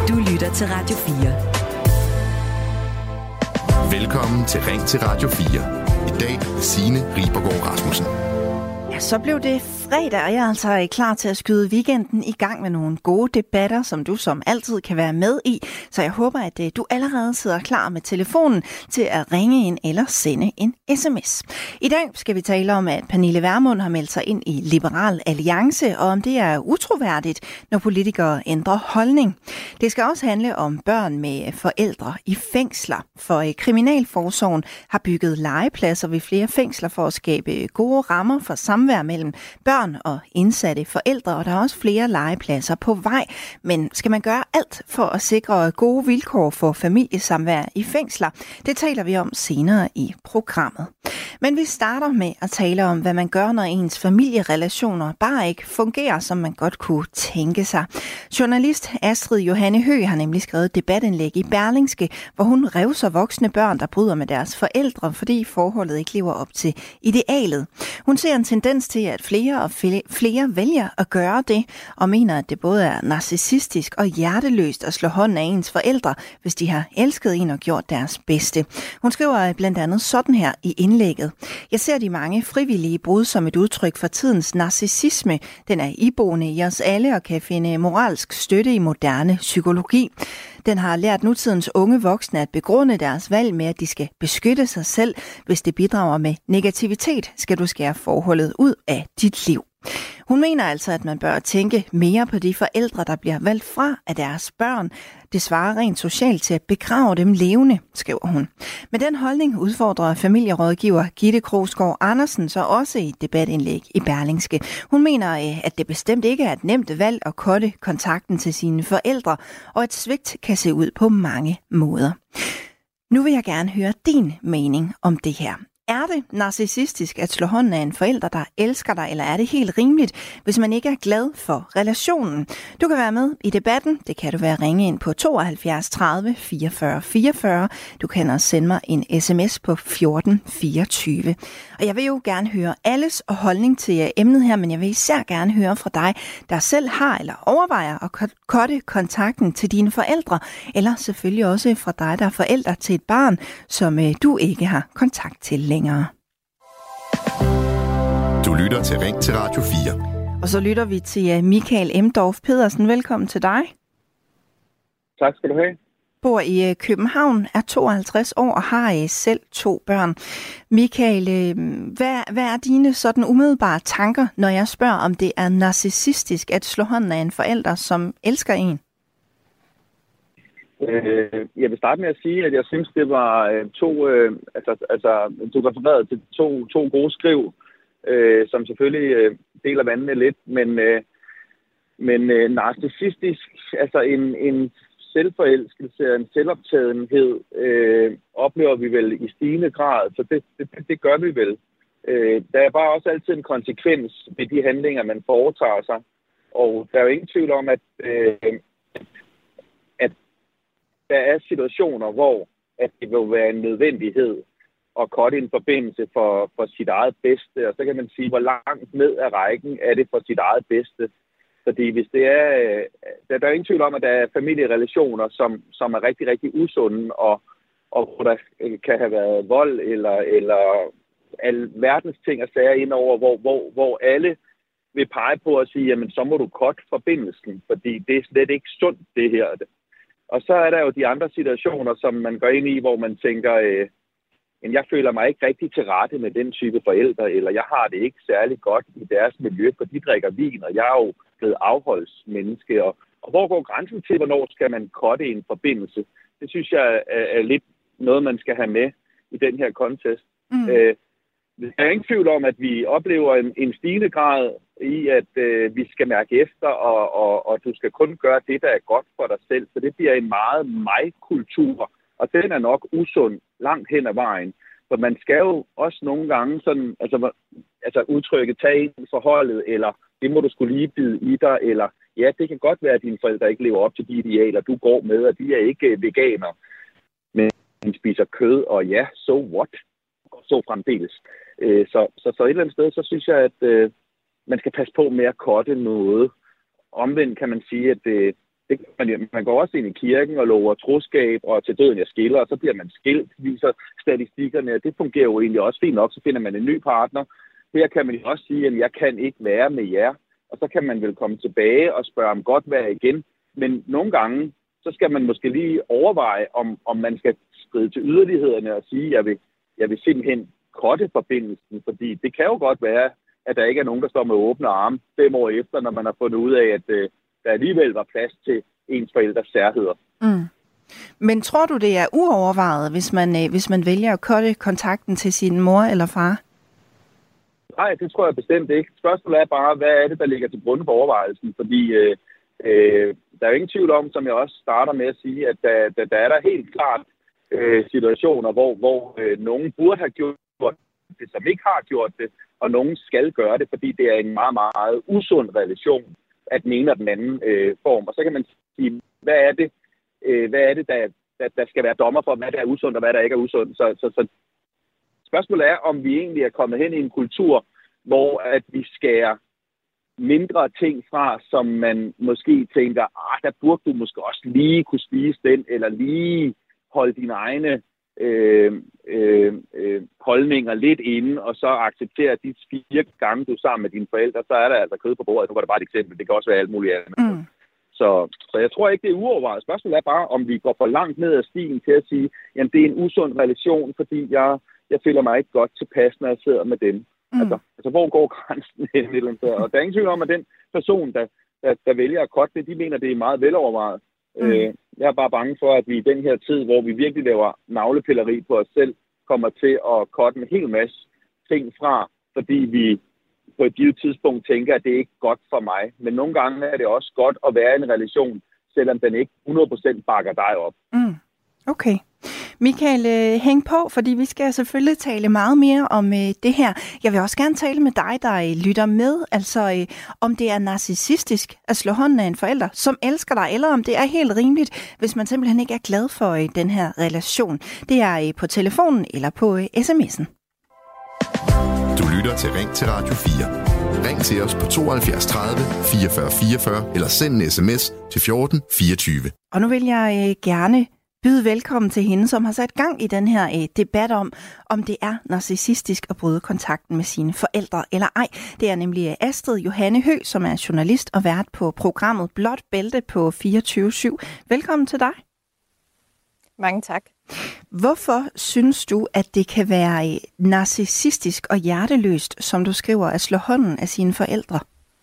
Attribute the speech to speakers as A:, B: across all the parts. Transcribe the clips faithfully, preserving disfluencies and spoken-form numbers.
A: Du lytter til Radio fire.
B: Velkommen til Ring til Radio fire. I dag Signe Ribergaard Rasmussen.
C: Ja, så blev det fredag, og jeg er altså klar til at skyde weekenden i gang med nogle gode debatter, som du som altid kan være med i. Så jeg håber, at du allerede sidder klar med telefonen til at ringe ind eller sende en sms. I dag skal vi tale om, at Pernille Vermund har meldt sig ind i Liberal Alliance, og om det er utroværdigt, når politikere ændrer holdning. Det skal også handle om børn med forældre i fængsler, for Kriminalforsorgen har bygget legepladser ved flere fængsler for at skabe gode rammer for samvær mellem børn og indsatte forældre, og der er også flere legepladser på vej. Men skal man gøre alt for at sikre gode vilkår for familiesamvær i fængsler? Det taler vi om senere i programmet. Men vi starter med at tale om, hvad man gør, når ens familierelationer bare ikke fungerer, som man godt kunne tænke sig. Journalist Astrid Johanne Høgh har nemlig skrevet et debatindlæg i Berlingske, hvor hun revser voksne børn, der bryder med deres forældre, fordi forholdet ikke lever op til idealet. Hun ser en tendens til, at flere og flere vælger at gøre det, og mener, at det både er narcissistisk og hjerteløst at slå hånden af ens forældre, hvis de har elsket en og gjort deres bedste. Hun skriver blandt andet sådan her i indlægget: Jeg ser de mange frivillige brud som et udtryk for tidens narcissisme. Den er iboende i os alle og kan finde moralsk støtte i moderne psykologi. Den har lært nutidens unge voksne at begrunde deres valg med, at de skal beskytte sig selv. Hvis det bidrager med negativitet, skal du skære forholdet ud af dit liv. Hun mener altså, at man bør tænke mere på de forældre, der bliver valgt fra af deres børn. Det svarer rent socialt til at begrave dem levende, skriver hun. Med den holdning udfordrer familierådgiver Gitte Krogsgaard Andersen så også i et debatindlæg i Berlingske. Hun mener, at det bestemt ikke er et nemt valg at cutte kontakten til sine forældre, og et svigt kan se ud på mange måder. Nu vil jeg gerne høre din mening om det her. Er det narcissistisk at slå hånden af en forælder, der elsker dig, eller er det helt rimeligt, hvis man ikke er glad for relationen? Du kan være med i debatten. Det kan du være at ringe ind på tooghalvfjerds tredive fireogfyrre fireogfyrre. Du kan også sende mig en sms på fjorten fireogtyve. Og jeg vil jo gerne høre alles holdning til emnet her, men jeg vil især gerne høre fra dig, der selv har eller overvejer at cutte kontakten til dine forældre, eller selvfølgelig også fra dig, der er forælder til et barn, som du ikke har kontakt til længere.
B: Du lytter til Ring til Radio fire.
C: Og så lytter vi til Michael Emdorf Pedersen. Velkommen til dig.
D: Tak skal du have.
C: Bor i København, er tooghalvtreds år og har selv to børn. Michael, hvad, hvad er dine sådan umiddelbare tanker, når jeg spørger, om det er narcissistisk at slå hånden af en forælder, som elsker en?
D: Øh, jeg vil starte med at sige, at jeg synes, det var øh, to, øh, altså, altså, du refererede til to, to gode skriv, øh, som selvfølgelig øh, deler vandene lidt, men, øh, men øh, narcissistisk, altså en, en selvforelskelse, en selvoptagethed, øh, oplever vi vel i stigende grad, så det, det, det gør vi vel. Øh, der er bare også altid en konsekvens ved de handlinger, man foretager sig, og der er jo ingen tvivl om, at øh, der er situationer, hvor at det vil være en nødvendighed at cutte en forbindelse for, for sit eget bedste. Og så kan man sige, hvor langt ned ad rækken er det for sit eget bedste. Fordi hvis det er, der, der er ingen tvivl om, at der er familierelationer, som, som er rigtig, rigtig usunde, og, og hvor der kan have været vold eller, eller al verdens ting og sager indover, hvor, hvor, hvor alle vil pege på at sige, jamen så må du cutte forbindelsen, fordi det er slet ikke sundt det her. Og så er der jo de andre situationer, som man går ind i, hvor man tænker, øh, jeg føler mig ikke rigtig til rette med den type forældre, eller jeg har det ikke særlig godt i deres miljø, for de drikker vin, og jeg er jo blevet afholdsmenneske. Og, og hvor går grænsen til, hvornår skal man cutte en forbindelse? Det synes jeg er, er lidt noget, man skal have med i den her kontekst. Mm. Øh, der er ingen tvivl om, at vi oplever en, en stigende grad i, at øh, vi skal mærke efter, og, og, og du skal kun gøre det, der er godt for dig selv. Så det bliver en meget mig-kultur, og den er nok usund langt hen ad vejen. For man skal jo også nogle gange sådan, altså, altså udtrykke, tage ind for holdet, eller det må du skulle lige bide i dig, eller ja, det kan godt være, at dine forældre ikke lever op til de idealer, du går med, og de er ikke veganer, men de spiser kød, og ja, so what? Og så fremdeles. Så, så, så et eller andet sted, så synes jeg, at øh, man skal passe på med at cutte noget. Omvendt kan man sige, at det, Det kan man, man går også ind i kirken og lover troskab, og til døden jeg skiller, og så bliver man skilt, viser statistikkerne, og det fungerer jo egentlig også fint nok, så finder man en ny partner. Her kan man jo også sige, at jeg kan ikke være med jer, og så kan man vel komme tilbage og spørge om godt vejr igen. Men nogle gange, så skal man måske lige overveje, om, om man skal skride til yderlighederne og sige, at jeg vil, jeg vil simpelthen korte forbindelsen, fordi det kan jo godt være, at der ikke er nogen, der står med åbne arme fem år efter, når man har fundet ud af, at øh, der alligevel var plads til ens forældres særheder. Mm.
C: Men tror du, det er uovervejet, hvis man, øh, hvis man vælger at korte kontakten til sin mor eller far?
D: Nej, det tror jeg bestemt ikke. Spørgsmålet er bare, hvad er det, der ligger til grund for overvejelsen? Fordi øh, øh, der er jo ingen tvivl om, som jeg også starter med at sige, at der, der, der er der helt klart øh, situationer, hvor, hvor øh, nogen burde have gjort det, som ikke har gjort det, og nogen skal gøre det, fordi det er en meget, meget usund relation af den ene og den anden øh, form. Og så kan man sige, hvad er det, øh, hvad er det der, der, der skal være dommer for, hvad der er usundt og hvad der ikke er usundt. Så, så, så spørgsmålet er, om vi egentlig er kommet hen i en kultur, hvor at vi skærer mindre ting fra, som man måske tænker, ah, der burde du måske også lige kunne spise den, eller lige holde dine egne øh, øh, øh, holdninger lidt inde, og så acceptere, at de fire gange, du er sammen med dine forældre, så er der altså kød på bordet. Nu var det bare et eksempel. Det kan også være alt muligt andet. Mm. Så, så jeg tror ikke, det er uovervejet. Spørgsmålet er bare, om vi går for langt ned ad stien til at sige, jamen det er en usund relation, fordi jeg, jeg føler mig ikke godt tilpas, når jeg sidder med dem. Mm. Altså, altså, hvor går grænsen hen? Eller så? Og der er ingen tvivl om, at den person, der, der, der vælger at korte det, de mener, det er meget velovervejet. Mm. Øh, jeg er bare bange for, at vi i den her tid, hvor vi virkelig laver navlepilleri på os selv, kommer til at korte en hel masse ting fra, fordi vi på et givet tidspunkt tænker, at det er ikke godt for mig. Men nogle gange er det også godt at være i en relation, selvom den ikke hundrede procent bakker dig op.
C: Mm. Okay. Michael, hæng på, fordi vi skal selvfølgelig tale meget mere om øh, det her. Jeg vil også gerne tale med dig, der øh, lytter med, altså øh, om det er narcissistisk at slå hånden af en forælder, som elsker dig, eller om det er helt rimeligt, hvis man simpelthen ikke er glad for øh, den her relation. Det er øh, på telefonen eller på øh, sms'en.
B: Du lytter til Ring til Radio fire. Ring til os på tooghalvfjerds tredive fireogfyrre fireogfyrre eller send en sms til fjorten fireogtyve.
C: Og nu vil jeg øh, gerne byde velkommen til hende, som har sat gang i den her øh, debat om, om det er narcissistisk at bryde kontakten med sine forældre eller ej. Det er nemlig Astrid Johanne Høgh, som er journalist og vært på programmet Blåt Bælte på fireogtyve syv. Velkommen til dig.
A: Mange tak.
C: Hvorfor synes du, at det kan være narcissistisk og hjerteløst, som du skriver, at slå hånden af sine forældre?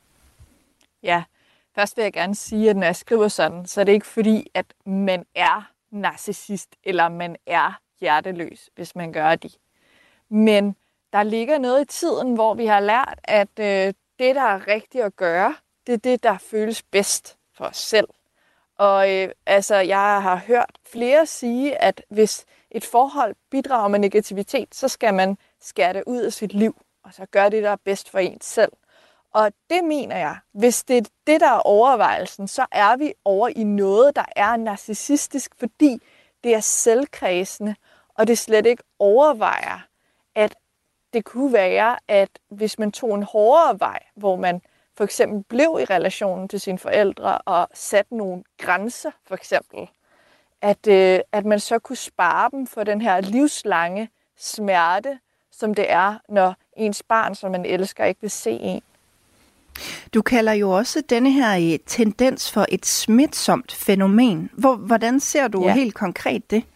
A: Ja, først vil jeg gerne sige, at når jeg skriver sådan, så er det ikke fordi, at man er narcissist, eller man er hjerteløs, hvis man gør det. Men der ligger noget i tiden, hvor vi har lært, at øh, det, der er rigtigt at gøre, det er det, der føles bedst for os selv. Og øh, altså, jeg har hørt flere sige, at hvis et forhold bidrager med negativitet, så skal man skære det ud af sit liv, og så gøre det, der er bedst for en selv. Og det mener jeg, hvis det er det, der er overvejelsen, så er vi over i noget, der er narcissistisk, fordi det er selvkredsende, og det slet ikke overvejer, at det kunne være, at hvis man tog en hårdere vej, hvor man for eksempel blev i relationen til sine forældre og satte nogle grænser, for eksempel, at, øh, at man så kunne spare dem for den her livslange smerte, som det er, når ens barn, som man elsker, ikke vil se en.
C: Du kalder jo også denne her tendens for et smitsomt fænomen. Hvor, hvordan ser du ja. helt konkret det?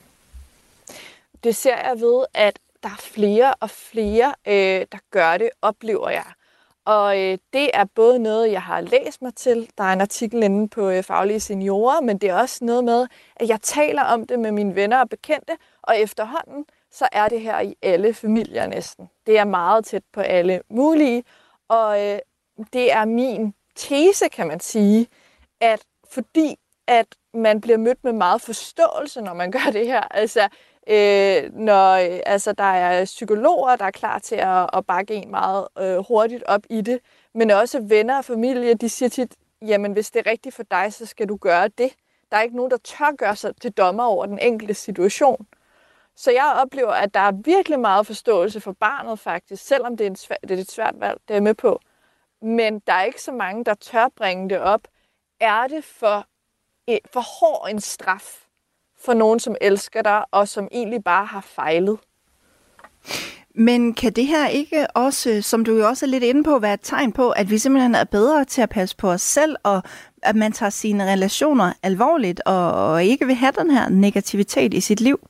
A: Det ser jeg ved, at der er flere og flere, øh, der gør det, oplever jeg. Og øh, det er både noget, jeg har læst mig til. Der er en artikel inde på øh, Faglige Seniorer, men det er også noget med, at jeg taler om det med mine venner og bekendte, og efterhånden, så er det her i alle familier næsten. Det er meget tæt på alle mulige, og øh, det er min tese, kan man sige, at fordi at man bliver mødt med meget forståelse, når man gør det her, altså øh, når øh, altså, der er psykologer, der er klar til at, at bakke en meget øh, hurtigt op i det, men også venner og familie, de siger tit, jamen hvis det er rigtigt for dig, så skal du gøre det. Der er ikke nogen, der tør gøre sig til dommer over den enkelte situation. Så jeg oplever, at der er virkelig meget forståelse for barnet faktisk, selvom det er, en svær, det er et svært valg, det er med på. Men der er ikke så mange, der tør bringe det op. Er det for for hård en straf for nogen, som elsker dig, og som egentlig bare har fejlet.
C: Men kan det her ikke også, som du jo også er lidt inde på, være et tegn på, at vi simpelthen er bedre til at passe på os selv, og at man tager sine relationer alvorligt, og ikke vil have den her negativitet i sit liv?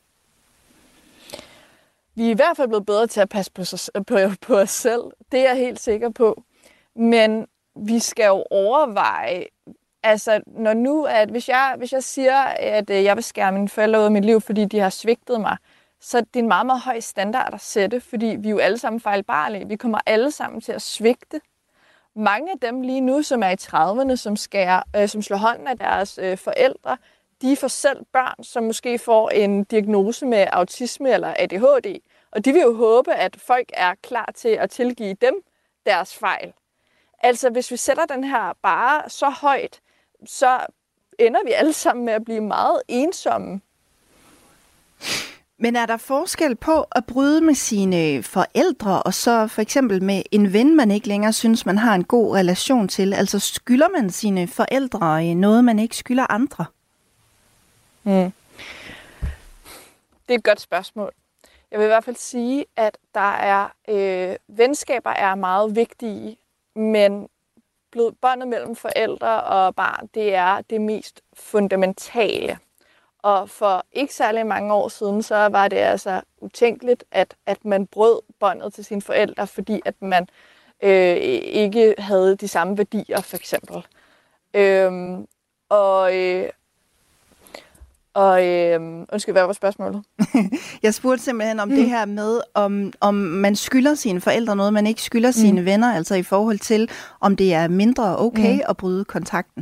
A: Vi er i hvert fald blevet bedre til at passe på, sig, på, på os selv. Det er jeg helt sikker på. Men vi skal jo overveje, altså når nu, at hvis jeg, hvis jeg siger, at jeg vil skære mine forældre ud af mit liv, fordi de har svigtet mig, så det er en meget, meget høj standard at sætte, fordi vi er jo alle sammen fejlbarlige. Vi kommer alle sammen til at svigte. Mange af dem lige nu, som er i trediverne, som, skærer, øh, som slår hånden af deres øh, forældre, de får selv børn, som måske får en diagnose med autisme eller A D H D. Og de vil jo håbe, at folk er klar til at tilgive dem deres fejl. Altså, hvis vi sætter den her bare så højt, så ender vi alle sammen med at blive meget ensomme.
C: Men er der forskel på at bryde med sine forældre, og så for eksempel med en ven, man ikke længere synes, man har en god relation til? Altså, skylder man sine forældre noget, man ikke skylder andre?
A: Hmm. Det er et godt spørgsmål. Jeg vil i hvert fald sige, at der er øh, venskaber er meget vigtige, men båndet mellem forældre og barn, det er det mest fundamentale. Og for ikke særlig mange år siden, så var det altså utænkeligt, at, at man brød båndet til sine forældre, fordi at man øh, ikke havde de samme værdier, for eksempel. Øhm, og øh, og øh, undskyld, hvad var spørgsmålet?
C: Jeg spurgte simpelthen om mm. det her med, om, om man skylder sine forældre noget, man ikke skylder sine mm. venner, altså i forhold til, om det er mindre okay mm. at bryde kontakten.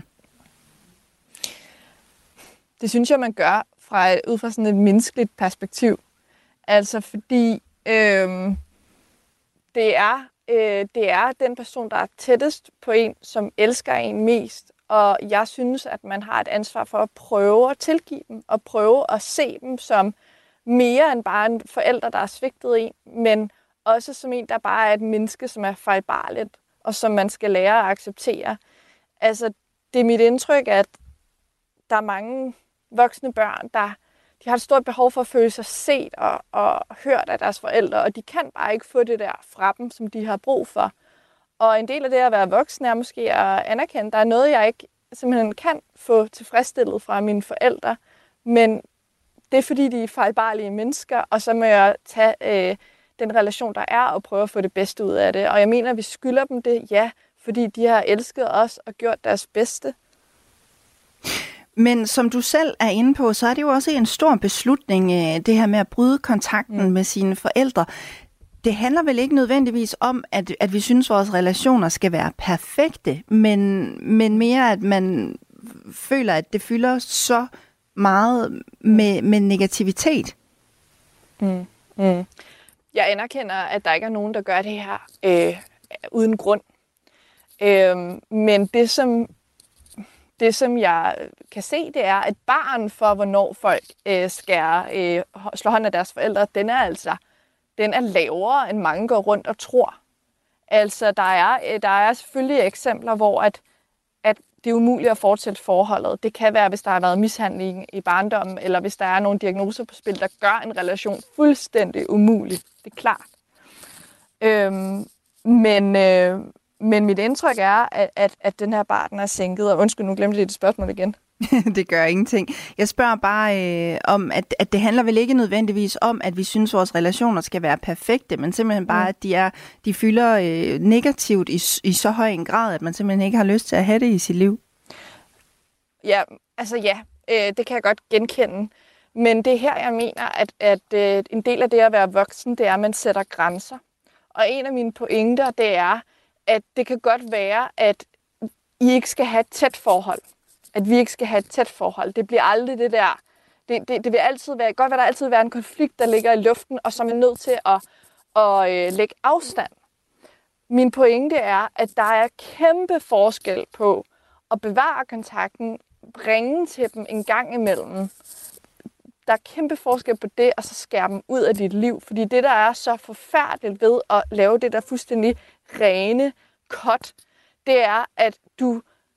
A: Det synes jeg, man gør fra, ud fra sådan et menneskeligt perspektiv. Altså fordi øh, det, er, øh, det er den person, der er tættest på en, som elsker en mest. Og jeg synes, at man har et ansvar for at prøve at tilgive dem, og prøve at se dem som mere end bare en forælder, der har svigtet en, men også som en, der bare er et menneske, som er fejlbarligt, og som man skal lære at acceptere. Altså, det er mit indtryk, at der er mange voksne børn, der de har et stort behov for at føle sig set og, og hørt af deres forældre, og de kan bare ikke få det der fra dem, som de har brug for. Og en del af det at være voksen er måske at anerkende, der er noget, jeg ikke simpelthen kan få tilfredsstillet fra mine forældre, men det er fordi, de er fejlbarlige mennesker, og så må jeg tage øh, den relation, der er, og prøve at få det bedste ud af det. Og jeg mener, at vi skylder dem det, ja, fordi de har elsket os og gjort deres bedste.
C: Men som du selv er inde på, så er det jo også en stor beslutning, det her med at bryde kontakten mm. med sine forældre. Det handler vel ikke nødvendigvis om, at, at vi synes, at vores relationer skal være perfekte, men, men mere, at man føler, at det fylder så meget med, med negativitet.
A: Mm. Mm. Jeg anerkender, at der ikke er nogen, der gør det her øh, uden grund. Øh, men det som, det, som jeg kan se, det er, at barn for, hvornår folk øh, skal øh, slå hånd af deres forældre, den er altså den er lavere, end mange går rundt og tror. Altså, der er, der er selvfølgelig eksempler, hvor at, at det er umuligt at fortsætte forholdet. Det kan være, hvis der har været mishandling i barndommen, eller hvis der er nogle diagnoser på spil, der gør en relation fuldstændig umulig. Det er klart. Øhm, men, øh, men mit indtryk er, at, at, at den her barn er sænket. Og undskyld, nu glemte jeg det spørgsmål igen.
C: Det gør ingenting. Jeg spørger bare øh, om, at, at det handler vel ikke nødvendigvis om, at vi synes, at vores relationer skal være perfekte, men simpelthen bare, mm. at de, er, de fylder øh, negativt i, i så høj en grad, at man simpelthen ikke har lyst til at have det i sit liv.
A: Ja, altså ja, øh, det kan jeg godt genkende. Men det er her, jeg mener, at, at øh, en del af det at være voksen, det er, at man sætter grænser. Og en af mine pointer, det er, at det kan godt være, at I ikke skal have et tæt forhold. At vi ikke skal have et tæt forhold. Det bliver aldrig det der. Det, det, det vil altid være, godt være, der altid være en konflikt, der ligger i luften, og som er nødt til at, at øh, lægge afstand. Min pointe er, at der er kæmpe forskel på at bevare kontakten, ringe til dem en gang imellem. Der er kæmpe forskel på det, og så skære dem ud af dit liv. Fordi det, der er så forfærdeligt ved at lave det der fuldstændig rene cut, det er, at du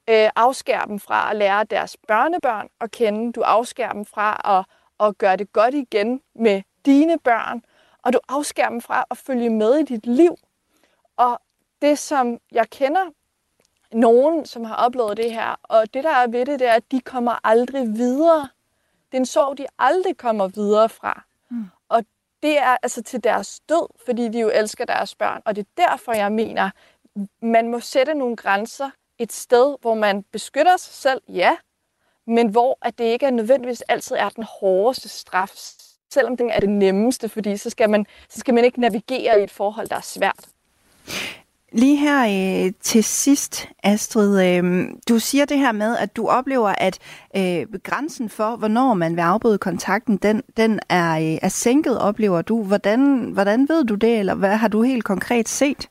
A: øh, afskærer dem fra at lære deres børnebørn at kende. Du afskærer dem fra at, at gøre det godt igen med dine børn. Og du afskærer dem fra at følge med i dit liv. Og det, som jeg kender nogen, som har oplevet det her, og det, der er ved det, det er, at de kommer aldrig videre. Det er en sorg, de aldrig kommer videre fra. Mm. Og det er altså til deres død, fordi de jo elsker deres børn. Og det er derfor, jeg mener, man må sætte nogle grænser et sted, hvor man beskytter sig selv, ja, men hvor at det ikke er nødvendigvis altid er den hårdeste straf, selvom det er det nemmeste, fordi så skal man, så skal man ikke navigere i et forhold, der er svært.
C: Lige her øh, til sidst, Astrid, øh, du siger det her med, at du oplever, at øh, grænsen for, hvornår man vil afbryde kontakten, den, den er, øh, er sænket, oplever du. Hvordan, hvordan ved du det, eller hvad har du helt konkret set?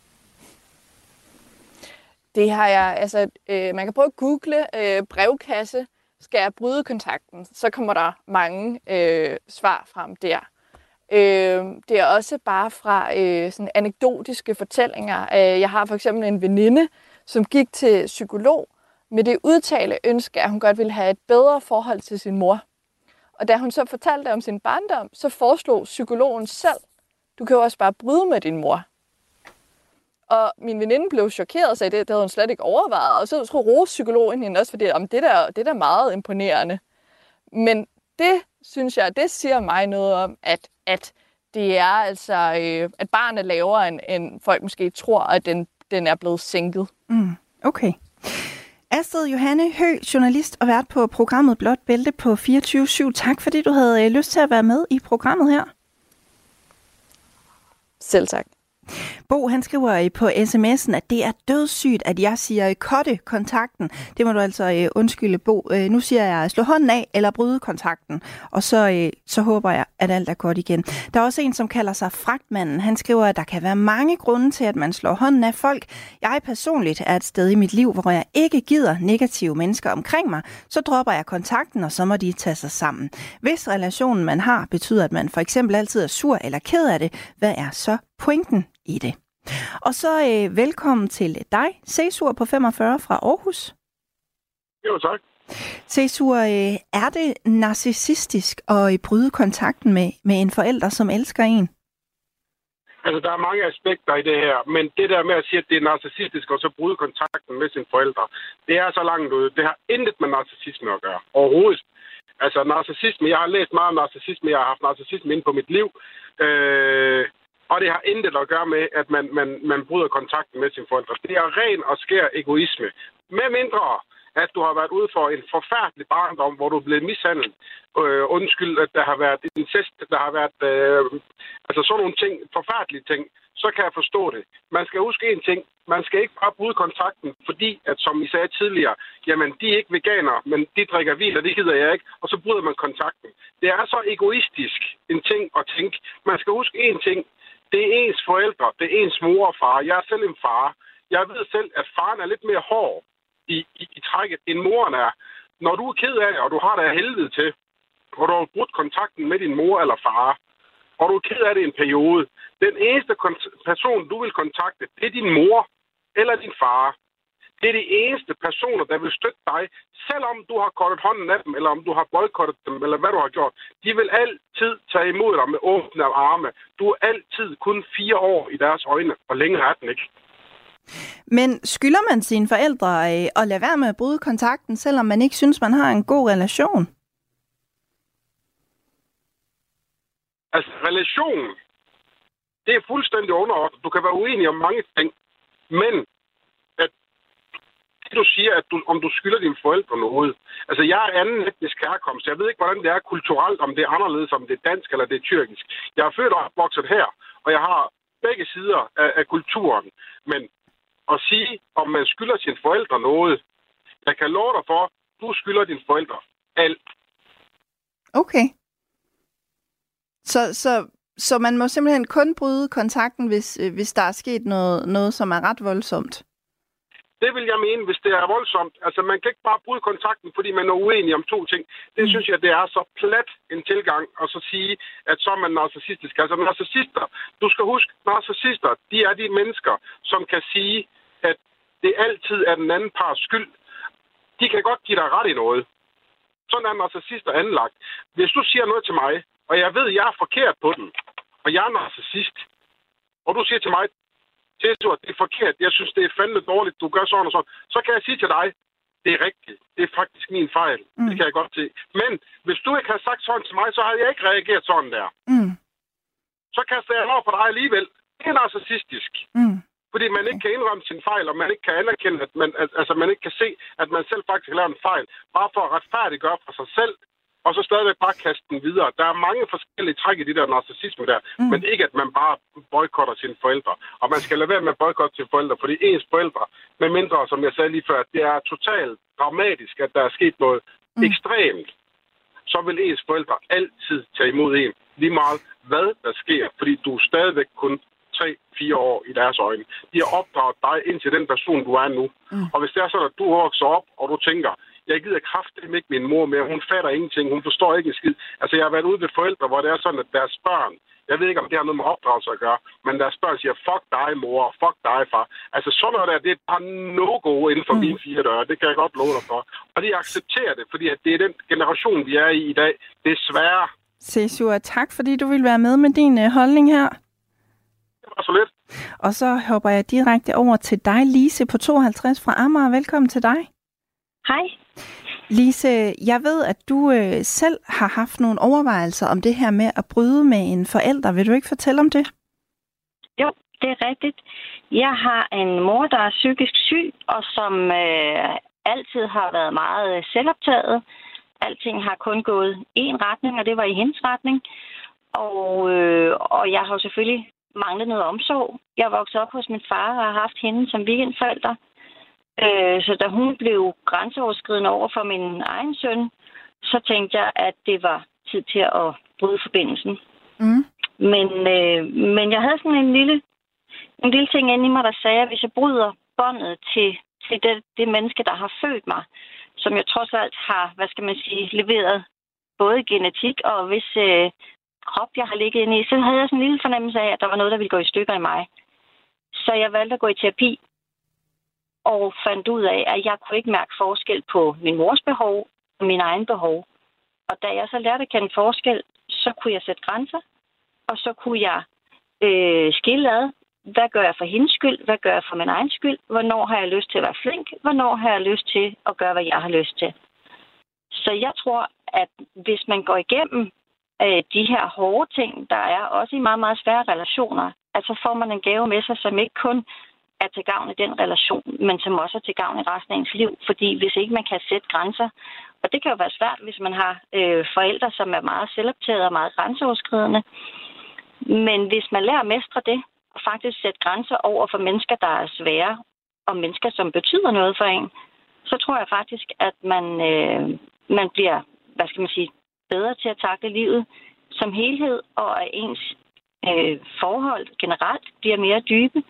A: Det har jeg, altså, øh, man kan prøve at google øh, brevkasse, skal jeg bryde kontakten, så kommer der mange øh, svar frem der. Øh, det er også bare fra øh, sådan anekdotiske fortællinger. Øh, jeg har for eksempel en veninde, som gik til psykolog med det udtale ønske, at hun godt ville have et bedre forhold til sin mor. Og da hun så fortalte om sin barndom, så foreslog psykologen selv, du kan jo også bare bryde med din mor. Og min veninde blev chokeret og sagde, det, det havde hun slet ikke overvejet. Og så tror roste psykologen hende også, fordi det der, det der er meget imponerende. Men det, synes jeg, det siger mig noget om, at, at det er altså, øh, at barnet er lavere, end, end folk måske tror, at den, den er blevet sænket.
C: Mm, okay. Astrid Johanne Høgh, journalist og vært på programmet Blåt Bælte på fireogtyve syv. Tak, fordi du havde øh, lyst til at være med i programmet her.
A: Selv tak.
C: Bo, han skriver på sms'en, at det er dødssygt, at jeg siger kotte kontakten. Det må du altså øh, undskylde, Bo. Øh, nu siger jeg slå hånden af eller bryde kontakten, og så, øh, så håber jeg, at alt er godt igen. Der er også en, som kalder sig Fragtmanden. Han skriver, at der kan være mange grunde til, at man slår hånden af folk. Jeg personligt er et sted i mit liv, hvor jeg ikke gider negative mennesker omkring mig, så dropper jeg kontakten, og så må de tage sig sammen. Hvis relationen, man har, betyder, at man for eksempel altid er sur eller ked af det, hvad er så pointen i det? Og så øh, velkommen til dig, Cesur på femogfyrre fra Aarhus.
E: Jo, tak.
C: Cesur, øh, er det narcissistisk at bryde kontakten med, med en forælder, som elsker en?
E: Altså, der er mange aspekter i det her, men det der med at sige, at det er narcissistisk og så bryde kontakten med sine forældre, det er så langt ude. Det har intet med narcissisme at gøre. Overhovedet. Altså, narcissisme, jeg har læst meget om narcissisme, jeg har haft narcissisme inde på mit liv, øh, og det har intet at gøre med, at man, man, man bryder kontakten med sine forældre. Det er ren og skær egoisme. Med mindre, at du har været ude for en forfærdelig barndom, hvor du er blevet mishandlet. Øh, undskyld, at der har været incest, der har været øh, altså sådan nogle ting, forfærdelige ting, så kan jeg forstå det. Man skal huske en ting. Man skal ikke bare bryde kontakten, fordi, at som I sagde tidligere, jamen, de er ikke veganere, men de drikker vin, og det gider jeg ikke, og så bryder man kontakten. Det er så egoistisk en ting at tænke. Man skal huske en ting. Det er ens forældre, det er ens mor og far. Jeg er selv en far. Jeg ved selv, at faren er lidt mere hård i, i, i trækket, end moren er. Når du er ked af det, og du har det af helvede til, og du har brudt kontakten med din mor eller far, og du er ked af det i en periode, den eneste kont- person, du vil kontakte, det er din mor eller din far. Det er de eneste personer, der vil støtte dig, selvom du har kortet hånden af dem, eller om du har boykottet dem, eller hvad du har gjort. De vil altid tage imod dig med åbne arme. Du er altid kun fire år i deres øjne, og længere er den ikke.
C: Men skylder man sine forældre at lade være med at bryde kontakten, selvom man ikke synes, man har en god relation?
E: Altså, relationen, det er fuldstændig underordnet. Du kan være uenig om mange ting, men du siger, at du, om du skylder dine forældre noget. Altså, jeg er anden etnisk herkomst. Jeg ved ikke, hvordan det er kulturelt, om det er anderledes, om det er dansk eller det er tyrkisk. Jeg er født og opvokset her, og jeg har begge sider af, af kulturen. Men at sige, om man skylder sine forældre noget, jeg kan love dig for, du skylder dine forældre alt.
C: Okay. Så, så, så man må simpelthen kun bryde kontakten, hvis, hvis der er sket noget, noget, som er ret voldsomt?
E: Det vil jeg mene, hvis det er voldsomt. Altså, man kan ikke bare bryde kontakten, fordi man er uenig om to ting. Det mm. synes jeg, det er så plat en tilgang at så sige, at så er man narcissistisk. Altså, narcissister, du skal huske, narcissister, de er de mennesker, som kan sige, at det altid er den anden parts skyld, de kan godt give dig ret i noget. Sådan er narcissister anlagt. Hvis du siger noget til mig, og jeg ved, at jeg er forkert på den, og jeg er narcissist, og du siger til mig, Testo, at det er forkert, jeg synes, det er fandme dårligt, du gør sådan og sådan, så kan jeg sige til dig, det er rigtigt. Det er faktisk min fejl. Mm. Det kan jeg godt se. Men hvis du ikke havde sagt sådan til mig, så havde jeg ikke reageret sådan der.
C: Mm.
E: Så kaster jeg over på dig alligevel. Det er narcissistisk.
C: Mm.
E: Fordi man ikke kan indrømme sin fejl, og man ikke kan anerkende, at man, at, altså man ikke kan se, at man selv faktisk har lavet en fejl. Bare for at retfærdiggøre for sig selv, og så stadigvæk bare kaste den videre. Der er mange forskellige træk i det der narcissisme der, mm. men ikke at man bare boykotter sine forældre. Og man skal lade være med at boykotte sine forældre, fordi ens forældre, med mindre, som jeg sagde lige før, det er totalt dramatisk, at der er sket noget mm. ekstremt. Så vil ens forældre altid tage imod en, lige meget hvad der sker, fordi du er stadigvæk kun tre fire år i deres øjne. De har opdraget dig ind til den person, du er nu. Mm. Og hvis det er sådan, at du vokser op, og du tænker, jeg gider kraftedeme ikke min mor mere, hun fatter ingenting, hun forstår ikke en skid. Altså, jeg har været ude ved forældre, hvor det er sådan, at deres børn, jeg ved ikke, om det har noget med opdragelse at gøre, men deres børn siger, fuck dig, mor, fuck dig, far. Altså, sådan noget der, det er bare no-go inden for mm. mine fire døre, det kan jeg godt love dig for. Og de accepterer det, fordi at det er den generation, vi er i i dag. Desværre.
C: Sesua, tak fordi du vil være med med din uh, holdning her.
E: Det var så lidt.
C: Og så hopper jeg direkte over til dig, Lise på tooghalvtreds fra Amager. Velkommen til dig.
F: Hej.
C: Lise, jeg ved, at du øh, selv har haft nogle overvejelser om det her med at bryde med en forælder. Vil du ikke fortælle om det?
F: Jo, det er rigtigt. Jeg har en mor, der er psykisk syg, og som øh, altid har været meget selvoptaget. Alting har kun gået i en retning, og det var i hendes retning. Og, øh, og jeg har jo selvfølgelig manglet noget omsorg. Jeg voksede op hos min far og har haft hende som weekendforælder. Så da hun blev grænseoverskridende over for min egen søn, så tænkte jeg, at det var tid til at bryde forbindelsen. Mm. Men, øh, men jeg havde sådan en lille, en lille ting inde i mig, der sagde, at hvis jeg bryder båndet til, til det, det menneske, der har født mig, som jeg trods alt har, hvad skal man sige, leveret både genetik og hvis øh, krop, jeg har ligget inde i, så havde jeg sådan en lille fornemmelse af, at der var noget, der ville gå i stykker i mig. Så jeg valgte at gå i terapi. Og fandt ud af, at jeg kunne ikke mærke forskel på min mors behov og min egen behov. Og da jeg så lærte at kende forskel, så kunne jeg sætte grænser. Og så kunne jeg øh, skille ad. Hvad gør jeg for hendes skyld? Hvad gør jeg for min egen skyld? Hvornår har jeg lyst til at være flink? Hvornår har jeg lyst til at gøre, hvad jeg har lyst til? Så jeg tror, at hvis man går igennem øh, de her hårde ting, der er også i meget, meget svære relationer, at så får man en gave med sig, som ikke kun er til gavn i den relation, men som også er til gavn i resten af ens liv. Fordi hvis ikke man kan sætte grænser, og det kan jo være svært, hvis man har øh, forældre, som er meget selvoptaget og meget grænseoverskridende. Men hvis man lærer at mestre det, og faktisk sætte grænser over for mennesker, der er svære, og mennesker, som betyder noget for en, så tror jeg faktisk, at man, øh, man bliver, hvad skal man sige, bedre til at takle livet som helhed, og at ens øh, forhold generelt bliver mere dybe.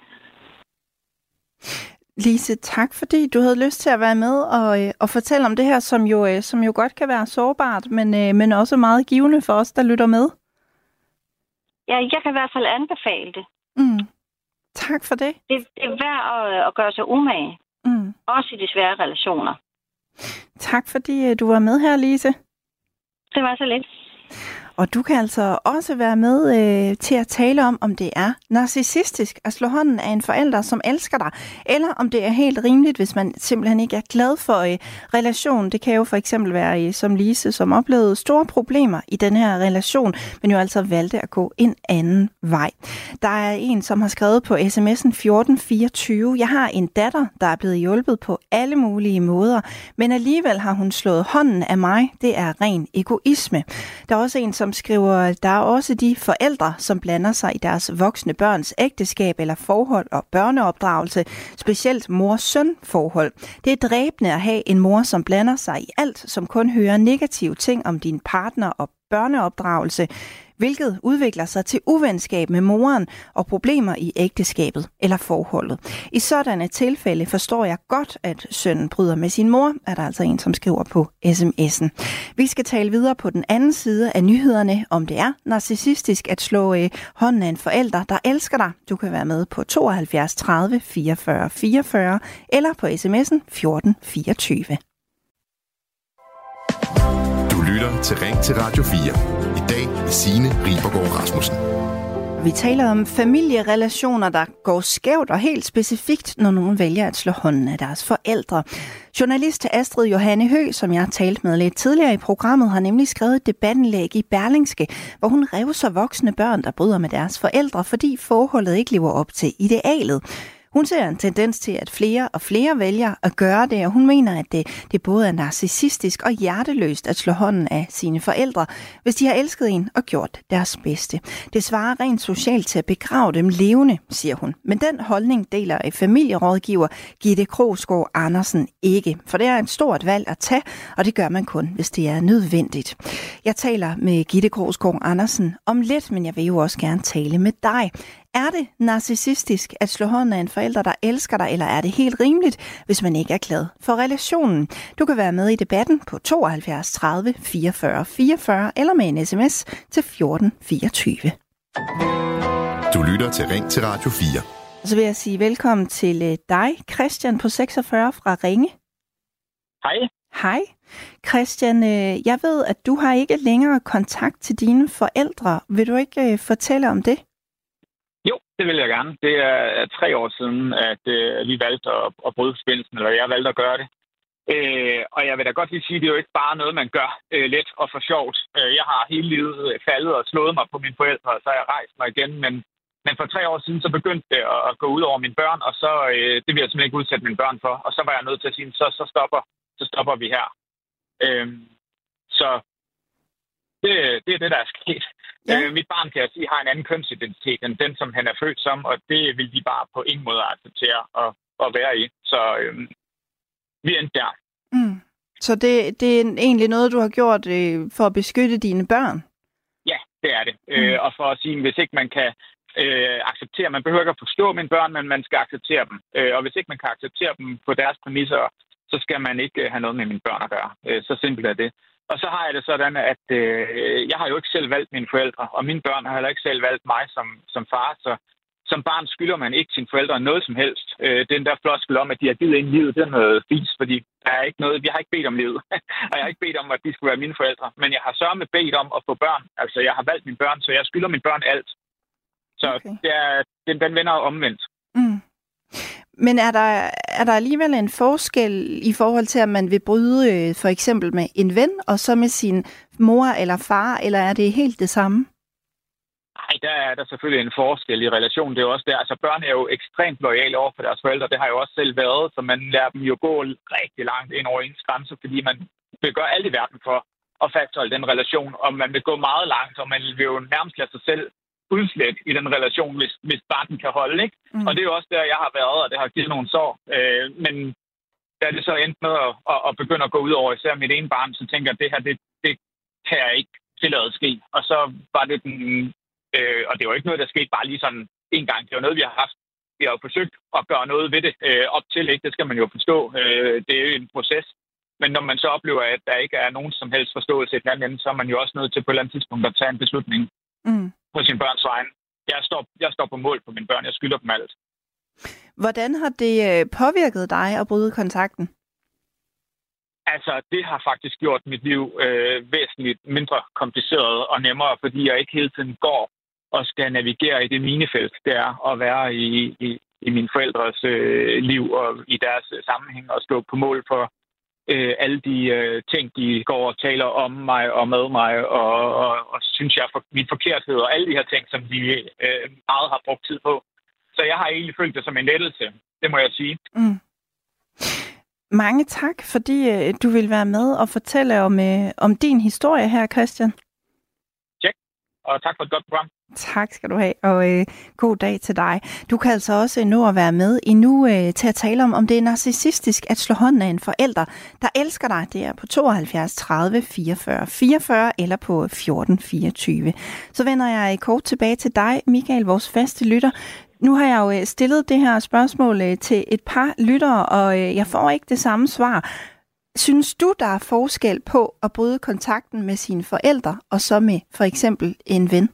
C: Lise, tak fordi du havde lyst til at være med og, øh, og fortælle om det her, som jo, øh, som jo godt kan være sårbart, men, øh, men også meget givende for os, der lytter med.
F: Ja, jeg kan i hvert fald anbefale det.
C: Mm. Tak for det.
F: Det, det er værd at, at gøre sig umage. Mm. Også i de svære relationer.
C: Tak fordi du var med her, Lise.
F: Det var så lidt.
C: Og du kan altså også være med øh, til at tale om, om det er narcissistisk at slå hånden af en forælder, som elsker dig, eller om det er helt rimeligt, hvis man simpelthen ikke er glad for øh, relationen. Det kan jo for eksempel være øh, som Lise, som oplevede store problemer i den her relation, men jo altså valgte at gå en anden vej. Der er en, som har skrevet på sms'en fjorten fireogtyve. Jeg har en datter, der er blevet hjulpet på alle mulige måder, men alligevel har hun slået hånden af mig. Det er ren egoisme. Der er også en, som skriver, der er også de forældre, som blander sig i deres voksne børns ægteskab eller forhold og børneopdragelse, specielt mor-søn forhold. Det er dræbende at have en mor, som blander sig i alt, som kun hører negative ting om din partner og børneopdragelse, hvilket udvikler sig til uvenskab med moren og problemer i ægteskabet eller forholdet. I sådanne tilfælde forstår jeg godt, at sønnen bryder med sin mor, er der altså en, som skriver på sms'en. Vi skal tale videre på den anden side af nyhederne, om det er narcissistisk at slå øh, hånden af en forælder, der elsker dig. Du kan være med på tooghalvfjerds tredive fireogfyrre fireogfyrre eller på sms'en fjorten fireogtyve.
B: lytter til Ring til Radio fire. I dag med Signe Ribergaard Rasmussen.
C: Vi taler om familierelationer, der går skævt og helt specifikt, når nogen vælger at slå hånden af deres forældre. Journalist Astrid Johanne Høgh, som jeg talte med lidt tidligere i programmet, har nemlig skrevet et debatindlæg i Berlingske, hvor hun revser voksne børn, der bryder med deres forældre, fordi forholdet ikke lever op til idealet. Hun ser en tendens til, at flere og flere vælger at gøre det, og hun mener, at det, det både er narcissistisk og hjerteløst at slå hånden af sine forældre, hvis de har elsket en og gjort deres bedste. Det svarer rent socialt til at begrave dem levende, siger hun. Men den holdning deler familierådgiver Gitte Krogsgaard Andersen ikke, for det er et stort valg at tage, og det gør man kun, hvis det er nødvendigt. Jeg taler med Gitte Krogsgaard Andersen om lidt, men jeg vil jo også gerne tale med dig. Er det narcissistisk at slå hånden af en forælder, der elsker dig, eller er det helt rimeligt, hvis man ikke er glad for relationen? Du kan være med i debatten på tooghalvfjerds tredive fireogfyrre fireogfyrre eller med en sms til fjorten fireogtyve.
B: Du lytter til Ring til Radio fire.
C: Så vil jeg sige velkommen til dig, Christian på seksogfyrre fra Ringe.
G: Hej.
C: Hej. Christian, jeg ved, at du har ikke længere kontakt til dine forældre. Vil du ikke fortælle om det?
G: Jo, det vil jeg gerne. Det er tre år siden, at øh, vi valgte at, at bryde forbindelsen, eller jeg valgte at gøre det. Øh, og jeg vil da godt lige sige, at det er jo ikke bare noget, man gør øh, let og for sjovt. Øh, jeg har hele livet faldet og slået mig på mine forældre, og så har jeg rejst mig igen. Men, men for tre år siden, så begyndte det at, at gå ud over mine børn, og så øh, det vil jeg simpelthen ikke udsætte mine børn for. Og så var jeg nødt til at sige, så, så, stopper, så stopper vi her. Øh, så det, det er det, der er sket. Ja. Øh, mit barn, kan jeg sige, har en anden kønsidentitet end den, som han er født som, og det vil de bare på ingen måde acceptere at, at være i. Så øh, vi endte der.
C: Mm. Så det, det er egentlig noget, du har gjort øh, for at beskytte dine børn? Ja,
G: det er det. Mm. Øh, og for at sige, hvis ikke man kan øh, acceptere, man behøver ikke at forstå mine børn, men man skal acceptere dem. Øh, og hvis ikke man kan acceptere dem på deres præmisser, så skal man ikke øh, have noget med mine børn at gøre. Øh, så simpelt er det. Og så har jeg det sådan, at øh, jeg har jo ikke selv valgt mine forældre, og mine børn har heller ikke selv valgt mig som, som far. Så som barn skylder man ikke sine forældre noget som helst. Øh, den der floskel om, at de har givet ind i livet, det er noget fis, fordi der er ikke noget, vi har ikke bedt om livet. Og jeg har ikke bedt om, at de skulle være mine forældre. Men jeg har sørme bedt om at få børn. Altså, jeg har valgt mine børn, så jeg skylder mine børn alt. Så okay. det er, den, den vender omvendt.
C: Mm. Men er der, er der alligevel en forskel i forhold til, at man vil bryde øh, for eksempel med en ven, og så med sin mor eller far, eller er det helt det samme?
G: Nej, der er der selvfølgelig en forskel i relationen. Det er jo også der. Altså, børn er jo ekstremt loyale over for deres forældre. Det har jeg jo også selv været, så man lærer dem jo gå rigtig langt ind over ens grænser, fordi man vil gøre alt i verden for at fastholde den relation, og man vil gå meget langt, og man vil jo nærmest lade sig selv udslet i den relation, hvis, hvis barnet kan holde, ikke? Mm. Og det er jo også der, jeg har været, og det har givet nogle sår. Øh, men da det så endte med at, at, at begynde at gå ud over især mit ene barn, så tænker jeg, at det her, det, det kan jeg ikke tillade at ske. Og så var det den... Øh, og det var ikke noget, der skete bare lige sådan en gang. Det var noget, vi har haft. Vi har jo forsøgt at gøre noget ved det øh, op til, ikke? Det skal man jo forstå. Øh, det er jo en proces. Men når man så oplever, at der ikke er nogen som helst forståelse i den anden ende, så er man jo også nødt til på et eller andet tidspunkt at tage en beslutning. Mm. På sin børns vegne. Jeg står, jeg står på mål for mine børn. Jeg skylder dem alt.
C: Hvordan har det påvirket dig at bryde kontakten?
G: Altså, det har faktisk gjort mit liv øh, væsentligt mindre kompliceret og nemmere, fordi jeg ikke hele tiden går og skal navigere i det minefelt, det er at være i, i, i mine forældres øh, liv og i deres øh, sammenhæng og stå på mål for øh, alle de øh, ting, de går og taler om mig og med mig, og, og, og synes jeg for min forkerthed og alle de her ting, som de øh, meget har brugt tid på. Så jeg har egentlig følt det som en lettelse, det må jeg sige.
C: Mm. Mange tak, fordi øh, du vil være med og fortælle om, øh, om din historie her, Christian.
G: Tjek, og tak for et godt program.
C: Tak skal du have, og øh, god dag til dig. Du kan altså også nå at være med endnu øh, til at tale om, om det er narcissistisk at slå hånden af en forælder, der elsker dig. Det er på tooghalvfjerds tredive fireogfyrre fireogfyrre eller på fjorten fireogtyve. Så vender jeg kort tilbage til dig, Michael, vores faste lytter. Nu har jeg jo stillet det her spørgsmål til et par lyttere, og jeg får ikke det samme svar. Synes du, der er forskel på at bryde kontakten med sine forældre, og så med for eksempel en ven?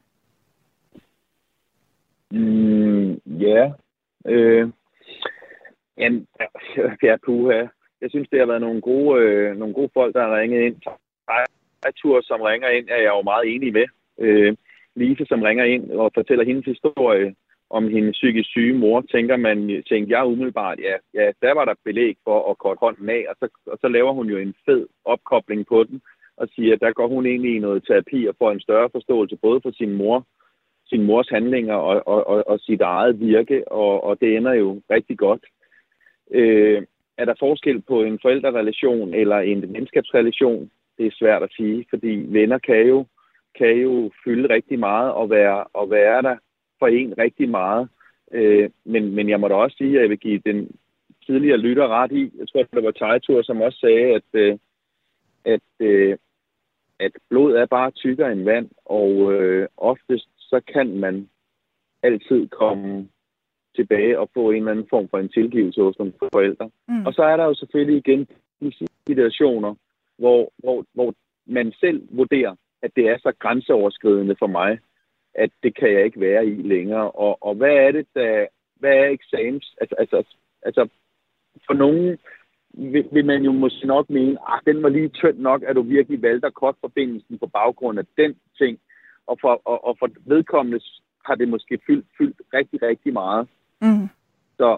D: Mm, ja. Øh. Jamen, ja, puha. Jeg synes, det har været nogle gode, øh, nogle gode folk, der har ringet ind. Arthur, som ringer ind, er jeg jo meget enig med. Øh, Lise, som ringer ind og fortæller hendes historie om hendes psykisk syge mor, tænker man, tænker jeg umiddelbart, ja, ja, der var der belæg for at korte hånden af, og så, og så laver hun jo en fed opkobling på den, og siger, at der går hun egentlig i noget terapi og får en større forståelse, både for sin mor, sin mors handlinger og, og, og, og sit eget virke, og, og det ender jo rigtig godt. Øh, er der forskel på en forældrerelation eller en venskabsrelation? Det er svært at sige, fordi venner kan jo, kan jo fylde rigtig meget og være, og være der for en rigtig meget. Øh, men, men jeg må da også sige, at jeg vil give den tidligere lytter ret i, jeg tror, det var Tejtur, som også sagde, at, øh, at, øh, at blod er bare tykkere end vand, og øh, oftest så kan man altid komme tilbage og få en eller anden form for en tilgivelse hos nogle forældre. Mm. Og så er der jo selvfølgelig igen de situationer, hvor, hvor, hvor man selv vurderer, at det er så grænseoverskridende for mig, at det kan jeg ikke være i længere. Og, og hvad er det, der, hvad er eksamens? Altså, altså, altså for nogen vil, vil man jo måske nok mene, at den var lige tynd nok, at du virkelig valgte at korte forbindelsen på baggrund af den ting. Og for, og, og for vedkommende har det måske fyldt, fyldt rigtig, rigtig meget. Mm. Så,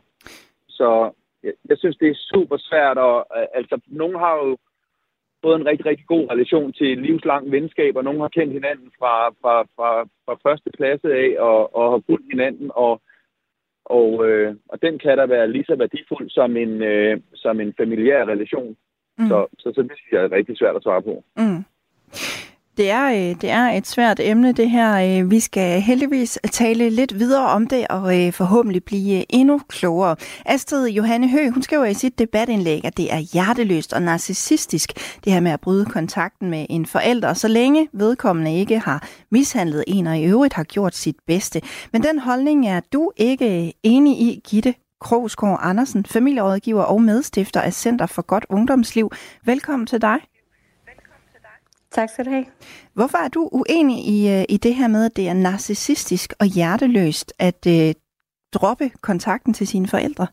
D: så jeg, jeg synes, det er super svært. Og, altså, nogen har jo fået en rigtig, rigtig god relation til livslang venskab, og nogen har kendt hinanden fra, fra, fra, fra første klasse af, og, og har fulgt hinanden, og, og, øh, og den kan da være lige så værdifuld som en, øh, som en familiær relation. Mm. Så, så, så det synes jeg er rigtig svært at svare på.
C: Mm. Det er, det er et svært emne, det her. Vi skal heldigvis tale lidt videre om det, og forhåbentlig blive endnu klogere. Astrid Johanne Høgh, hun skriver i sit debatindlæg, at det er hjerteløst og narcissistisk, det her med at bryde kontakten med en forælder, så længe vedkommende ikke har mishandlet en, og i øvrigt har gjort sit bedste. Men den holdning er du ikke enig i, Gitte Krogsgaard Andersen, familierådgiver og medstifter af Center for Godt Ungdomsliv. Velkommen til dig.
H: Tak skal du have.
C: Hvorfor er du uenig i, i det her med, at det er narcissistisk og hjerteløst at øh, droppe kontakten til sine forældre?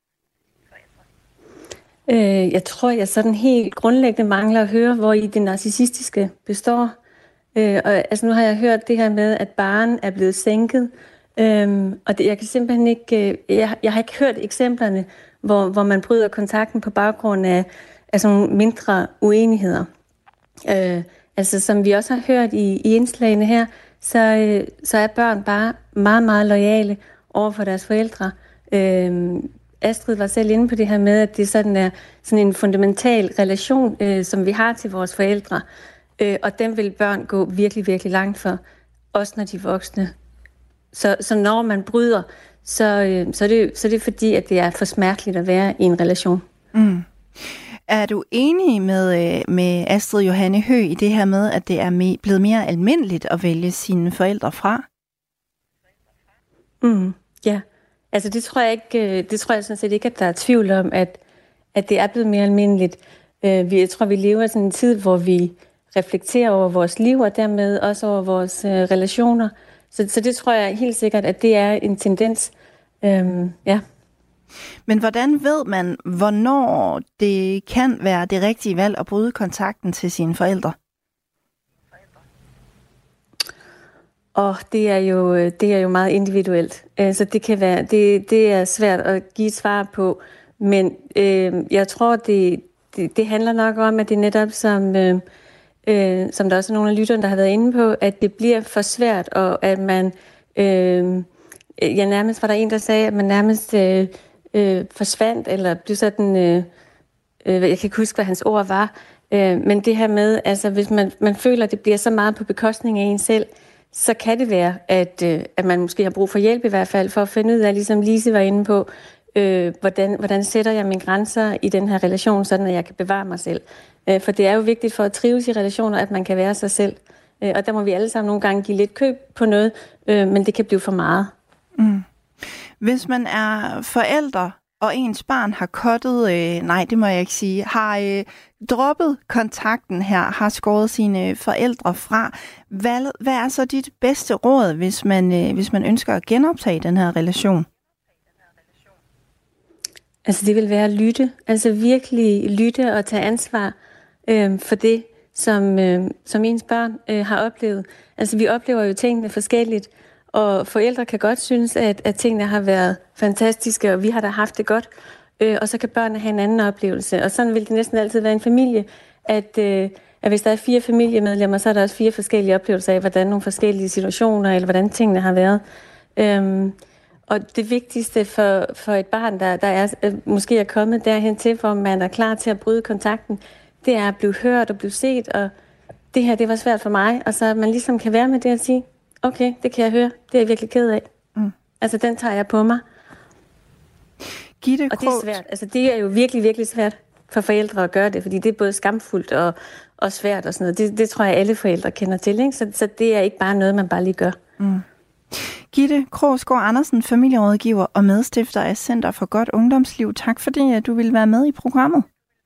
H: Øh, jeg tror, jeg sådan helt grundlæggende mangler at høre, hvor i det narcissistiske består. Øh, og, altså nu har jeg hørt det her med, at barren er blevet sænket. Øh, og det, jeg kan simpelthen ikke... Øh, jeg, jeg har ikke hørt eksemplerne, hvor, hvor man bryder kontakten på baggrund af, af sådan nogle mindre uenigheder. Øh, altså som vi også har hørt i, i indslagene her, så, øh, så er børn bare meget, meget loyale over for deres forældre. Øh, Astrid var selv inde på det her med, at det sådan er sådan en fundamental relation, øh, som vi har til vores forældre. Øh, og den vil børn gå virkelig, virkelig langt for, også når de er voksne. Så, så når man bryder, så, øh, så, er det, så er det fordi, at det er for smerteligt at være i en relation.
C: Mm. Er du enig med, med Astrid Johanne Høgh i det her med, at det er blevet mere almindeligt at vælge sine forældre fra?
H: Mm, ja, altså det tror jeg ikke, det tror jeg sådan set ikke, at der er tvivl om, at, at det er blevet mere almindeligt. Jeg tror, vi lever i sådan en tid, hvor vi reflekterer over vores liv, og dermed også over vores relationer. Så, så det tror jeg helt sikkert, at det er en tendens. Øhm, ja.
C: Men hvordan ved man, hvornår det kan være det rigtige valg at bryde kontakten til sine forældre?
H: Og det er jo det er jo meget individuelt. Altså det kan være det det er svært at give et svar på, men øh, jeg tror det, det det handler nok om, at det netop som øh, øh, som der også er nogle af lytterne der har været inde på, at det bliver for svært, og at man øh, ja nærmest var der en der sagde, at man nærmest øh, Øh, forsvandt, eller blev sådan, øh, øh, jeg kan ikke huske, hvad hans ord var, øh, men det her med, altså hvis man, man føler, at det bliver så meget på bekostning af en selv, så kan det være, at, øh, at man måske har brug for hjælp i hvert fald, for at finde ud af, ligesom Lise var inde på, øh, hvordan, hvordan sætter jeg mine grænser i den her relation, sådan at jeg kan bevare mig selv. Øh, for det er jo vigtigt for at trives i relationer, at man kan være sig selv. Øh, og der må vi alle sammen nogle gange give lidt køb på noget, øh, men det kan blive for meget.
C: Mm. Hvis man er forældre, og ens barn har kottet, øh, nej det må jeg ikke sige, har øh, droppet kontakten her, har skåret sine forældre fra, hvad, hvad er så dit bedste råd, hvis man, øh, hvis man ønsker at genoptage den her relation?
H: Altså det vil være at lytte, altså virkelig lytte og tage ansvar øh, for det, som, øh, som ens børn øh, har oplevet. Altså, vi oplever jo tingene forskelligt, og forældre kan godt synes, at, at tingene har været fantastiske, og vi har da haft det godt, øh, og så kan børnene have en anden oplevelse. Og sådan vil det næsten altid være en familie, at, øh, at hvis der er fire familiemedlemmer, så er der også fire forskellige oplevelser af, hvordan nogle forskellige situationer, eller hvordan tingene har været. Øhm, og det vigtigste for, for et barn, der, der er, øh, måske er kommet derhen til, hvor man er klar til at bryde kontakten, det er at blive hørt og blive set, og det her, det var svært for mig, og så man ligesom kan være med det og sige, okay, det kan jeg høre, det er jeg virkelig ked af. Mm. Altså, den tager jeg på mig.
C: Gitte
H: og det er svært. Altså, det er jo virkelig, virkelig svært for forældre at gøre det, fordi det er både skamfuldt og, og svært og sådan noget. Det, det tror jeg, alle forældre kender til, ikke? Så, så det er ikke bare noget, man bare lige gør.
C: Mm. Gitte Krogsgaard Andersen, familierådgiver og medstifter af Center for Godt Ungdomsliv. Tak fordi du ville være med i programmet.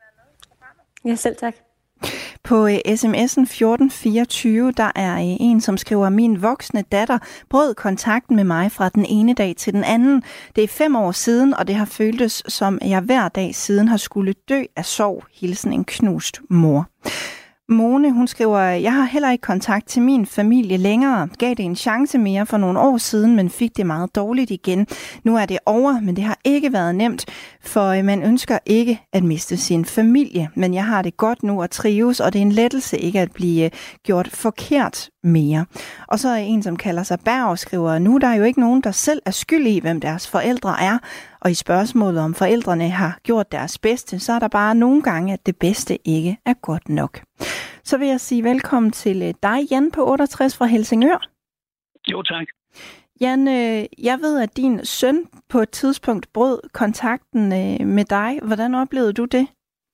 H: Ja, selv tak.
C: På sms'en fjorten fireogtyve, der er en, som skriver, min voksne datter brød kontakten med mig fra den ene dag til den anden. Det er fem år siden, og det har føltes, som jeg hver dag siden har skulle dø af sorg. Hilsen en knust mor. Mone, hun skriver, jeg har heller ikke kontakt til min familie længere. Gav det en chance mere for nogle år siden, men fik det meget dårligt igen. Nu er det over, men det har ikke været nemt, for man ønsker ikke at miste sin familie. Men jeg har det godt nu og trives, og det er en lettelse ikke at blive gjort forkert mere. Og så er en, som kalder sig Berg, skriver, nu er der jo ikke nogen, der selv er skyld i, hvem deres forældre er. Og i spørgsmålet om forældrene har gjort deres bedste, så er der bare nogle gange, at det bedste ikke er godt nok. Så vil jeg sige velkommen til dig, Jan på otteogtres fra Helsingør.
I: Jo, tak.
C: Jan, jeg ved, at din søn på et tidspunkt brød kontakten med dig. Hvordan oplevede du det?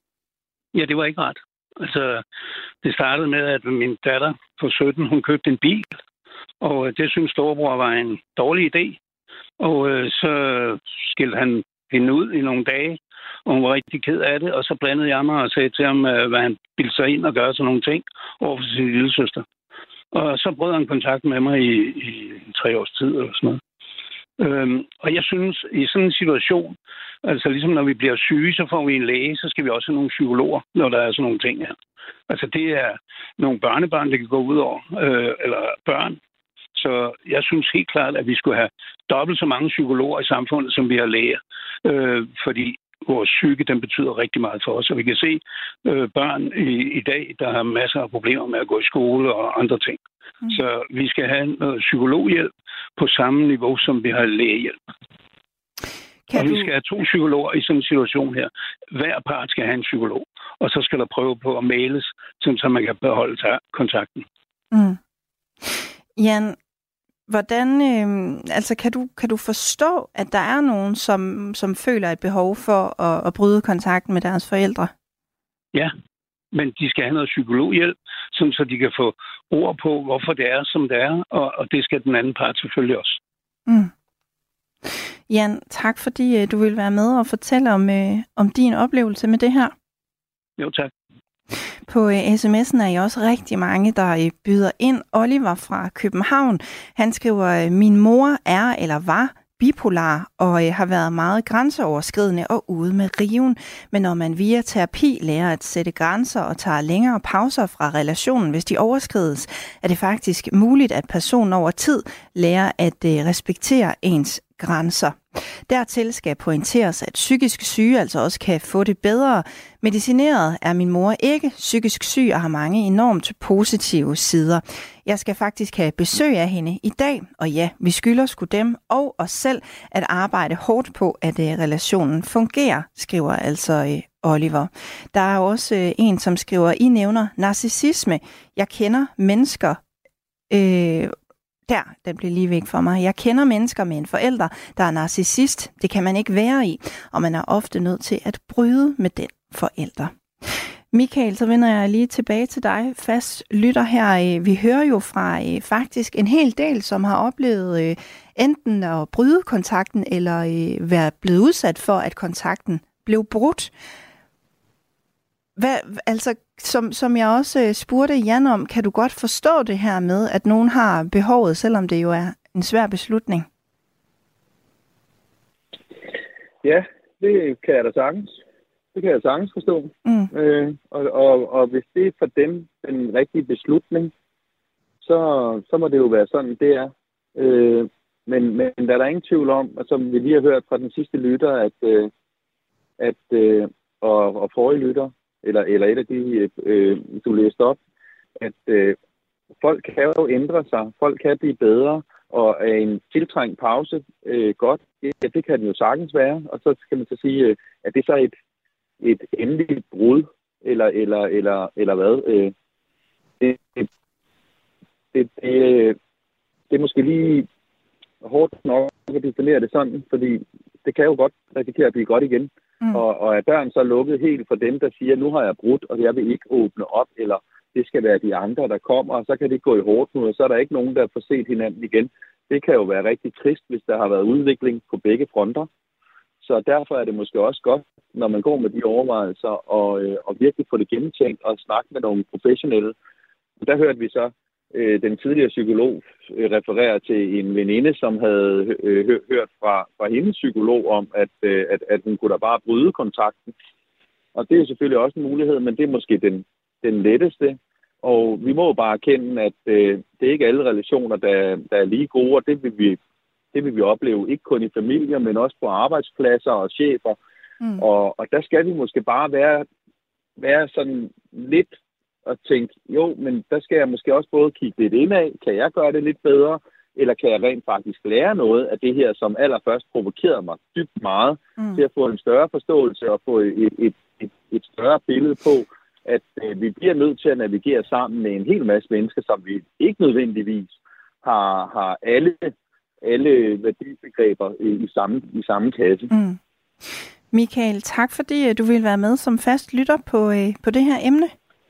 I: Ja, det var ikke ret. Altså, det startede med, at min datter på sytten, hun købte en bil, og det synes storebror var en dårlig idé. Og øh, så skilte han hende ud i nogle dage, og hun var rigtig ked af det. Og så blandede jeg mig og sagde til ham, øh, hvad han bildte sig ind og gøre sådan nogle ting over for sin lille søster. Og så brød han kontakt med mig i, i tre års tid eller sådan noget. Øhm, og jeg synes, i sådan en situation, altså ligesom når vi bliver syge, så får vi en læge, så skal vi også have nogle psykologer, når der er sådan nogle ting her. Altså det er nogle børnebørn, der kan gå ud over, øh, eller børn. Så jeg synes helt klart, at vi skulle have dobbelt så mange psykologer i samfundet, som vi har læger. Øh, fordi vores psyke, den betyder rigtig meget for os. Og vi kan se øh, børn i, i dag, der har masser af problemer med at gå i skole og andre ting. Mm. Så vi skal have noget psykologhjælp på samme niveau, som vi har lægehjælp. Kan og du... vi skal have to psykologer i sådan en situation her. Hver part skal have en psykolog. Og så skal der prøve på at mailes, så man kan beholde kontakten.
C: Mm. Jan, hvordan, øh, altså kan du, kan du forstå, at der er nogen, som, som føler et behov for at, at bryde kontakten med deres forældre?
I: Ja, men de skal have noget psykologhjælp, sådan så de kan få ord på, hvorfor det er, som det er, og, og det skal den anden part selvfølgelig også.
C: Mm. Jan, tak fordi du vil være med og fortælle om, øh, om din oplevelse med det her.
I: Jo, tak.
C: På øh, sms'en er I også rigtig mange, der øh, byder ind. Oliver fra København, han skriver, min mor er eller var bipolar og øh, har været meget grænseoverskridende og ude med riven. Men når man via terapi lærer at sætte grænser og tager længere pauser fra relationen, hvis de overskrides, er det faktisk muligt, at personen over tid lærer at øh, respektere ens grænser. Dertil skal pointeres, at psykisk syge altså også kan få det bedre. Medicineret er min mor ikke psykisk syg og har mange enormt positive sider. Jeg skal faktisk have besøg af hende i dag, og ja, vi skylder sgu dem og os selv at arbejde hårdt på, at uh, relationen fungerer, skriver altså uh, Oliver. Der er også uh, en, som skriver, I nævner narcissisme. Jeg kender mennesker... Øh, Der, den blev lige væk for mig. Jeg kender mennesker med en forælder, der er narcissist. Det kan man ikke være i, og man er ofte nødt til at bryde med den forælder. Michael, så vender jeg lige tilbage til dig. Fast lytter her. Vi hører jo fra faktisk en hel del, som har oplevet enten at bryde kontakten, eller være blevet udsat for, at kontakten blev brudt. Hvad, altså, som, som jeg også spurgte Jan om, kan du godt forstå det her med, at nogen har behovet, selvom det jo er en svær beslutning?
D: Ja, det kan jeg da sagtens. Det kan jeg sagtens forstå.
C: Mm.
D: Øh, og, og, og hvis det er for dem den rigtige beslutning, så, så må det jo være sådan, det er. Øh, men, men der er der ingen tvivl om, og som vi lige har hørt fra den sidste lytter, at, øh, at øh, og, og forrige lytter, eller, eller et af de, øh, du læste op, at øh, folk kan jo ændre sig, folk kan blive bedre, og er en tiltrængt pause øh, godt, ja, det kan den jo sagtens være, og så skal man så sige, øh, at det så er et, et endeligt brud, eller, eller, eller, eller hvad. Øh, det, det, det, det, det er måske lige hårdt nok at definere det sådan, fordi det kan jo godt risikere at blive godt igen. Mm. Og, og er døren så lukket helt for dem, der siger, nu har jeg brudt, og jeg vil ikke åbne op, eller det skal være de andre, der kommer, og så kan det gå i hårdt nu, og så er der ikke nogen, der får set hinanden igen. Det kan jo være rigtig trist, hvis der har været udvikling på begge fronter. Så derfor er det måske også godt, når man går med de overvejelser, og, øh, og virkelig få det gennemtænkt og snakke med nogle professionelle. Der hørte vi så øh, den tidligere psykolog øh, referere til en veninde, som havde øh, hørt fra, fra hendes psykolog om, at, øh, at, at hun kunne da bare bryde kontakten. Og det er selvfølgelig også en mulighed, men det er måske den, den letteste. Og vi må bare erkende, at øh, det er ikke alle relationer, der, der er lige gode, og det vil vi Det vil vi opleve, ikke kun i familier, men også på arbejdspladser og chefer. Mm. Og, og der skal vi måske bare være, være sådan lidt og tænke, jo, men der skal jeg måske også både kigge lidt indad. Kan jeg gøre det lidt bedre? Eller kan jeg rent faktisk lære noget af det her, som allerførst provokerede mig dybt meget, mm. til at få en større forståelse og få et, et, et, et større billede på, at øh, vi bliver nødt til at navigere sammen med en hel masse mennesker, som vi ikke nødvendigvis har, har alle... alle værdibegreber i samme, i samme kasse. Mm.
C: Michael, tak fordi du ville være med som fast lytter på, på det her emne.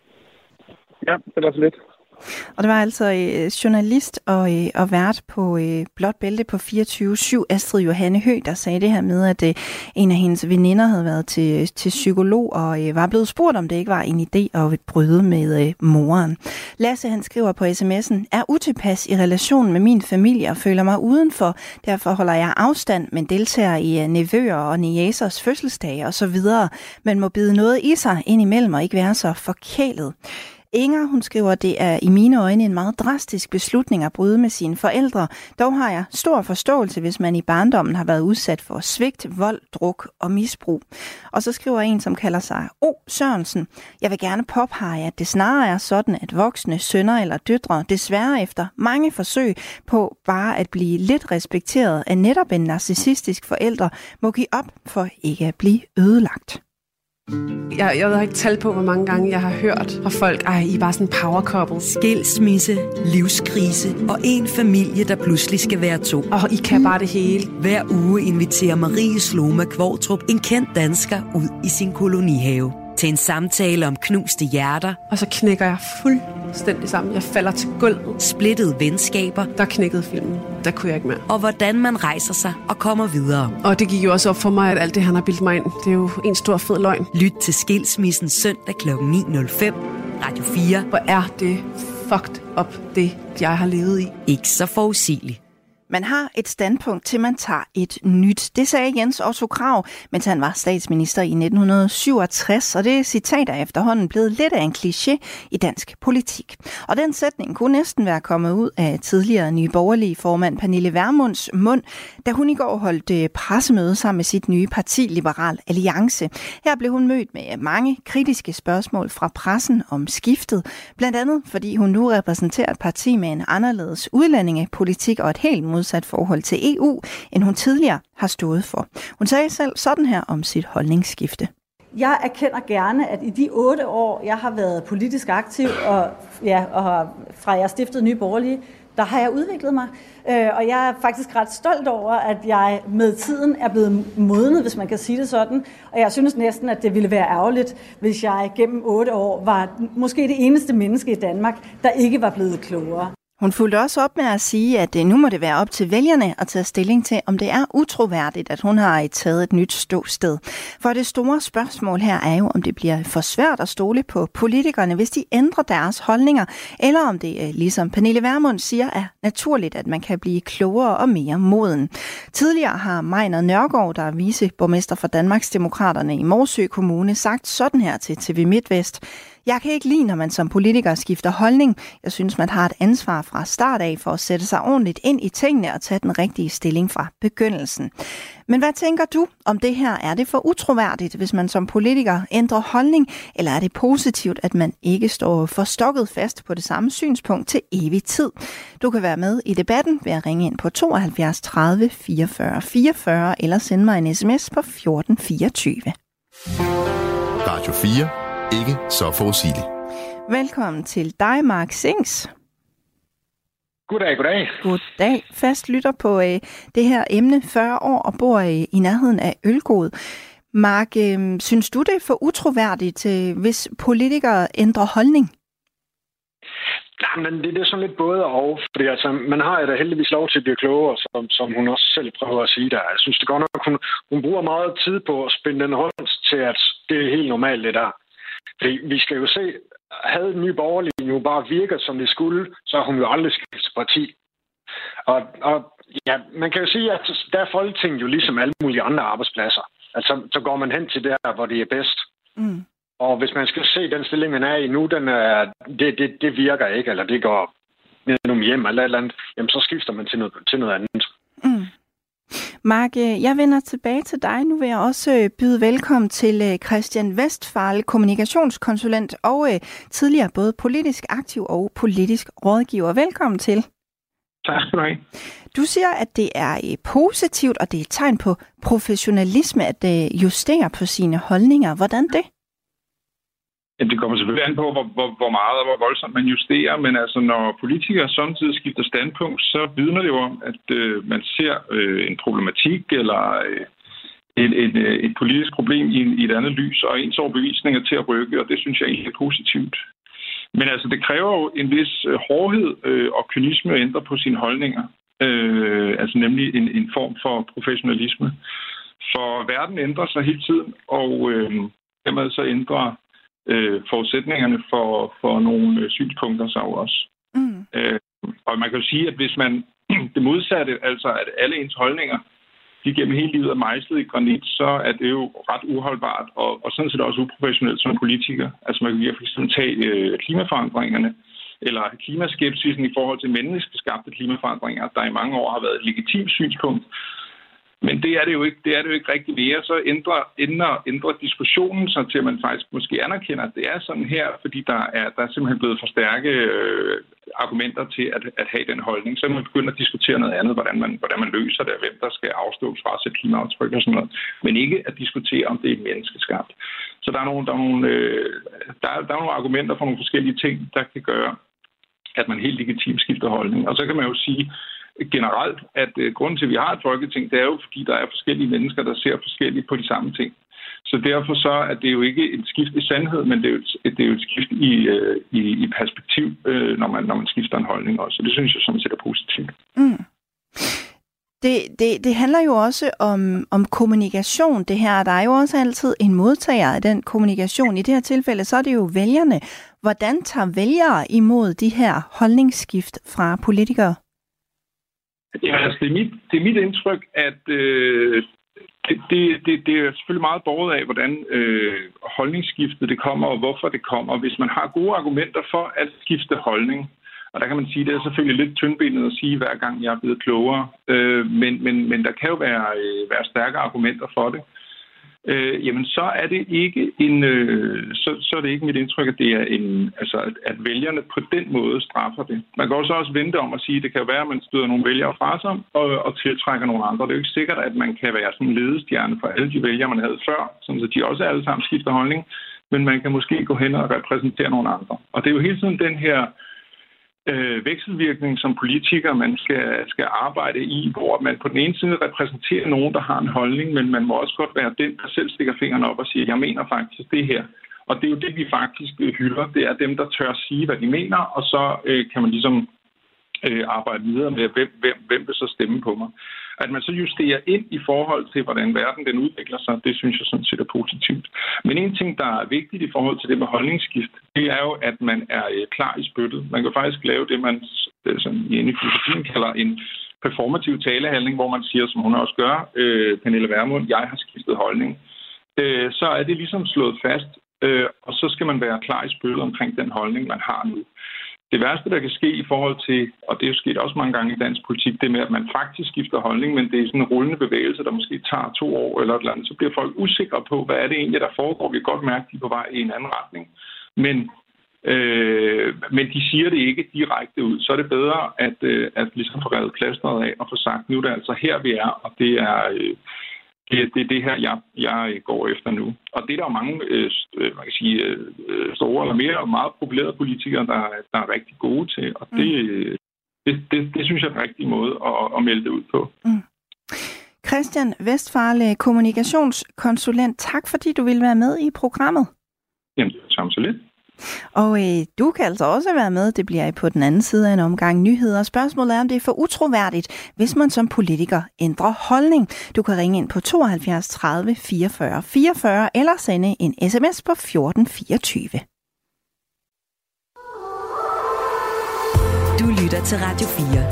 D: Ja, det var så lidt.
C: Og det var altså øh, journalist og, øh, og vært på øh, Blåt Bælte på fireogtyve syv, Astrid Johanne Høgh, der sagde det her med, at øh, en af hendes veninder havde været til, til psykolog og øh, var blevet spurgt, om det ikke var en idé at bryde med øh, moren. Lasse, han skriver på sms'en, er utilpas i relation med min familie og føler mig udenfor. Derfor holder jeg afstand, men deltager i øh, nevøer og niæsers fødselsdage osv. Man må bide noget i sig indimellem og ikke være så forkælet. Inger, hun skriver, at det er i mine øjne en meget drastisk beslutning at bryde med sine forældre. Dog har jeg stor forståelse, hvis man i barndommen har været udsat for svigt, vold, druk og misbrug. Og så skriver en, som kalder sig O. Sørensen. Jeg vil gerne påpege, at det snarere er sådan, at voksne sønner eller døtre desværre efter mange forsøg på bare at blive lidt respekteret af netop en narcissistisk forælder, må give op for ikke at blive ødelagt.
J: Jeg, jeg har ikke talt på, hvor mange gange jeg har hørt fra folk, ej, I er bare sådan en power couple.
K: Skilsmisse, livskrise og en familie, der pludselig skal være to.
J: Og I kan bare det hele.
K: Hver uge inviterer Marie Sloma Kvortrup en kendt dansker ud i sin kolonihave til en samtale om knuste hjerter.
J: Og så knækker jeg fuldstændig sammen. Jeg falder til gulvet.
K: Splittede venskaber.
J: Der knækkede filmen. Der kunne jeg ikke mere.
K: Og hvordan man rejser sig og kommer videre.
J: Og det gik jo også op for mig, at alt det, han har bildt mig ind, det er jo en stor fed løgn.
K: Lyt til Skilsmissen søndag klokken ni nul fem. Radio fire.
J: Hvor er det fucked up, det jeg har levet i.
K: Ikke så forudsigeligt.
C: Man har et standpunkt til, man tager et nyt. Det sagde Jens Otto Krag, mens han var statsminister i nitten syvogtres, og det citat er efterhånden blevet lidt af en kliché i dansk politik. Og den sætning kunne næsten være kommet ud af tidligere Nye Borgerlige formand Pernille Vermunds mund, da hun i går holdt pressemøde sammen med sit nye parti, Liberal Alliance. Her blev hun mødt med mange kritiske spørgsmål fra pressen om skiftet, blandt andet fordi hun nu repræsenterer et parti med en anderledes udlændingepolitik og et helt modsat forhold til E U, end hun tidligere har stået for. Hun sagde selv sådan her om sit holdningsskifte.
L: Jeg erkender gerne, at i de otte år, jeg har været politisk aktiv, og, ja, og fra jeg stiftede Nye Borgerlige, der har jeg udviklet mig. Og jeg er faktisk ret stolt over, at jeg med tiden er blevet modnet, hvis man kan sige det sådan. Og jeg synes næsten, at det ville være ærgerligt, hvis jeg gennem otte år var måske det eneste menneske i Danmark, der ikke var blevet klogere.
C: Hun fulgte også op med at sige, at nu må det være op til vælgerne at tage stilling til, om det er utroværdigt, at hun har taget et nyt ståsted. For det store spørgsmål her er jo, om det bliver for svært at stole på politikerne, hvis de ændrer deres holdninger, eller om det, ligesom Pernille Vermund siger, er naturligt, at man kan blive klogere og mere moden. Tidligere har Majner Nørgaard, der er viceborgmester for Danmarksdemokraterne i Morsø Kommune, sagt sådan her til T V MidtVest: Jeg kan ikke lide, når man som politiker skifter holdning. Jeg synes, man har et ansvar fra start af for at sætte sig ordentligt ind i tingene og tage den rigtige stilling fra begyndelsen. Men hvad tænker du om det her? Er det for utroværdigt, hvis man som politiker ændrer holdning, eller er det positivt, at man ikke står forstokket fast på det samme synspunkt til evig tid? Du kan være med i debatten ved at ringe ind på tooghalvfjerds tredive fireogfyrre fireogfyrre eller sende mig en sms på fjorten fireogtyve.
B: Radio fire. Ikke så forudsigeligt.
C: Velkommen til dig, Mark Sings.
M: Goddag, goddag.
C: Goddag. Fast lytter på øh, det her emne, fyrre år og bor øh, i nærheden af Ølgod. Mark, øh, synes du det er for utroværdigt, øh, hvis politikere ændrer holdning?
M: Ja, men det, det er sådan lidt både og, fordi altså, man har jo da heldigvis lov til at blive klogere, som, som hun også selv prøver at sige der. Jeg synes det godt nok, hun, hun bruger meget tid på at spænde den hånd til, at det er helt normalt det der. Fordi vi skal jo se, havde Nye Borgerlige nu bare virket, som det skulle, så har hun jo aldrig skiftet parti. Og, og ja, man kan jo sige, at der er Folketinget jo ligesom alle mulige andre arbejdspladser. Altså, så går man hen til der, hvor det er bedst. Mm. Og hvis man skal se den stilling, man er i nu, den er, det, det, det virker ikke, eller det går ned hjem eller et eller andet, jamen så skifter man til noget, til noget andet.
C: Mm. Mark, jeg vender tilbage til dig. Nu vil jeg også byde velkommen til Christian Westphal, kommunikationskonsulent og tidligere både politisk aktiv og politisk rådgiver. Velkommen til.
M: Tak skal du have.
C: Du siger, at det er positivt, og det er et tegn på professionalisme at justere på sine holdninger. Hvordan det?
N: Jamen, det kommer selvfølgelig an på, hvor, hvor, hvor meget og hvor voldsomt man justerer, men altså, når politikere samtidig skifter standpunkt, så vidner det jo om, at øh, man ser øh, en problematik eller øh, et, et, et politisk problem i, i et andet lys, og ens overbevisning er til at rykke, og det synes jeg egentlig er positivt. Men altså, det kræver jo en vis øh, hårdhed øh, og kynisme at ændre på sine holdninger, øh, altså nemlig en, en form for professionalisme. For verden ændrer sig hele tiden, og øh, dermed så ændrer Øh, forudsætningerne for, for nogle øh, synspunkter så også. Mm. Øh, og man kan jo sige, at hvis man det modsatte, altså at alle ens holdninger, de gennem hele livet er mejslet i granit, så er det jo ret uholdbart, og, og sådan set også uprofessionelt som politiker. Altså man kan for eksempel tage øh, klimaforandringerne, eller klimaskepsisen i forhold til menneskeskabte klimaforandringer, der i mange år har været et legitimt synspunkt. Men det er det jo ikke, det er det jo ikke rigtig mere. Så ændrer, ændrer, ændrer diskussionen så til, at man faktisk måske anerkender, at det er sådan her, fordi der er, der er simpelthen blevet for stærke øh, argumenter til at, at have den holdning. Så man begynder at diskutere noget andet, hvordan man, hvordan man løser det, hvem der skal afstå fra at sætte klimaaftryk og sådan noget. Men ikke at diskutere, om det er menneskeskabt. Så der er nogle, der er nogle, øh, der er, der er nogle argumenter for nogle forskellige ting, der kan gøre, at man helt legitimt skifter holdning. Og så kan man jo sige generelt, at uh, grunden til, at vi har et folketing, det er jo, fordi der er forskellige mennesker, der ser forskelligt på de samme ting. Så derfor så er det jo ikke et skift i sandhed, men det er jo et, det er jo et skift i, uh, i, i perspektiv, uh, når, man, når man skifter en holdning også. Så det synes jeg sådan set er positivt.
C: Mm. Det, det, det handler jo også om, om kommunikation, det her. Der er jo også altid en modtager af den kommunikation. I det her tilfælde, så er det jo vælgerne. Hvordan tager vælgere imod de her holdningsskift fra politikere?
N: Ja, altså det er mit, det er mit indtryk, at øh, det, det, det, det er selvfølgelig meget båret af, hvordan øh, holdningsskiftet det kommer, og hvorfor det kommer. Hvis man har gode argumenter for at skifte holdning, og der kan man sige, at det er selvfølgelig lidt tyndbenet at sige, hver gang jeg er blevet klogere, øh, men, men, men der kan jo være, øh, være stærke argumenter for det. Øh, jamen så er det ikke en øh, så, så er det ikke mit indtryk, at det er en altså at, at vælgerne på den måde straffer det. Man kan også også vente om at sige, at det kan være, at man støder nogle vælgere fra sig og, og tiltrækker nogle andre. Det er jo ikke sikkert, at man kan være sådan en ledestjerne for alle de vælgere, man havde før, sådan at de også alle sammen skifter holdning, men man kan måske gå hen og repræsentere nogle andre. Og det er jo hele tiden den her øh, vekselvirkning som politiker, man skal, skal arbejde i, hvor man på den ene side repræsenterer nogen, der har en holdning, men man må også godt være den, der selv stikker fingrene op og siger, jeg mener faktisk det her. Og det er jo det, vi faktisk hylder. Det er dem, der tør sige, hvad de mener, og så øh, kan man ligesom øh, arbejde videre med, hvem, hvem, hvem vil så stemme på mig. At man så justerer ind i forhold til, hvordan verden den udvikler sig, det synes jeg sådan set er positivt. Men en ting, der er vigtigt i forhold til det med holdningsskift, det er jo, at man er øh, klar i spyttet. Man kan faktisk lave det, man øh, sådan, i filosofien kalder en performativ talehandling, hvor man siger, som hun også gør, øh, Pernille Vermund, jeg har skiftet holdning. Øh, så er det ligesom slået fast, øh, og så skal man være klar i spyttet omkring den holdning, man har nu. Det værste, der kan ske i forhold til, og det er jo sket også mange gange i dansk politik, det med, at man faktisk skifter holdning, men det er sådan en rullende bevægelse, der måske tager to år eller et eller andet. Så bliver folk usikre på, hvad er det egentlig, der foregår. Vi kan godt mærke, at de er på vej i en anden retning. Men, øh, men de siger det ikke direkte ud. Så er det bedre, at, øh, at ligesom få revet plasteret af og få sagt, nu er det altså her, vi er, og det er... Øh, Det er det, det her, jeg, jeg går efter nu. Og det er der jo mange øh, man kan sige, øh, store eller mere og meget populære politikere, der, der er rigtig gode til. Og det, mm. det, det, det synes jeg er en rigtig måde at, at melde det ud på.
C: Mm. Christian Westphal, kommunikationskonsulent. Tak fordi du ville være med i programmet.
N: Jamen, det er samme så lidt.
C: Og øh, du kan altså også være med. Det bliver på den anden side af en omgang nyheder. Spørgsmålet er, om det er for utroværdigt, hvis man som politiker ændrer holdning. Du kan ringe ind på tooghalvfjerds tredive fireogfyrre fireogfyrre eller sende en sms på fjorten fireogtyve.
K: Du lytter til Radio fire.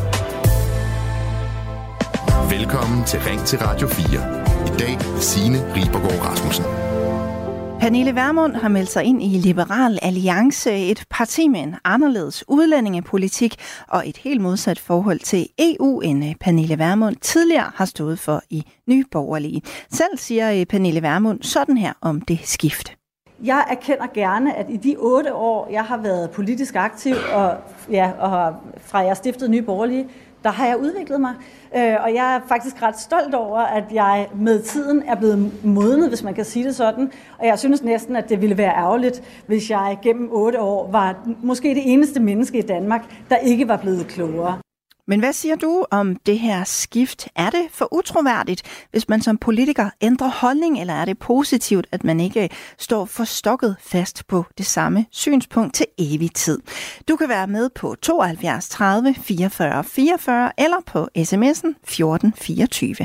B: Velkommen til Ring til Radio fire. I dag Signe Ribergaard Rasmussen.
C: Pernille Vermund har meldt sig ind i Liberal Alliance, et parti med en anderledes udlændingepolitik og et helt modsat forhold til E U, end Pernille Vermund tidligere har stået for i Nye Borgerlige. Selv siger Pernille Vermund sådan her om det skift.
L: Jeg erkender gerne, at i de otte år, jeg har været politisk aktiv, og, ja, og fra jeg stiftede Nye Borgerlige, der har jeg udviklet mig. Og jeg er faktisk ret stolt over, at jeg med tiden er blevet modnet, hvis man kan sige det sådan. Og jeg synes næsten, at det ville være ærgerligt, hvis jeg gennem otte år var måske det eneste menneske i Danmark, der ikke var blevet klogere.
C: Men hvad siger du om det her skift? Er det for utroværdigt, hvis man som politiker ændrer holdning, eller er det positivt, at man ikke står forstokket fast på det samme synspunkt til evig tid? Du kan være med på tooghalvfjerds tredive fireogfyrre fireogfyrre eller på sms'en fjorten fireogtyve.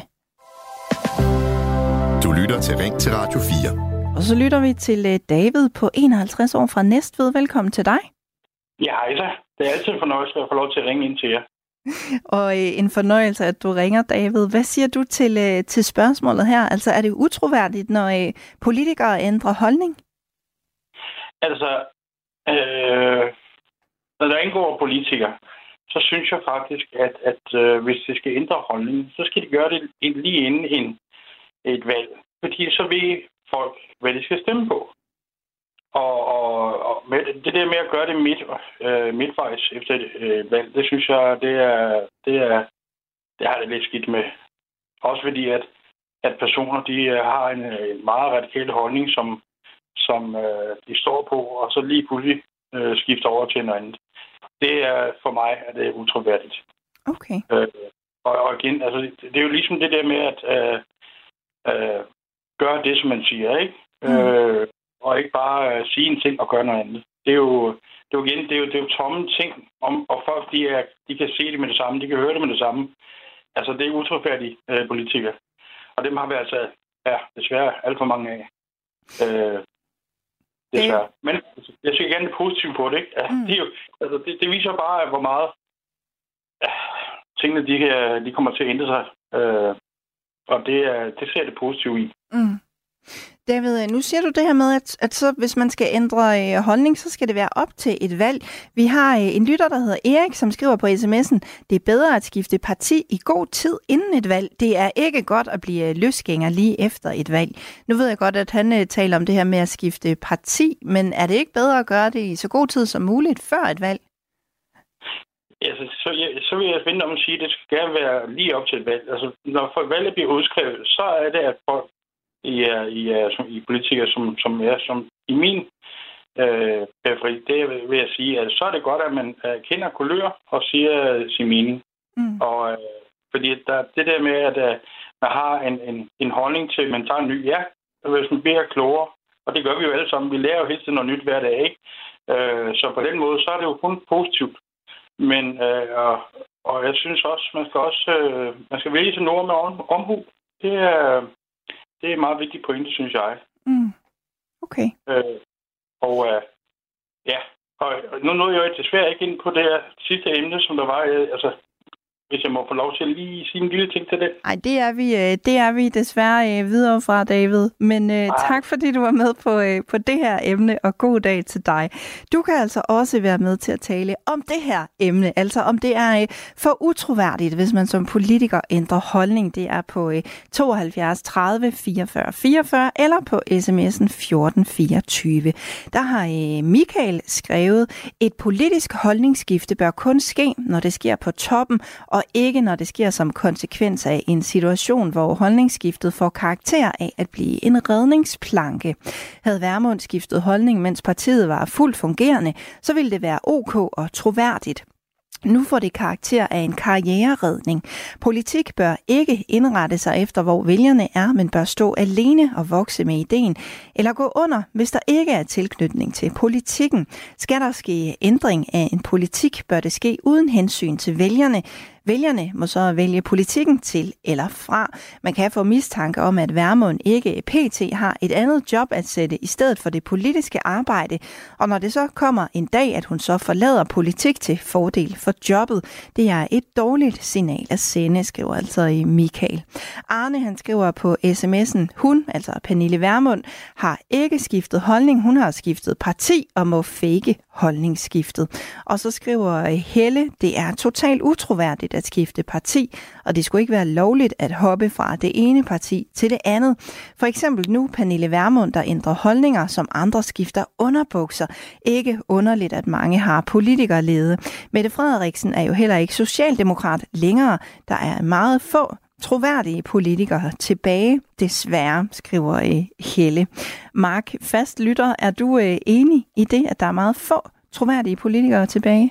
B: Du lytter til Ring til Radio fire.
C: Og så lytter vi til David på enoghalvtreds år fra Næstved. Velkommen til dig.
O: Ja, hej så. Det er altid en fornøjelse at få lov til at ringe ind til jer.
C: Og øh, en fornøjelse, at du ringer, David. Hvad siger du til, øh, til spørgsmålet her? Altså, er det utroværdigt, når øh, politikere ændrer holdning?
O: Altså, øh, når der indgår politikere, så synes jeg faktisk, at, at øh, hvis de skal ændre holdning, så skal de gøre det lige inden en, et valg. Fordi så ved folk, hvad de skal stemme på. Og, og, og med det der med at gøre det midt, øh, midtvejs efter et øh, valg, det synes jeg, det er, det er, det har det lidt skidt med. Også fordi, at, at personer, de har en, en meget radikal holdning, som, som øh, de står på, og så lige pludselig øh, skifter over til noget andet. Det er for mig, at det er utroværdigt.
C: Okay.
O: Øh, og, og igen, altså, det er jo ligesom det der med at øh, øh, gøre det, som man siger, ikke? Mm. Øh, og ikke bare uh, sige en ting og gøre noget andet. Det er jo, det er jo igen, det er jo, det er jo tomme ting, om, og folk de, er, de kan se det med det samme, de kan høre det med det samme. Altså, det er utroværdige uh, politikere. Og dem har vi altså, ja, desværre alt for mange af. Uh, desværre. Men jeg ser gerne det positive på det, ikke? Ja, mm. det, er jo, altså, det, det viser bare, hvor meget ja, tingene, de, de kommer til at ændre sig. Uh, og det, det ser det positive i.
C: Mm. David, nu siger du det her med, at, at så, hvis man skal ændre øh, holdning, så skal det være op til et valg. Vi har øh, en lytter, der hedder Erik, som skriver på sms'en, det er bedre at skifte parti i god tid inden et valg. Det er ikke godt at blive løsgænger lige efter et valg. Nu ved jeg godt, at han øh, taler om det her med at skifte parti, men er det ikke bedre at gøre det i så god tid som muligt før et valg?
O: Ja, så, så, ja, så vil jeg vente om at sige, at det skal gerne være lige op til et valg. Altså, når valget bliver udskrevet, så er det, at folk I, i, i politikere, som, som er som i min øh, periferi, det vil jeg sige, at så er det godt, at man øh, kender kulør og siger sin mening. Mm. Og, øh, fordi der, det der med, at øh, man har en, en, en holdning til, at man tager en ny, ja, hvis man bliver klogere, og det gør vi jo alle sammen. Vi lærer jo hele tiden noget nyt hver dag, ikke? Øh, så på den måde, så er det jo kun positivt. Men, øh, og, og jeg synes også, man skal også øh, man skal vælge sin ord med om, omhu. Det er, det er en meget vigtig pointe, synes jeg.
C: Mm. Okay.
O: Øh, og øh, ja, og nu nåede jeg jo desværre ikke ind på det her sidste emne, som der var, øh, altså, hvis jeg må få lov til at lige sige en lille ting til det.
C: Nej, det er vi, det er vi desværre videre fra, David. Men uh, tak, fordi du var med på, uh, på det her emne, og god dag til dig. Du kan altså også være med til at tale om det her emne, altså om det er uh, for utroværdigt, hvis man som politiker ændrer holdning. Det er på uh, tooghalvfjerds tredive fireogfyrre fireogfyrre eller på sms'en fjorten fireogtyve. Der har uh, Michael skrevet, et politisk holdningsskifte bør kun ske, når det sker på toppen, og ikke når det sker som konsekvens af en situation, hvor holdningsskiftet får karakter af at blive en redningsplanke. Havde Vermund skiftet holdning, mens partiet var fuldt fungerende, så ville det være ok og troværdigt. Nu får det karakter af en karriereredning. Politik bør ikke indrette sig efter, hvor vælgerne er, men bør stå alene og vokse med ideen, eller gå under, hvis der ikke er tilknytning til politikken. Skal der ske ændring af en politik, bør det ske uden hensyn til vælgerne. Vælgerne må så vælge politikken til eller fra. Man kan få mistanke om, at Vermund ikke pt. Har et andet job at sætte i stedet for det politiske arbejde. Og når det så kommer en dag, at hun så forlader politik til fordel for jobbet, det er et dårligt signal at sende, skriver altså Michael. Arne, han skriver på sms'en, hun, altså Pernille Vermund, har ikke skiftet holdning. Hun har skiftet parti og må fake holdningsskiftet. Og så skriver Helle, det er totalt utroværdigt at skifte parti, og det skulle ikke være lovligt at hoppe fra det ene parti til det andet. For eksempel nu Pernille Vermund, der ændrer holdninger, som andre skifter underbukser. Ikke underligt, at mange har politikerlede. Mette Frederiksen er jo heller ikke socialdemokrat længere. Der er meget få troværdige politikere tilbage, desværre, skriver Helle. Mark, fast lytter, er du enig i det, at der er meget få troværdige politikere tilbage?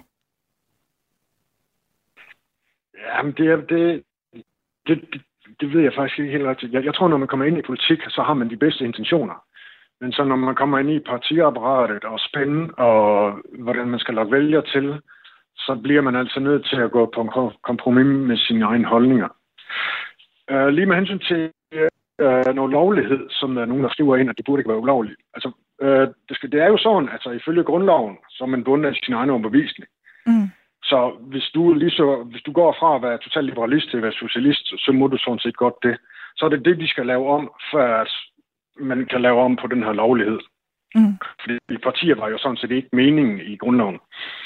M: Jamen, det, er, det, det, det, det ved jeg faktisk ikke helt rigtigt. Jeg, jeg tror, når man kommer ind i politik, så har man de bedste intentioner. Men så når man kommer ind i partiapparatet og spænde, og hvordan man skal lokke vælgere til, så bliver man altså nødt til at gå på kompromis med sine egne holdninger. Uh, lige med hensyn til uh, noget lovlighed, som er nogen, der skriver ind, at det burde ikke være ulovligt. Altså, uh, det, skal, det er jo sådan, altså ifølge grundloven, så er man bundet af sin egen overbevisning. Mm. Så hvis du, lige så hvis du går fra at være total liberalist til at være socialist, så må du sådan set godt det. Så er det det, de skal lave om, for at man kan lave om på den her lovlighed. Mm. Fordi partier var jo sådan set ikke meningen i grundloven.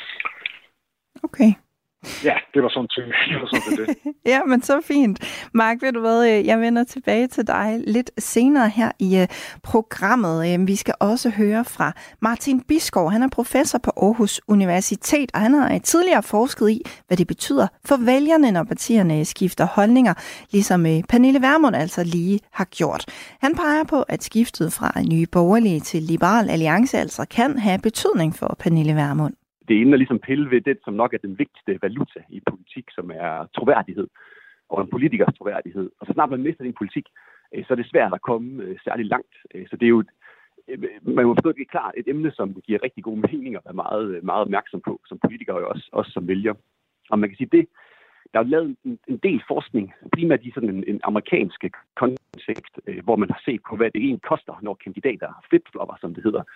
C: Okay.
M: Ja, det var sådan, det var sådan det.
C: Ja, men så fint. Mark, ved du hvad, jeg vender tilbage til dig lidt senere her i programmet. Vi skal også høre fra Martin Bisgaard. Han er professor på Aarhus Universitet, og han har tidligere forsket i, hvad det betyder for vælgerne, når partierne skifter holdninger, ligesom Pernille Vermund altså lige har gjort. Han peger på, at skiftet fra Nye Borgerlige til Liberal Alliance altså kan have betydning for Pernille Vermund.
P: Det ender ligesom pille ved det, som nok er den vigtigste valuta i politik, som er troværdighed og en politikers troværdighed. Og så snart man mister sin politik, så er det svært at komme særlig langt. Så det er jo, man må forstå, det er klart et emne, som giver rigtig gode meninger at være meget, meget opmærksom på, som politikere og også, også som vælger. Og man kan sige, det, der er jo lavet en, en del forskning, primært i sådan en, en amerikansk kontekst, hvor man har set på, hvad det egentlig koster, når kandidater flip-flopper, som det hedder,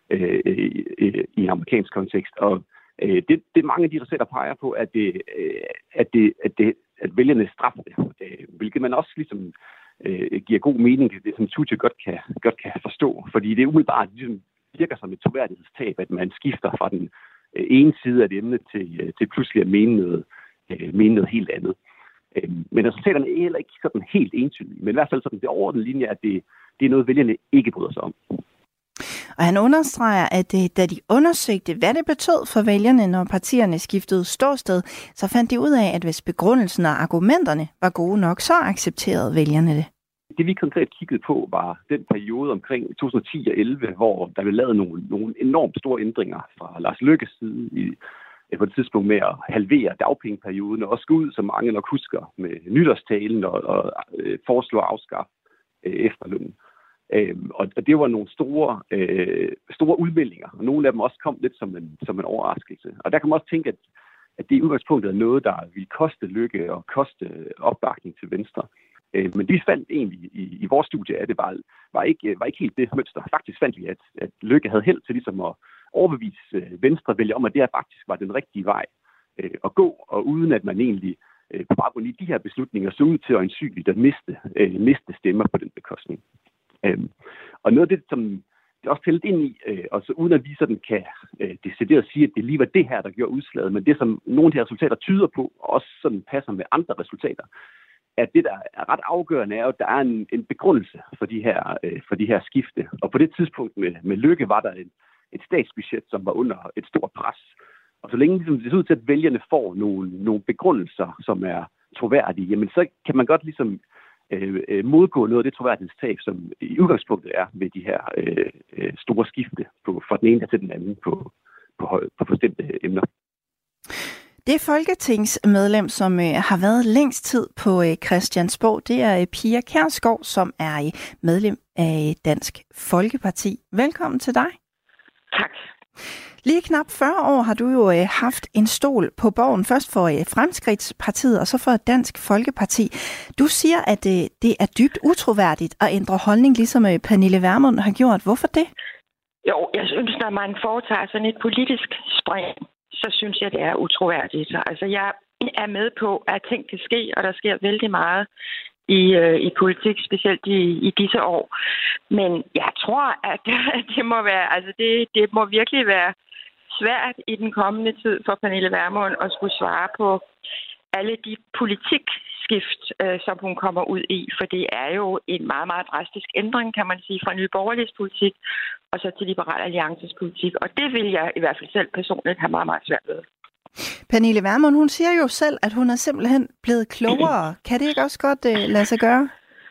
P: i en amerikansk kontekst. Og det, det mange af de resultater peger på, at, det, at, det, at, det, at vælgerne straffer det, hvilket man også ligesom giver god mening, det som Tutu godt kan, godt kan forstå, fordi det er umiddelbart ligesom virker som et troværdighedstab, at man skifter fra den ene side af det emne til, til pludselig at mene noget, mene noget helt andet. Men resultaterne er heller ikke sådan helt entydige, men i hvert fald sådan det overordnede linje, at det, det er noget, vælgerne ikke bryder sig om.
C: Og han understreger, at da de undersøgte, hvad det betød for vælgerne, når partierne skiftede ståsted, så fandt de ud af, at hvis begrundelsen og argumenterne var gode nok, så accepterede vælgerne det.
P: Det vi konkret kiggede på, var den periode omkring to tusind og ti og elleve, hvor der blev lavet nogle, nogle enormt store ændringer fra Lars Løkkes side i, på et tidspunkt med at halvere dagpengeperioden, og også gå ud, som mange nok husker, med nytårstalen og, og øh, foreslå at afskaffe øh, efterlønnen. Øhm, og det var nogle store, øh, store udmeldinger, og nogle af dem også kom lidt som en, som en overraskelse. Og der kan man også tænke, at at det i udgangspunktet er noget, der vil koste Løkke og koste opbakning til Venstre. Men vi fandt egentlig i, i vores studie, at det var, var, ikke, var ikke helt det mønster. Faktisk fandt vi, at, at Løkke havde held til ligesom at overbevise Venstre vælge om, at det her faktisk var den rigtige vej øh, at gå, og uden at man egentlig øh, på baggrund i de her beslutninger så ud til øjensynligt at miste, øh, miste stemmer på den bekostning. Øhm, og noget af det, som det også tællet ind i, øh, og så uden at vi sådan kan øh, decideret sige, at det lige var det her, der gjorde udslaget, men det, som nogle af de her resultater tyder på, og også sådan passer med andre resultater, at det, der er ret afgørende, er, at der er en, en begrundelse for de her, øh, for de her skifte. Og på det tidspunkt med, med Løkke var der en, et statsbudget, som var under et stort pres. Og så længe ligesom, det ser ud til, at vælgerne får nogle, nogle begrundelser, som er troværdige, jamen så kan man godt ligesom øh, modgå noget af det troværdighedstab, som i udgangspunktet er ved de her øh, store skifte på, fra den ene til den anden på, på, på bestemte emner.
C: Det folketingsmedlem, som øh, har været længst tid på øh, Christiansborg, det er øh, Pia Kjærsgaard, som er øh, medlem af Dansk Folkeparti. Velkommen til dig.
Q: Tak.
C: Lige knap fyrre år har du jo øh, haft en stol på Borgen, først for øh, Fremskridtspartiet og så for Dansk Folkeparti. Du siger, at øh, det er dybt utroværdigt at ændre holdning, ligesom øh, Pernille Vermund har gjort. Hvorfor det?
Q: Jo, jeg synes, når man foretager sådan et politisk spring, så synes jeg, det er utroværdigt. Altså, jeg er med på, at ting kan ske, og der sker vældig meget i, øh, i politik, specielt i, i disse år. Men jeg tror, at det må være, altså det, det må virkelig være svært i den kommende tid for Pernille Vermund at skulle svare på alle de politikskift, øh, som hun kommer ud i. For det er jo en meget, meget drastisk ændring, kan man sige, fra Nye Borgerliges politik og så til Liberal Alliances politik. Og det vil jeg i hvert fald selv personligt have meget, meget svært ved.
C: Pernille Vermund, hun siger jo selv, at hun er simpelthen blevet klogere. Kan det ikke også godt uh, lade sig gøre?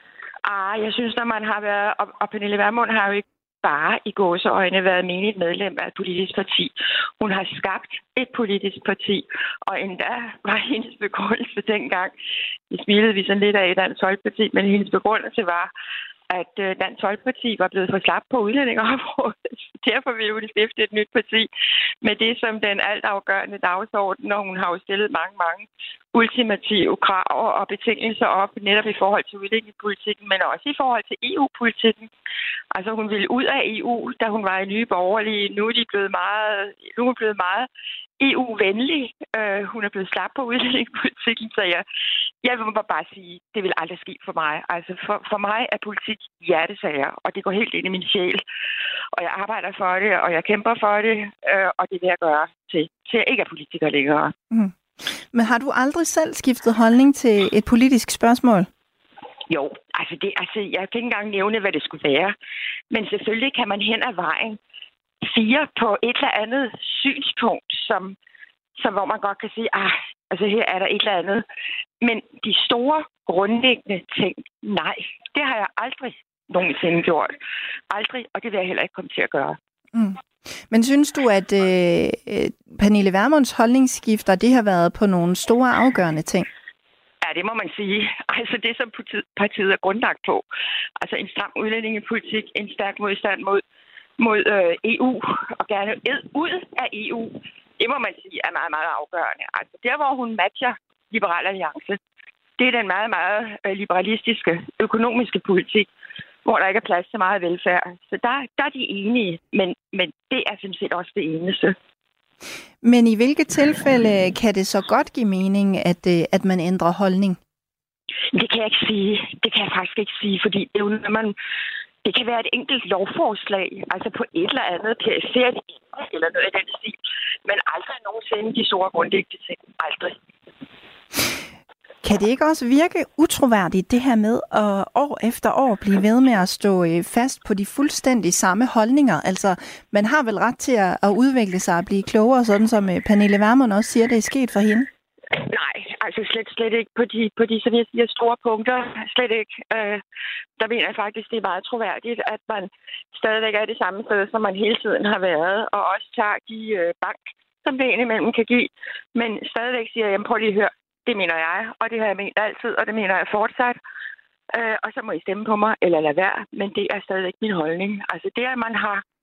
Q: Ah, jeg synes, når man har været... Og, og Pernille Vermund har jo ikke bare i gåseøjne været menigt medlem af et politisk parti. Hun har skabt et politisk parti, og endda var hendes begrundelse dengang, det smilede vi sådan lidt af i Dansk Folkeparti, men hendes begrundelse var, at Dansk Folkeparti var blevet for slap på udlændingeområdet. Derfor ville hun stifte et nyt parti med det som den altafgørende dagsorden, og hun har jo stillet mange, mange ultimative krav og betingelser op, netop i forhold til udlændingepolitikken, men også i forhold til E U-politikken. Altså hun ville ud af E U, da hun var i Nye Borgerlige. Nu er de blevet meget, nu er blevet meget E U-venlig. Uh, hun er blevet slap på udlændingepolitikken, så jeg, jeg vil bare sige, det vil aldrig ske for mig. Altså for, for mig er politik hjertesager, og det går helt ind i min sjæl. Og jeg arbejder for det, og jeg kæmper for det, uh, og det vil jeg gøre til, til jeg ikke er politiker længere.
C: Mm. Men har du aldrig selv skiftet holdning til et politisk spørgsmål?
Q: Jo, altså, det, altså jeg kan ikke engang nævne, hvad det skulle være. Men selvfølgelig kan man hen ad vejen fire på et eller andet synspunkt, som, som, hvor man godt kan sige, ah, altså her er der et eller andet. Men de store, grundlæggende ting, nej, det har jeg aldrig nogensinde gjort. Aldrig, og det vil jeg heller ikke komme til at gøre.
C: Mm. Men synes du, at øh, Pernille Vermunds holdningsskifter, det har været på nogle store afgørende ting?
Q: Ja, det må man sige. Altså det, som partiet er grundlagt på. Altså en stram udlændingepolitik, en stærk modstand mod, mod øh, E U, og gerne ud af E U, det må man sige er meget, meget afgørende. Altså der, hvor hun matcher Liberal Alliance, det er den meget, meget liberalistiske økonomiske politik, hvor der ikke er plads til meget velfærd. Så der, der er de enige, men, men det er sådan set også det eneste.
C: Men i hvilke tilfælde kan det så godt give mening, at, at man ændrer holdning?
Q: Det kan jeg ikke sige. Det kan jeg faktisk ikke sige, fordi det, er jo, når man, det kan være et enkelt lovforslag, altså på et eller andet perifert eller noget af den stil, men aldrig nogensinde de store grundlæggende ting. Aldrig.
C: Kan det ikke også virke utroværdigt, det her med at år efter år blive ved med at stå fast på de fuldstændig samme holdninger? Altså, man har vel ret til at udvikle sig og blive klogere, sådan som Pernille Vermund også siger, det er sket for hende?
Q: Nej, altså slet, slet ikke på de, på de som jeg siger, store punkter. Slet ikke. Øh, der mener jeg faktisk, det er meget troværdigt, at man stadigvæk er det samme sted, som man hele tiden har været, og også tager de øh, bank, som det indimellem kan give. Men stadigvæk siger jeg, prøv lige at høre. Det mener jeg, og det har jeg ment altid, og det mener jeg fortsat. Øh, og så må I stemme på mig, eller lade være, men det er stadigvæk min holdning. Altså det, at man har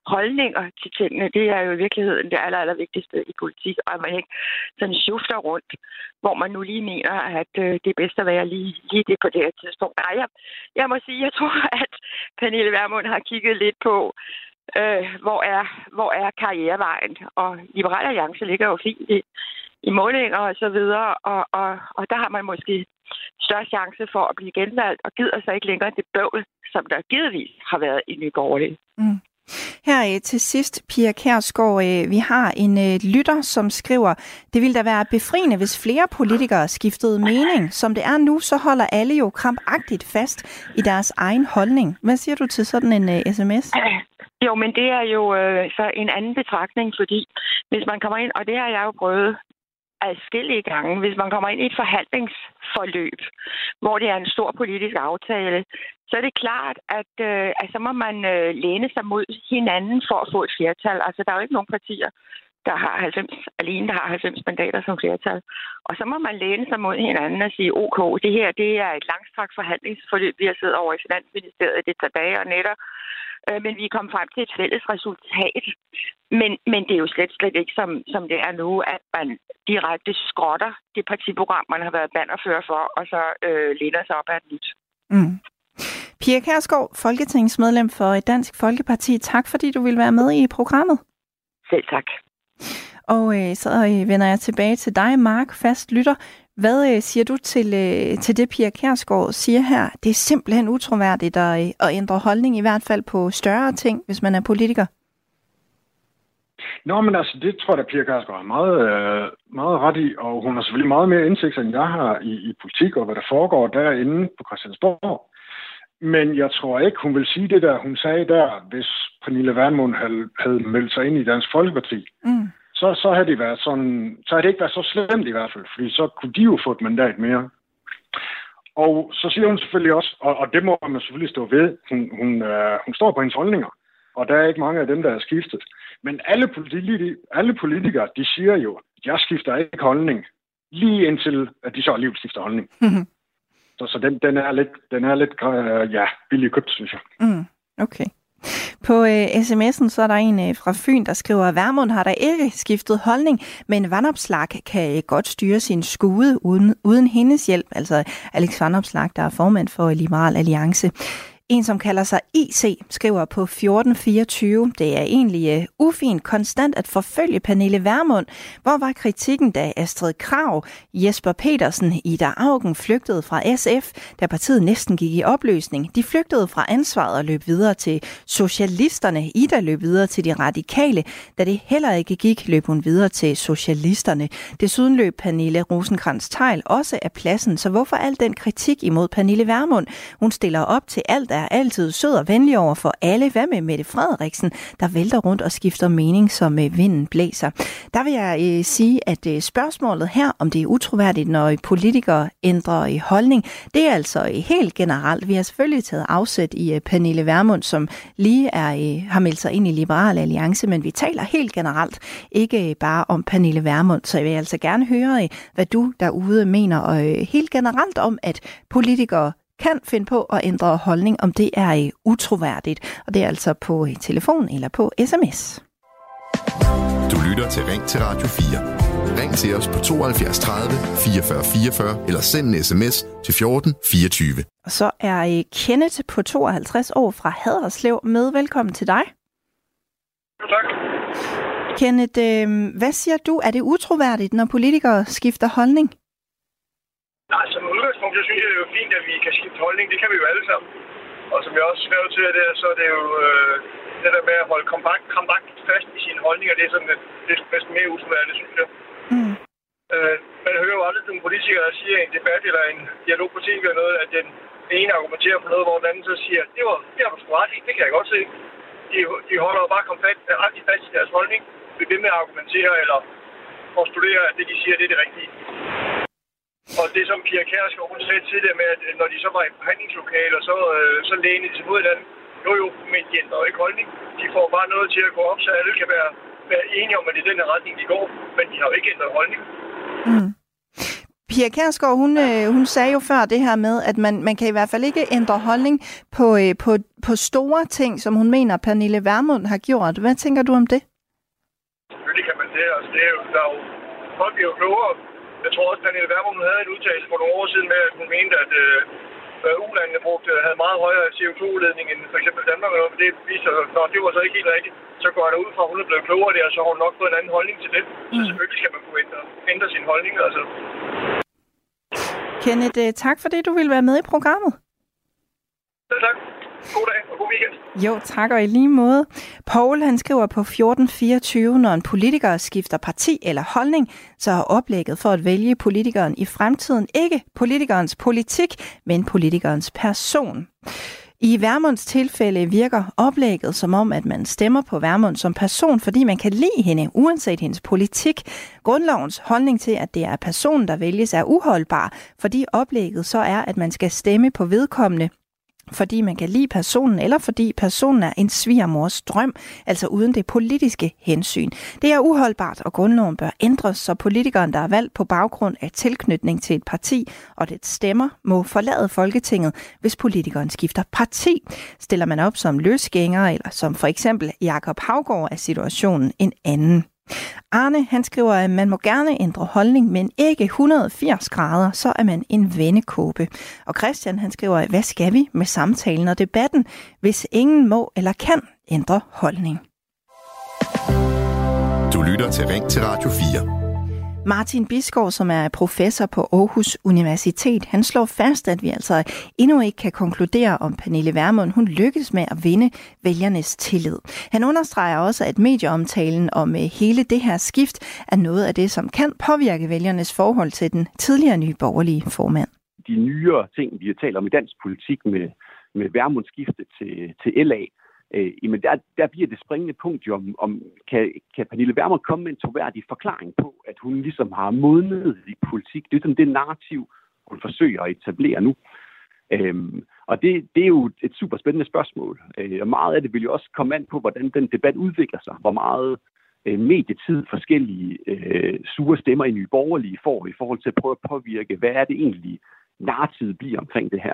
Q: holdninger til tingene, det er jo i virkeligheden det aller, aller vigtigste i politik, og at man ikke sådan shifter rundt, hvor man nu lige mener, at øh, det er bedst at være lige, lige det på det her tidspunkt. Nej, jeg, jeg må sige, jeg tror, at Pernille Vermund har kigget lidt på, øh, hvor, er, hvor er karrierevejen, og Liberal Alliance ligger jo fint i, i målinger og så videre, og, og, og der har man måske større chance for at blive genvalgt, og gider så ikke længere det bøvl, som der givetvis har været i Nye Borgerlige.
C: Mm. Her øh, til sidst, Pia Kjærsgaard, øh, vi har en øh, lytter, som skriver, det ville da være befriende, hvis flere politikere skiftede mening. Som det er nu, så holder alle jo krampagtigt fast i deres egen holdning. Hvad siger du til sådan en øh, sms?
Q: Jo, men det er jo øh, så en anden betragtning, fordi hvis man kommer ind, og det har jeg jo prøvet adskillige gange, hvis man kommer ind i et forhandlingsforløb, hvor det er en stor politisk aftale, så er det klart, at øh, altså må man øh, læne sig mod hinanden for at få et flertal. Altså, der er jo ikke nogen partier, der har halvfems, alene der har halvfems mandater som flertal. Og så må man læne sig mod hinanden og sige, ok, det her det er et langstrakt forhandlingsforløb, vi har siddet over i Finansministeriet, det tager dage og nætter, øh, men vi er kommet frem til et fælles resultat. Men, men det er jo slet, slet ikke, som, som det er nu, at man direkte skrotter det partiprogram, man har været bannerfører for, og så øh, læner sig op af et nyt.
C: Mm. Pia Kjærsgaard, folketingsmedlem for Dansk Folkeparti. Tak, fordi du vil være med i programmet.
Q: Selv tak.
C: Og øh, så øh, vender jeg tilbage til dig, Mark, fast lytter. Hvad øh, siger du til, øh, til det, Pia Kjærsgaard siger her? Det er simpelthen utroværdigt at, øh, at ændre holdning, i hvert fald på større ting, hvis man er politiker.
M: Nå, men altså, det tror jeg, at Pia Kjærsgaard er meget, øh, meget ret i, og hun har selvfølgelig meget mere indsigt, end jeg har i, i politik, og hvad der foregår derinde på Christiansborg. Men jeg tror ikke, hun vil sige det der, hun sagde der, hvis Pernille Vermund havde, havde meldt sig ind i Dansk Folkeparti. Mm. Så, så, havde det været sådan, så havde det ikke været så slemt i hvert fald, fordi så kunne de jo få et mandat mere. Og så siger hun selvfølgelig også, og, og det må man selvfølgelig stå ved, hun, hun, øh, hun står på hendes holdninger, og der er ikke mange af dem, der er skiftet. Men alle politikere, alle politikere, de siger jo, at jeg skifter ikke holdning, lige indtil at de så alligevel skifter holdning. Mm-hmm. Så, så den, den er lidt, den er lidt øh, ja, billig købt, synes jeg.
C: Mm, okay. På øh, sms'en så er der en øh, fra Fyn, der skriver, at Vermund har der ikke skiftet holdning, men Van Opslag kan øh, godt styre sin skude uden, uden hendes hjælp. Altså Alex Van Opslag, der er formand for Liberal Alliance. En, som kalder sig I C, skriver på fjorten fireogtyve, det er egentlig uh, ufint konstant at forfølge Pernille Vermund. Hvor var kritikken, da Astrid Krag, Jesper Petersen, Ida Auken flygtede fra S F, da partiet næsten gik i opløsning? De flygtede fra ansvaret og løb videre til socialisterne. Ida løb videre til de radikale. Da det heller ikke gik, løb hun videre til socialisterne. Desuden løb Pernille Rosenkrantz-Theil også af pladsen, så hvorfor al den kritik imod Pernille Vermund? Hun stiller op til alt, er altid sød og venlig over for alle. Hvad med Mette Frederiksen, der vælter rundt og skifter mening, som øh, vinden blæser? Der vil jeg øh, sige, at øh, spørgsmålet her, om det er utroværdigt, når politikere ændrer øh, holdning, det er altså øh, helt generelt. Vi har selvfølgelig taget afsæt i øh, Pernille Vermund, som lige er, øh, har meldt sig ind i Liberal Alliance, men vi taler helt generelt, ikke øh, bare om Pernille Vermund. Så jeg vil altså gerne høre, øh, hvad du derude mener, og øh, helt generelt om, at politikere kan finde på at ændre holdning, om det er uh, utroværdigt. Og det er altså på uh, telefon eller på sms.
B: Du lytter til Ring til Radio fire. Ring til os på tooghalvfjerds tredive fireogfyrre fireogfyrre eller send en sms til fjorten fireogtyve.
C: Og så er uh, Kenneth på tooghalvtreds år fra Haderslev med. Velkommen til dig.
R: Tak.
C: Kenneth, øh, hvad siger du? Er det utroværdigt, når politikere skifter holdning?
R: Nej, som udgangspunkt, så synes jeg, det er jo fint, at vi kan skifte holdning. Det kan vi jo alle sammen. Og som jeg også skrev til det, så er det jo øh, det der med at holde kompakt, kompakt fast i sine holdninger, det er sådan lidt, lidt næsten mere utroværdigt, synes jeg. Mm. Øh, man hører jo aldrig nogle politikere, der siger i en debat eller en dialog på T V eller noget, at den ene argumenterer for noget, hvor den anden så siger, det var det har du sgu ret i, det kan jeg godt se. De, de holder jo bare kompakt fast i deres holdning, ved det med at argumentere eller postulere, at det de siger, det er det rigtige. Og det som Pia Kjærsgaard hun sagde til det med, at når de så var i forhandlingslokaler, så, øh, så lænede de sig mod hinanden. Jo jo, men de ændrer ikke holdning. De får bare noget til at gå op, så alle kan være, være enige om, at det er den her retning, de går. Men de har jo ikke ændret holdning.
C: Mm. Pia Kjærsgaard, hun, hun sagde jo før det her med, at man, man kan i hvert fald ikke ændre holdning på, på, på store ting, som hun mener, Pernille Vermund har gjort. Hvad tænker du om det?
R: Selvfølgelig kan man det. Altså, det er jo, der er jo, folk bliver jo klogere. Jeg tror også, Pernille Vermund havde et udtalelse for nogle år siden med, at hun mente, at øh, U-landene brugte, havde meget højere C O to udledning end for eksempel Danmark. Og det viser, når det var så ikke helt rigtigt, så går jeg derud fra, at hun er blevet klogere der, så har hun nok fået en anden holdning til det. Mm. Så selvfølgelig skal man kunne ændre, ændre sin holdning. Altså.
C: Kenneth, tak fordi du ville være med i programmet.
R: Ja, tak. God dag og god weekend.
C: Jo, tak, og i lige måde. Poul, han skriver på fjorten fireogtyve, når en politiker skifter parti eller holdning, så er oplægget for at vælge politikeren i fremtiden ikke politikerens politik, men politikerens person. I Vermunds tilfælde virker oplægget som om, at man stemmer på Vermund som person, fordi man kan lide hende, uanset hendes politik. Grundlovens holdning til, at det er personen, der vælges, er uholdbar, fordi oplægget så er, at man skal stemme på vedkommende, fordi man kan lide personen, eller fordi personen er en svigermors drøm, altså uden det politiske hensyn. Det er uholdbart, og grundloven bør ændres, så politikeren, der er valgt på baggrund af tilknytning til et parti, og det stemmer, må forlade Folketinget, hvis politikeren skifter parti. Stiller man op som løsgænger, eller som for eksempel Jakob Haugaard, er situationen en anden. Arne, han skriver, at man må gerne ændre holdning, men ikke et hundrede og firs grader, så er man en vendekåbe. Og Christian, han skriver, hvad skal vi med samtalen og debatten, hvis ingen må eller kan ændre holdning?
B: Du lytter til Ring til Radio fire.
C: Martin Bisgaard, som er professor på Aarhus Universitet, han slår fast, at vi altså endnu ikke kan konkludere, om Pernille Vermund hun lykkes med at vinde vælgernes tillid. Han understreger også, at medieomtalen om hele det her skift er noget af det, som kan påvirke vælgernes forhold til den tidligere nye borgerlige formand.
P: De nyere ting, vi har talt om i dansk politik med, med Vermunds skifte til, til L A, Øh, jamen der, der bliver det springende punkt jo, om, om kan, kan Pernille Vermund komme med en troværdig forklaring på, at hun ligesom har modnet i politik. Det er sådan det narrativ, hun forsøger at etablere nu. Øhm, og det, det er jo et super spændende spørgsmål. Øh, og meget af det vil jo også komme an på, hvordan den debat udvikler sig. Hvor meget øh, medietid forskellige øh, sure stemmer i Nye Borgerlige får i forhold til at prøve at påvirke, hvad er det egentlig narrativet bliver omkring det her.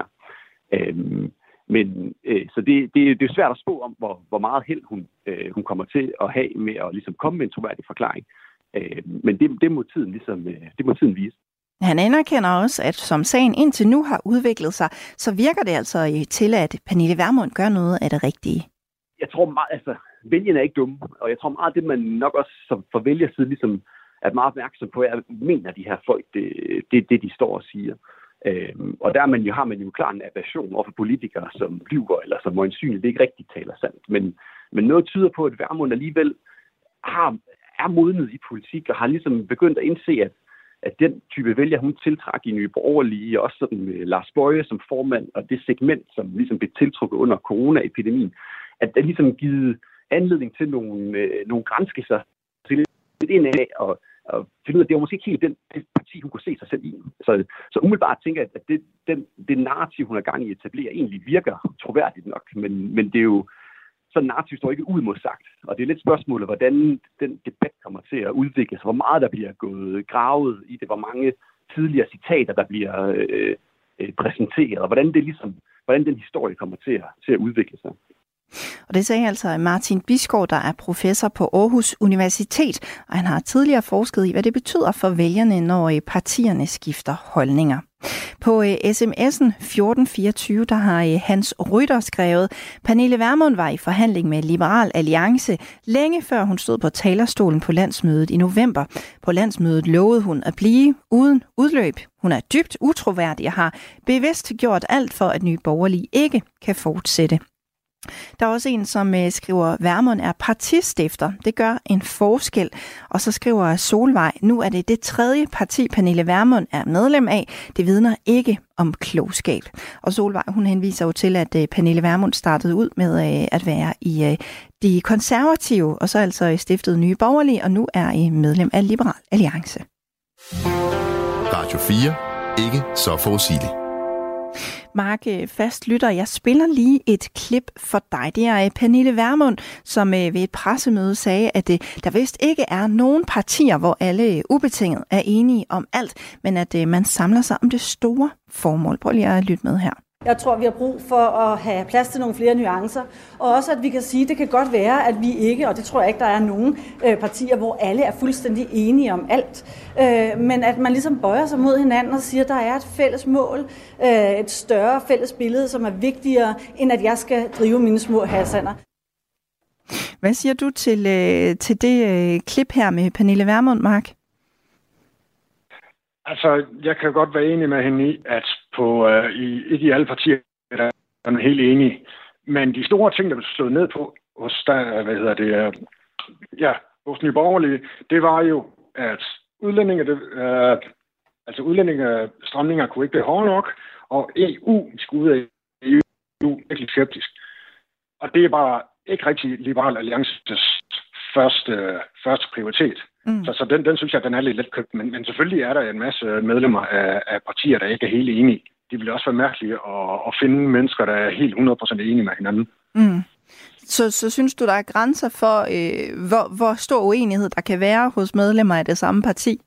P: Øhm, Men øh, så det, det, det er svært at spå om, hvor, hvor meget held hun, øh, hun kommer til at have med at ligesom komme med en troværdig forklaring. Øh, men det, det, må tiden ligesom, øh, det må tiden vise.
C: Han anerkender også, at som sagen indtil nu har udviklet sig, så virker det altså til, at Pernille Vermund gør noget af det rigtige.
P: Jeg tror meget, altså vælgerne er ikke dumme, og jeg tror meget, det man nok også som for vælgersiden ligesom er meget opmærksom på, er, mener de her folk, det, det, det de står og siger. Øhm, og der man jo, har man jo klar en aversion over for politikere, som lyver, eller som øjensynligt ikke rigtig taler sandt. Men, men noget tyder på, at Vermund alligevel har, er modnet i politik, og har ligesom begyndt at indse, at, at den type vælger, hun tiltræk i Nye Borgerlige, og også sådan med Lars Boje som formand, og det segment, som ligesom blev tiltrukket under coronaepidemien, at der ligesom givet anledning til nogle, øh, nogle granskelser til lidt ind af, og og finde ud af, at det var måske ikke helt den, det parti, hun kunne se sig selv i. Så, så umiddelbart tænker jeg, at det, den, det narrativ, hun har gang i at etablere, egentlig virker troværdigt nok. Men, men det er jo, sådan en narrativ står ikke uimodsagt. Og det er lidt spørgsmålet, hvordan den debat kommer til at udvikle sig. Hvor meget der bliver gået gravet i det. Hvor mange tidligere citater, der bliver øh, øh, præsenteret. Og hvordan, det ligesom, hvordan den historie kommer til at, til at udvikle sig.
C: Og det sagde altså Martin Bisgaard, der er professor på Aarhus Universitet, og han har tidligere forsket i, hvad det betyder for vælgerne, når partierne skifter holdninger. På sms'en fjorten fireogtyve, der har Hans Rytter skrevet, Pernille Vermund var i forhandling med Liberal Alliance længe før hun stod på talerstolen på landsmødet i november. På landsmødet lovede hun at blive uden udløb. Hun er dybt utroværdig og har bevidst gjort alt for, at Nye Borgerlige ikke kan fortsætte. Der er også en, som skriver, Vermund er partistifter. Det gør en forskel. Og så skriver Solvej, nu er det det tredje parti, Pernille Vermund er medlem af. Det vidner ikke om klogskab. Og Solvej, hun henviser jo til, at Pernille Vermund startede ud med at være i de konservative, og så altså stiftet Nye Borgerlige, og nu er I medlem af Liberal Alliance.
B: Radio fire. Ikke så forudsigeligt.
C: Mark, fast lytter, jeg spiller lige et klip for dig. Det er Pernille Vermund, som ved et pressemøde sagde, at der vist ikke er nogen partier, hvor alle ubetinget er enige om alt, men at man samler sig om det store formål. Prøv lige at lytte med her.
L: Jeg tror, vi har brug for at have plads til nogle flere nuancer, og også at vi kan sige, at det kan godt være, at vi ikke, og det tror jeg ikke, der er nogen øh, partier, hvor alle er fuldstændig enige om alt, øh, men at man ligesom bøjer sig mod hinanden og siger, at der er et fælles mål, øh, et større fælles billede, som er vigtigere, end at jeg skal drive mine små halsander.
C: Hvad siger du til, øh, til det øh, klip her med Pernille Vermund, Mark?
M: Altså, jeg kan godt være enig med hende i, at på, øh, i, ikke i alle partier der er man helt enige. Men de store ting, der blev slået ned på hos, der, hvad hedder det, øh, ja, hos Nye Borgerlige, det var jo, at udlændinge, det, øh, altså udlændingestramninger kunne ikke blive hårde nok, og E U skulle ud af E U virkelig skeptisk. Og det er bare ikke rigtig Liberal Alliances første, første prioritet. Mm. Så, så den, den synes jeg, den er lidt letkøbt. Men, men selvfølgelig er der en masse medlemmer af, af partier, der ikke er helt enige. Det vil også være mærkeligt at, at finde mennesker, der er helt hundrede procent enige med hinanden.
C: Mm. Så, så synes du, der er grænser for, øh, hvor, hvor stor uenighed der kan være hos medlemmer af det samme parti?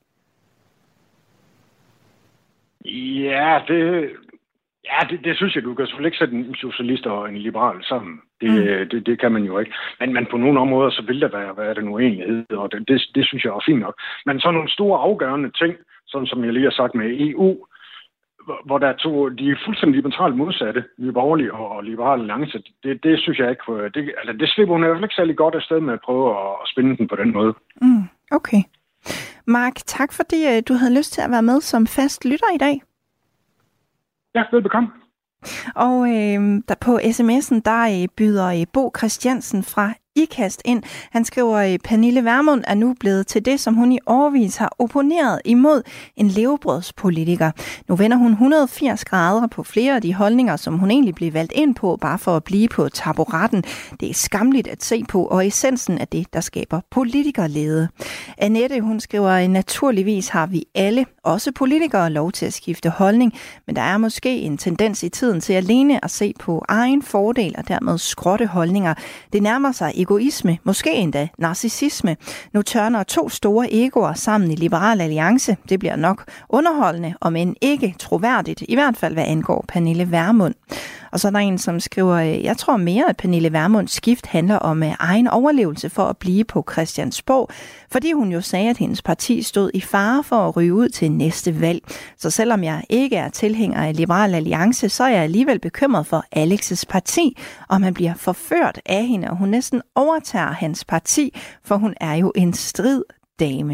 M: Ja, det... Ja, det, det synes jeg, du kan selvfølgelig ikke sætte en socialist og en liberal sammen. Det, mm. det, det kan man jo ikke. Men, men på nogle områder, så vil der være, være den uenighed, og det, det, det synes jeg er fint nok. Men så nogle store afgørende ting, sådan som jeg lige har sagt med E U, hvor der er to, de er fuldstændig liberalt modsatte, Nye Borgerlige og Liberal Alliance, det, det synes jeg ikke, det, altså det slipper hun i hvert fald ikke særlig godt afsted med at prøve at spænde den på den måde.
C: Mm, okay. Mark, tak fordi du havde lyst til at være med som fast lytter i dag.
M: Ja, velbekomme.
C: Og øh, der på sms'en, der øh, byder øh, Bo Christiansen fra IKAST ind. Han skriver, at Pernille Vermund er nu blevet til det, som hun i årevis har opponeret imod, en levebrødspolitiker. Nu vender hun et hundrede og firs grader på flere af de holdninger, som hun egentlig blev valgt ind på, bare for at blive på taburetten. Det er skamligt at se på, og essensen af det, der skaber politikerlede. Annette, hun skriver, naturligvis har vi alle, også politikere, lov til at skifte holdning, men der er måske en tendens i tiden til alene at se på egen fordel og dermed skrotte holdninger. Det nærmer sig egoisme, måske endda narcissisme. Nu tørner to store egoer sammen i Liberal Alliance. Det bliver nok underholdende, om end ikke troværdigt, i hvert fald hvad angår Pernille Vermund. Og så er der en, som skriver, jeg tror mere, at Pernille Vermunds skift handler om egen overlevelse for at blive på Christiansborg, fordi hun jo sagde, at hendes parti stod i fare for at ryge ud til næste valg. Så selvom jeg ikke er tilhænger af Liberal Alliance, så er jeg alligevel bekymret for Alex's parti, om han bliver forført af hende, og hun næsten overtager hans parti, for hun er jo en strid dame.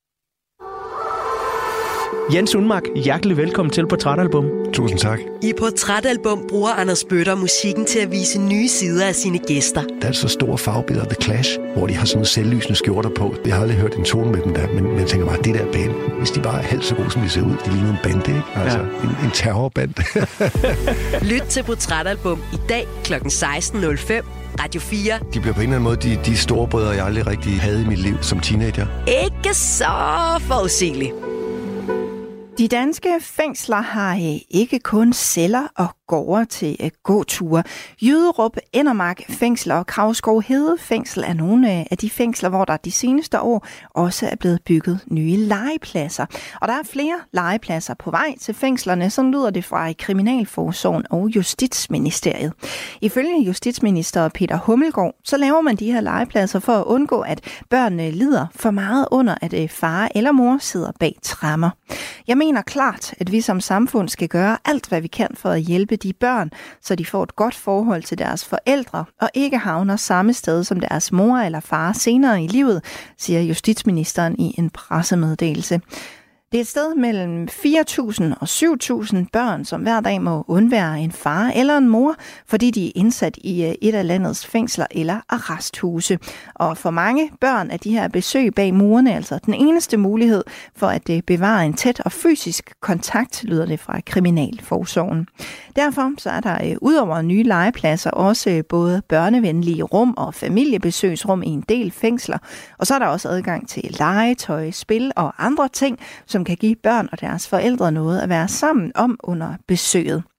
S: Jens Unmark, hjertelig velkommen til Portrætalbum.
T: Tusind tak.
U: I Portrætalbum bruger Anders Bøtter musikken til at vise nye sider af sine gæster.
T: Der er så store farvebilleder, The Clash, hvor de har sådan nogle selvlysende skjorter på. Jeg har aldrig hørt en tone med dem der, men jeg tænker bare, det der band, hvis de bare er halvt så gode, som de ser ud, de ligner en bande, ikke? Altså ja. en, en terrorband.
U: Lyt til Portrætalbum i dag klokken seksten nul fem. Radio fire.
T: De bliver på en eller anden måde de, de store brødre, jeg aldrig rigtig havde i mit liv som teenager.
U: Ikke så forudsigeligt.
C: De danske fængsler har ikke kun celler og gårde til gåture. Jyderup, Endermark fængsel og Kravskov Hede fængsel er nogle af de fængsler, hvor der de seneste år også er blevet bygget nye legepladser. Og der er flere legepladser på vej til fængslerne, som lyder det fra Kriminalforsorgen og Justitsministeriet. Ifølge justitsminister Peter Hummelgaard, så laver man de her legepladser for at undgå, at børnene lider for meget under, at far eller mor sidder bag tremmer. Jeg mener klart, at vi som samfund skal gøre alt, hvad vi kan for at hjælpe de børn, så de får et godt forhold til deres forældre og ikke havner samme sted som deres mor eller far senere i livet, siger justitsministeren i en pressemeddelelse. Det er et sted mellem fire tusind og syv tusind børn, som hver dag må undvære en far eller en mor, fordi de er indsat i et af landets fængsler eller arresthuse. Og for mange børn er de her besøg bag murene altså den eneste mulighed for at bevare en tæt og fysisk kontakt, lyder det fra Kriminalforsorgen. Derfor så er der udover nye legepladser også både børnevenlige rum og familiebesøgsrum i en del fængsler. Og så er der også adgang til legetøj, spil og andre ting, som kan give børn og deres forældre noget at være sammen om under besøget.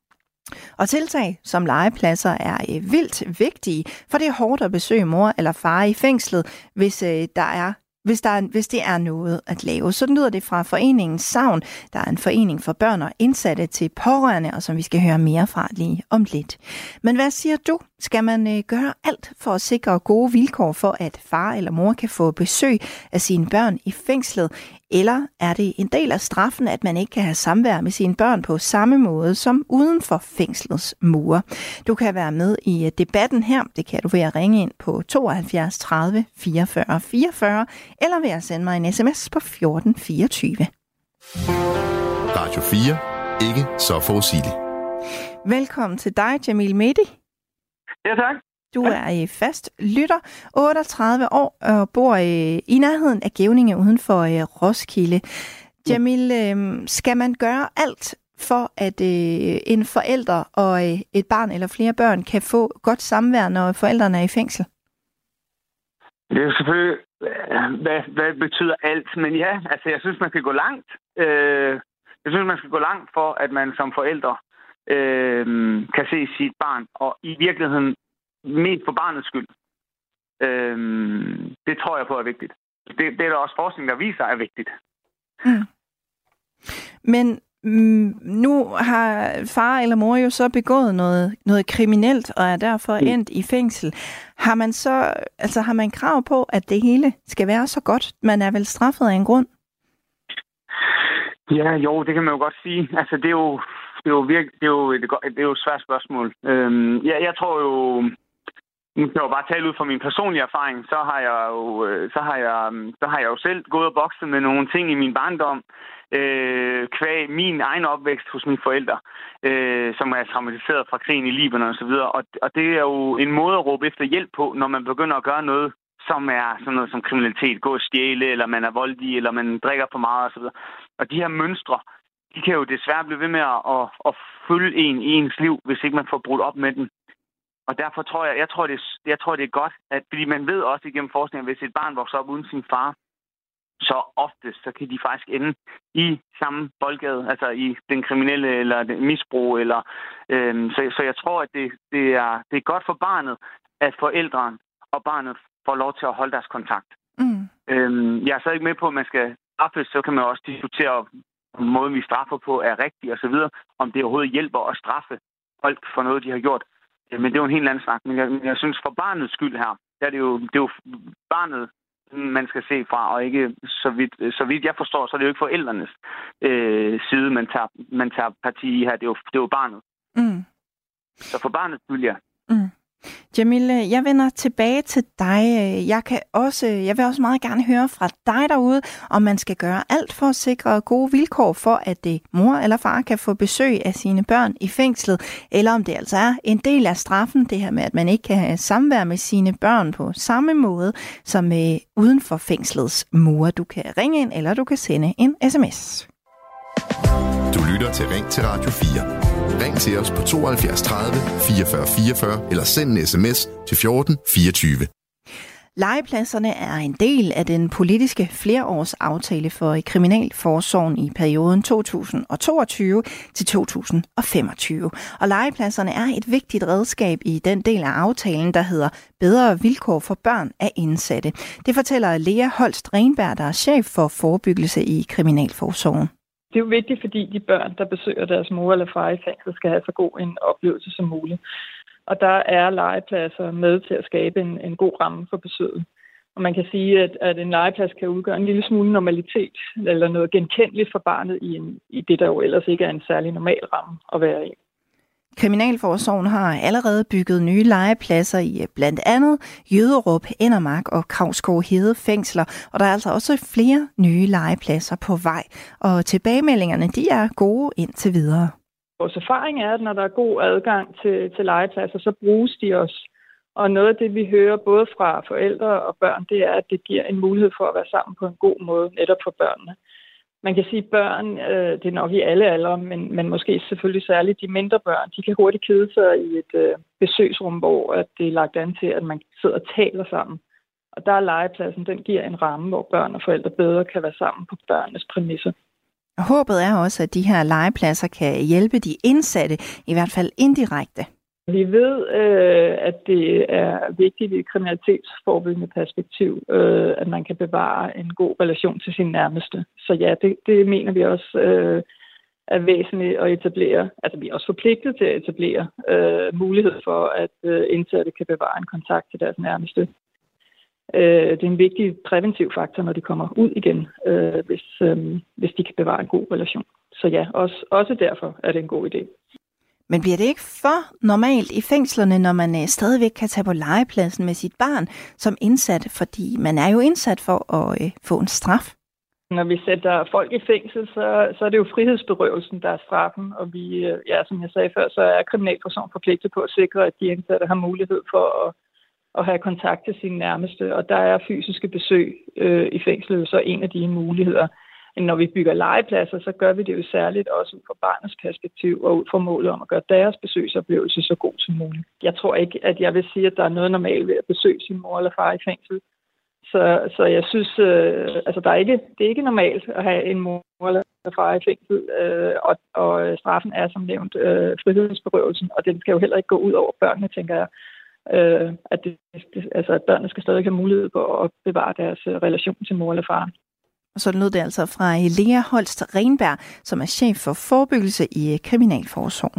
C: Og tiltag som legepladser er øh, vildt vigtige, for det er hårdt at besøge mor eller far i fængslet, hvis øh, der er Hvis, der er, hvis det er noget at lave. Så lyder det fra foreningen Savn. Der er en forening for børn og indsatte til pårørende, og som vi skal høre mere fra lige om lidt. Men hvad siger du? Skal man øh, gøre alt for at sikre gode vilkår for, at far eller mor kan få besøg af sine børn i fængslet? Eller er det en del af straffen, at man ikke kan have samvær med sine børn på samme måde som uden for fængslets mure? Du kan være med i debatten her. Det kan du ved at ringe ind på tooghalvfjerds tredive fireogfyrre fireogfyrre, eller ved at sende mig en sms på fjorten fireogtyve.
B: Radio fire. Ikke så forudsigeligt.
C: Velkommen til dig, Jamil Mehdi.
A: Ja, tak.
C: Du er fast lytter, otteogtredive år, og bor i nærheden af Gevninge uden for Roskilde. Jamil, skal man gøre alt for, at en forælder og et barn eller flere børn kan få godt samvær, når forældrene er i fængsel?
A: Det er jo selvfølgelig, hvad, hvad betyder alt? Men ja, altså jeg synes, man skal gå langt. Jeg synes, man skal gå langt for, at man som forældre kan se sit barn, og i virkeligheden mest for barnets skyld. Øhm, det tror jeg på er vigtigt. Det, det er der også forskning, der viser er vigtigt.
C: Mm. Men mm, nu har far eller mor jo så begået noget, noget kriminelt, og er derfor mm. endt i fængsel. Har man så, altså har man krav på, at det hele skal være så godt? Man er vel straffet af en grund?
A: Ja, jo, det kan man jo godt sige. Altså, det er jo, det er jo, virke, det er jo, det er jo et svært spørgsmål. Øhm, ja, jeg tror jo... Nu kan jeg jo bare tale ud fra min personlige erfaring, så har jeg jo, så har jeg, så har jeg jo selv gået og bokset med nogle ting i min barndom, øh, kvæg min egen opvækst hos mine forældre, øh, som er traumatiseret fra krigen i Libanon og så videre. Og, og det er jo en måde at råbe efter hjælp på, når man begynder at gøre noget, som er sådan noget som kriminalitet, gå og stjæle, eller man er voldig, eller man drikker for meget og så videre. Og de her mønstre, de kan jo desværre blive ved med at, at, at følge en i ens liv, hvis ikke man får brudt op med den. Og derfor tror jeg, jeg tror, det, jeg tror, det er godt, at fordi man ved også igennem forskning, at hvis et barn vokser op uden sin far, så oftest, så kan de faktisk ende i samme boldgade, altså i den kriminelle eller den misbrug. Eller, øhm, så, så jeg tror, at det, det, er, det er godt for barnet, at forældrene og barnet får lov til at holde deres kontakt. Mm. Øhm, jeg er så ikke med på, at man skal straffes, så kan man også diskutere, om måden vi straffer på er rigtig og så videre, om det overhovedet hjælper at straffe folk for noget, de har gjort. Men det er jo en helt anden snak. Men jeg, jeg synes, for barnets skyld her, der er det, jo, det er jo barnet, man skal se fra, og ikke så vidt, så vidt jeg forstår, så er det jo ikke forældrenes øh, side, man tager, man tager parti i her. Det er jo, det er jo barnet. Mm. Så for barnets skyld, ja. Mm.
C: Jamil, jeg vender tilbage til dig. Jeg, kan også, jeg vil også meget gerne høre fra dig derude, om man skal gøre alt for at sikre gode vilkår for, at det mor eller far kan få besøg af sine børn i fængslet, eller om det altså er en del af straffen, det her med, at man ikke kan have samvær med sine børn på samme måde som øh, uden for fængslets mure. Du kan ringe ind, eller du kan sende en sms.
B: Du lytter til Ring til Radio fire. Ring til os på tooghalvfjerds tredive fireogfyrre fireogfyrre eller send en sms til fjorten fireogtyve.
C: Legepladserne er en del af den politiske flereårsaftale for kriminalforsorgen i perioden to tusind og toogtyve til to tusind og femogtyve. Og legepladserne er et vigtigt redskab i den del af aftalen, der hedder Bedre vilkår for børn af indsatte. Det fortæller Lea Holst Renberg, der er chef for forebyggelse i kriminalforsorgen.
V: Det er jo vigtigt, fordi de børn, der besøger deres mor eller far i fængsel, skal have så god en oplevelse som muligt. Og der er legepladser med til at skabe en, en god ramme for besøget. Og man kan sige, at, at en legeplads kan udgøre en lille smule normalitet, eller noget genkendeligt for barnet i, en, i det, der jo ellers ikke er en særlig normal ramme at være i.
C: Kriminalforsorgen har allerede bygget nye legepladser i blandt andet Jøderup, Endermark og Kravskov Hede fængsler, og der er altså også flere nye legepladser på vej. Og tilbagemeldingerne, de er gode indtil videre.
V: Vores erfaring er, at når der er god adgang til, til legepladser, så bruges de også. Og noget af det, vi hører både fra forældre og børn, det er, at det giver en mulighed for at være sammen på en god måde, netop for børnene. Man kan sige, at børn, øh, det er nok i alle aldre, men, men måske selvfølgelig særligt de mindre børn, de kan hurtigt kede sig i et øh, besøgsrum, hvor at det er lagt an til, at man sidder og taler sammen. Og der er legepladsen, den giver en ramme, hvor børn og forældre bedre kan være sammen på børnenes præmisser.
C: Håbet er også, at de her legepladser kan hjælpe de indsatte, i hvert fald indirekte.
V: Vi ved, øh, at det er vigtigt i et kriminalitetsforebyggende perspektiv, øh, at man kan bevare en god relation til sin nærmeste. Så ja, det, det mener vi også øh, er væsentligt at etablere. Altså vi er også forpligtet til at etablere øh, mulighed for, at øh, indsatte kan bevare en kontakt til deres nærmeste. Øh, det er en vigtig præventiv faktor, når de kommer ud igen, øh, hvis, øh, hvis de kan bevare en god relation. Så ja, også, også derfor er det en god idé.
C: Men bliver det ikke for normalt i fængslerne, når man øh, stadigvæk kan tage på legepladsen med sit barn som indsat? Fordi man er jo indsat for at øh, få en straf.
V: Når vi sætter folk i fængsel, så, så er det jo frihedsberøvelsen, der er straffen. Og vi, øh, ja, som jeg sagde før, så er kriminalforsorgen forpligtet på at sikre, at de indsatte har mulighed for at, at have kontakt til sine nærmeste. Og der er fysiske besøg øh, i fængslet så en af de muligheder. Når vi bygger legepladser, så gør vi det jo særligt også ud fra barnets perspektiv og ud fra målet om at gøre deres besøgsoplevelse så god som muligt. Jeg tror ikke, at jeg vil sige, at der er noget normalt ved at besøge sin mor eller far i fængsel. Så, så jeg synes, øh, altså der er ikke, det er ikke normalt at have en mor eller far i fængsel, øh, og, og straffen er som nævnt øh, frihedsberøvelsen, og den skal jo heller ikke gå ud over børnene, tænker jeg. Øh, at, det, det, altså, at børnene skal stadig have mulighed for at bevare deres relation til mor eller far.
C: Og så lød det altså fra Lea Holst Renberg, som er chef for forebyggelse i Kriminalforsorgen.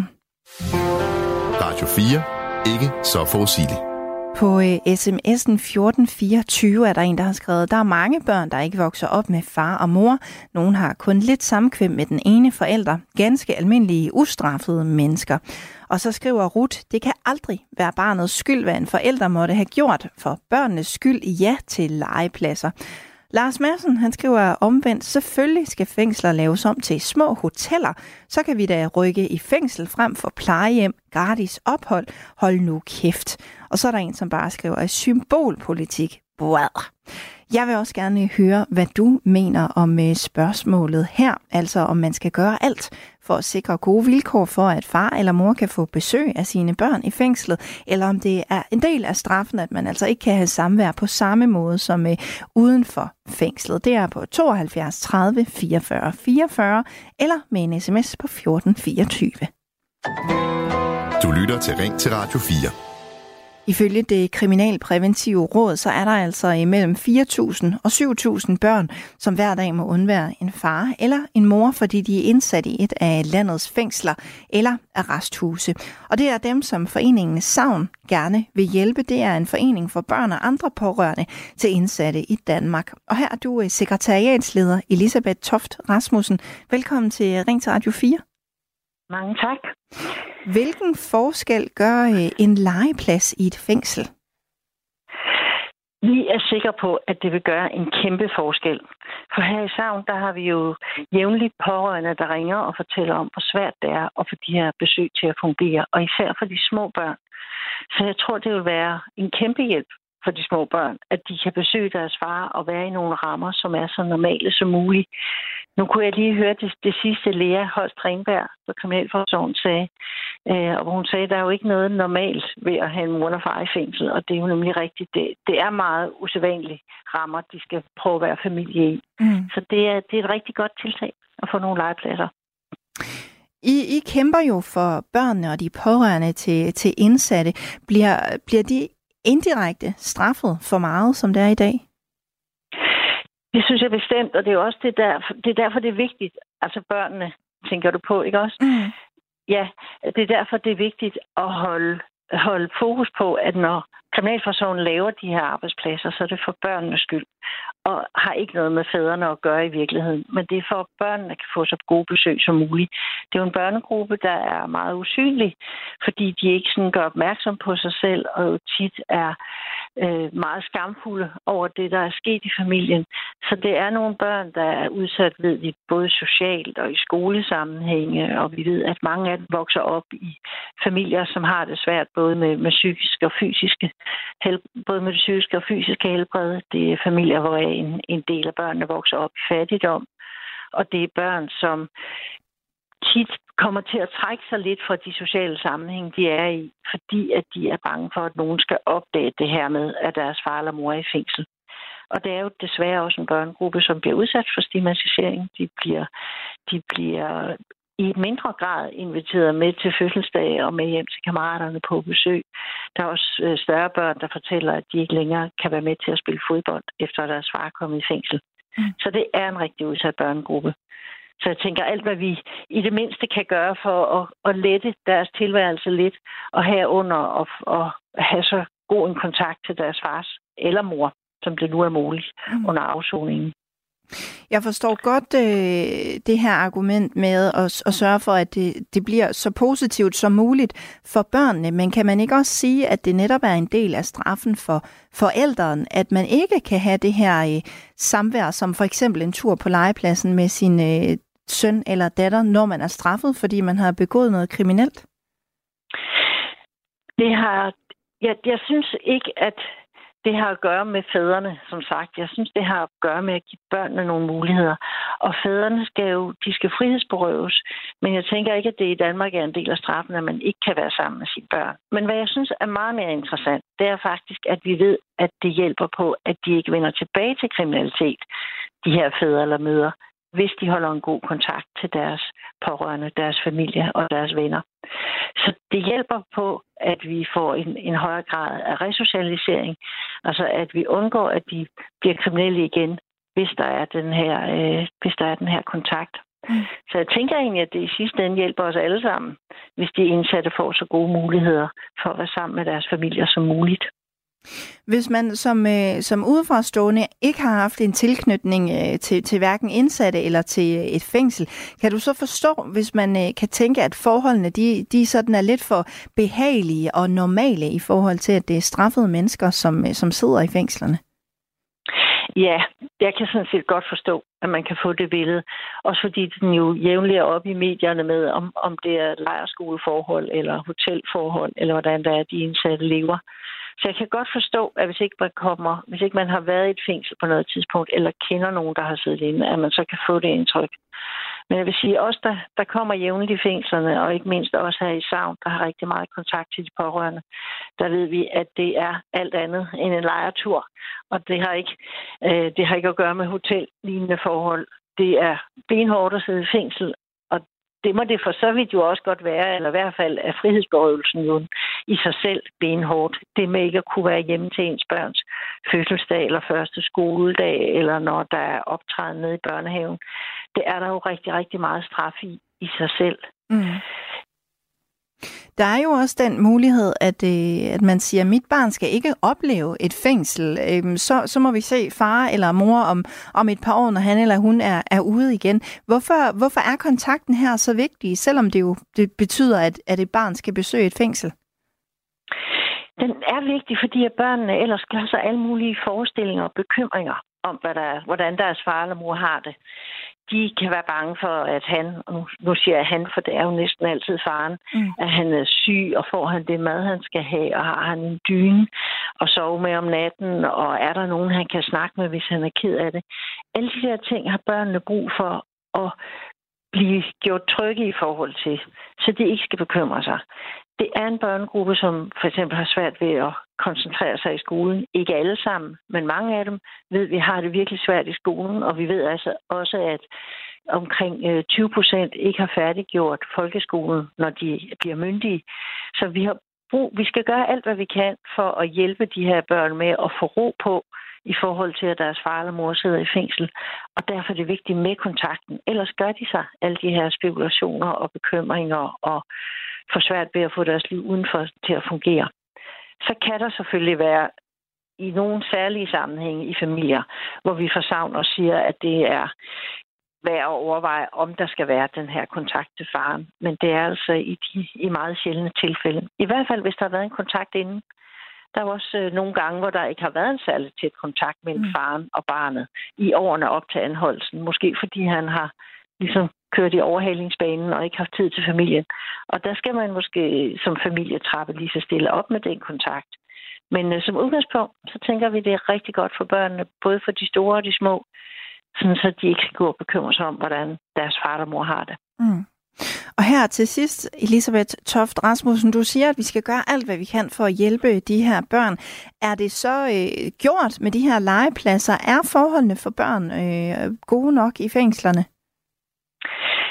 B: Radio fire. Ikke så forudsigeligt.
C: På sms'en fjorten fireogtyve er der en, der har skrevet, der er mange børn, der ikke vokser op med far og mor. Nogle har kun lidt samkvem med den ene forælder. Ganske almindelige, ustraffede mennesker. Og så skriver Ruth, det kan aldrig være barnets skyld, hvad en forælder måtte have gjort. For børnenes skyld, ja til legepladser. Lars Madsen, han skriver omvendt, selvfølgelig skal fængsler laves om til små hoteller. Så kan vi da rykke i fængsel frem for plejehjem, gratis ophold. Hold nu kæft. Og så er der en, som bare skriver symbolpolitik. Wow. Jeg vil også gerne høre, hvad du mener om spørgsmålet her. Altså om man skal gøre alt for at sikre gode vilkår for, at far eller mor kan få besøg af sine børn i fængslet. Eller om det er en del af straffen, at man altså ikke kan have samvær på samme måde som øh, uden for fængslet. Det er på tooghalvfjerds tredive fireogfyrre fireogfyrre eller med en sms på fjorten fireogtyve.
B: Du lytter til Ring til Radio fire.
C: Ifølge det kriminalpræventive råd, så er der altså imellem fire tusind og syv tusind børn, som hver dag må undvære en far eller en mor, fordi de er indsat i et af landets fængsler eller arresthuse. Og det er dem, som foreningen Savn gerne vil hjælpe. Det er en forening for børn og andre pårørende til indsatte i Danmark. Og her er du sekretariatsleder Elisabeth Toft Rasmussen. Velkommen til Ring til Radio fire.
E: Mange tak.
C: Hvilken forskel gør en legeplads i et fængsel?
E: Vi er sikre på, at det vil gøre en kæmpe forskel. For her i Savn, der har vi jo jævnligt pårørende, der ringer og fortæller om, hvor svært det er at få de her besøg til at fungere. Og især for de små børn. Så jeg tror, det vil være en kæmpe hjælp for de små børn, at de kan besøge deres far og være i nogle rammer, som er så normale som muligt. Nu kunne jeg lige høre det, det sidste, Lea Holst Renberg fra Kriminalforsorgen sagde, øh, og hvor hun sagde, at der er jo ikke noget normalt ved at have en mor og far i fængsel, og det er jo nemlig rigtigt. Det, det er meget usædvanlige rammer, de skal prøve at være familie i. Mm. Så det er, det er et rigtig godt tiltag at få nogle legepladser.
C: I, I kæmper jo for børnene og de pårørende til, til indsatte. Bliver, bliver de indirekte straffet for meget, som det er i dag?
E: Det synes jeg bestemt, og det er også det, der, det er derfor, det er vigtigt. Altså børnene, tænker du på, ikke også? Mm. Ja, det er derfor, det er vigtigt at holde, holde fokus på, at når Kriminalforsorgen laver de her arbejdspladser, så er det for børnenes skyld. Og har ikke noget med fædrene at gøre i virkeligheden. Men det er for, at børnene kan få så gode besøg som muligt. Det er jo en børnegruppe, der er meget usynlig, fordi de ikke sådan gør opmærksom på sig selv, og jo tit er øh, meget skamfulde over det, der er sket i familien. Så det er nogle børn, der er udsat, ved vi, både socialt og i skolesammenhænge, og vi ved, at mange af dem vokser op i familier, som har det svært, både med, med psykiske og fysiske både med det psykiske og fysiske helbred. Det er familier, hvor en, en del af børnene vokser op i fattigdom. Og det er børn, som tit kommer til at trække sig lidt fra de sociale sammenhæng, de er i, fordi at de er bange for, at nogen skal opdage det her med, at deres far eller mor er i fængsel. Og det er jo desværre også en børnegruppe, som bliver udsat for stigmatisering. De bliver de bliver i mindre grad inviteret med til fødselsdage og med hjem til kammeraterne på besøg. Der er også større børn, der fortæller, at de ikke længere kan være med til at spille fodbold, efter deres far er kommet i fængsel. Mm. Så det er en rigtig udsat børnegruppe. Så jeg tænker, alt hvad vi i det mindste kan gøre for at, at lette deres tilværelse lidt, og herunder og, og have så god en kontakt til deres fars eller mor, som det nu er muligt mm. under afsoningen.
C: Jeg forstår godt øh, det her argument med at, at sørge for, at det, det bliver så positivt som muligt for børnene, men kan man ikke også sige, at det netop er en del af straffen for forældren, at man ikke kan have det her øh, samvær, som for eksempel en tur på legepladsen med sin øh, søn eller datter, når man er straffet, fordi man har begået noget kriminelt?
E: Det har, jeg, jeg synes ikke, at det har at gøre med fædrene, som sagt. Jeg synes, det har at gøre med at give børnene nogle muligheder. Og fædrene skal jo, de skal frihedsberøves. Men jeg tænker ikke, at det i Danmark er en del af straffen, at man ikke kan være sammen med sine børn. Men hvad jeg synes er meget mere interessant, det er faktisk, at vi ved, at det hjælper på, at de ikke vender tilbage til kriminalitet, de her fædre eller mødre, hvis de holder en god kontakt til deres pårørende, deres familie og deres venner. Så det hjælper på, at vi får en, en højere grad af resocialisering, altså at vi undgår, at de bliver kriminelle igen, hvis der er den her, øh, hvis der er den her kontakt. Mm. Så jeg tænker egentlig, at det i sidste ende hjælper os alle sammen, hvis de indsatte får så gode muligheder for at være sammen med deres familier som muligt.
C: Hvis man som, øh, som udefrastående ikke har haft en tilknytning øh, til, til hverken indsatte eller til et fængsel, kan du så forstå, hvis man øh, kan tænke, at forholdene de, de sådan er lidt for behagelige og normale i forhold til, at det er straffede mennesker, som, øh, som sidder i fængslerne?
E: Ja, jeg kan sådan set godt forstå, at man kan få det billede. Også fordi den jo jævnligt er oppe i medierne med, om, om det er lejrskoleforhold eller hotelforhold, eller hvordan der er, de indsatte lever. Så jeg kan godt forstå, at hvis ikke man kommer, hvis ikke man har været i et fængsel på noget tidspunkt, eller kender nogen, der har siddet inde, at man så kan få det indtryk. Men jeg vil sige, også der, der kommer jævnligt i fængslerne, og ikke mindst også her i Savn, der har rigtig meget kontakt til de pårørende, der ved vi, at det er alt andet end en lejretur. Og det har ikke, øh, det har ikke at gøre med hotellignende forhold. Det er benhårdt at sidde i fængsel, og det må det for så vidt jo også godt være, eller i hvert fald er frihedsberøvelsen jo i sig selv benhårdt. Det med ikke at kunne være hjemme til ens børns fødselsdag eller første skoledag, eller når der er optræden nede i børnehaven. Det er der jo rigtig, rigtig meget straf i, i sig selv. Mm.
C: Der er jo også den mulighed, at, øh, at man siger, at mit barn skal ikke opleve et fængsel. Øhm, så, så må vi se far eller mor om, om et par år, når han eller hun er, er ude igen. Hvorfor, hvorfor er kontakten her så vigtig, selvom det jo det betyder, at, at et barn skal besøge et fængsel?
E: Den er vigtig, fordi at børnene ellers skal have så alle mulige forestillinger og bekymringer om, hvad der, hvordan deres far eller mor har det. De kan være bange for, at han, og nu, nu siger jeg han, for det er jo næsten altid faren, mm. at han er syg, og får han det mad, han skal have, og har han en dyne og sove med om natten, og er der nogen, han kan snakke med, hvis han er ked af det. Alle de der ting har børnene brug for at blive gjort trygge i forhold til, så de ikke skal bekymre sig. Det er en børnegruppe, som for eksempel har svært ved at koncentrere sig i skolen. Ikke alle sammen, men mange af dem ved, at vi har det virkelig svært i skolen, og vi ved altså også, at omkring tyve procent ikke har færdiggjort folkeskolen, når de bliver myndige. Så vi har brug, vi skal gøre alt, hvad vi kan for at hjælpe de her børn med at få ro på i forhold til, at deres far eller mor sidder i fængsel. Og derfor er det vigtigt med kontakten. Ellers gør de sig alle de her spekulationer og bekymringer og får svært ved at få deres liv udenfor til at fungere. Så kan der selvfølgelig være i nogle særlige sammenhænge i familier, hvor vi får savn og siger, at det er værd at overveje, om der skal være den her kontakt til faren. Men det er altså i, de, i meget sjældne tilfælde. I hvert fald, hvis der har været en kontakt inden. Der er også øh, nogle gange, hvor der ikke har været en særlig tæt kontakt mellem mm. faren og barnet i årene op til anholdelsen. Måske fordi han har ligesom kørt i overhalingsbanen og ikke haft tid til familien. Og der skal man måske som familie trappe lige så stille op med den kontakt. Men øh, som udgangspunkt, så tænker vi, det er rigtig godt for børnene, både for de store og de små, sådan så de ikke skal gå og bekymre sig om, hvordan deres far og mor har det.
C: Mm. Og her til sidst, Elisabeth Toft Rasmussen, du siger, at vi skal gøre alt, hvad vi kan for at hjælpe de her børn. Er det så øh, gjort med de her legepladser? Er forholdene for børn øh, gode nok i fængslerne?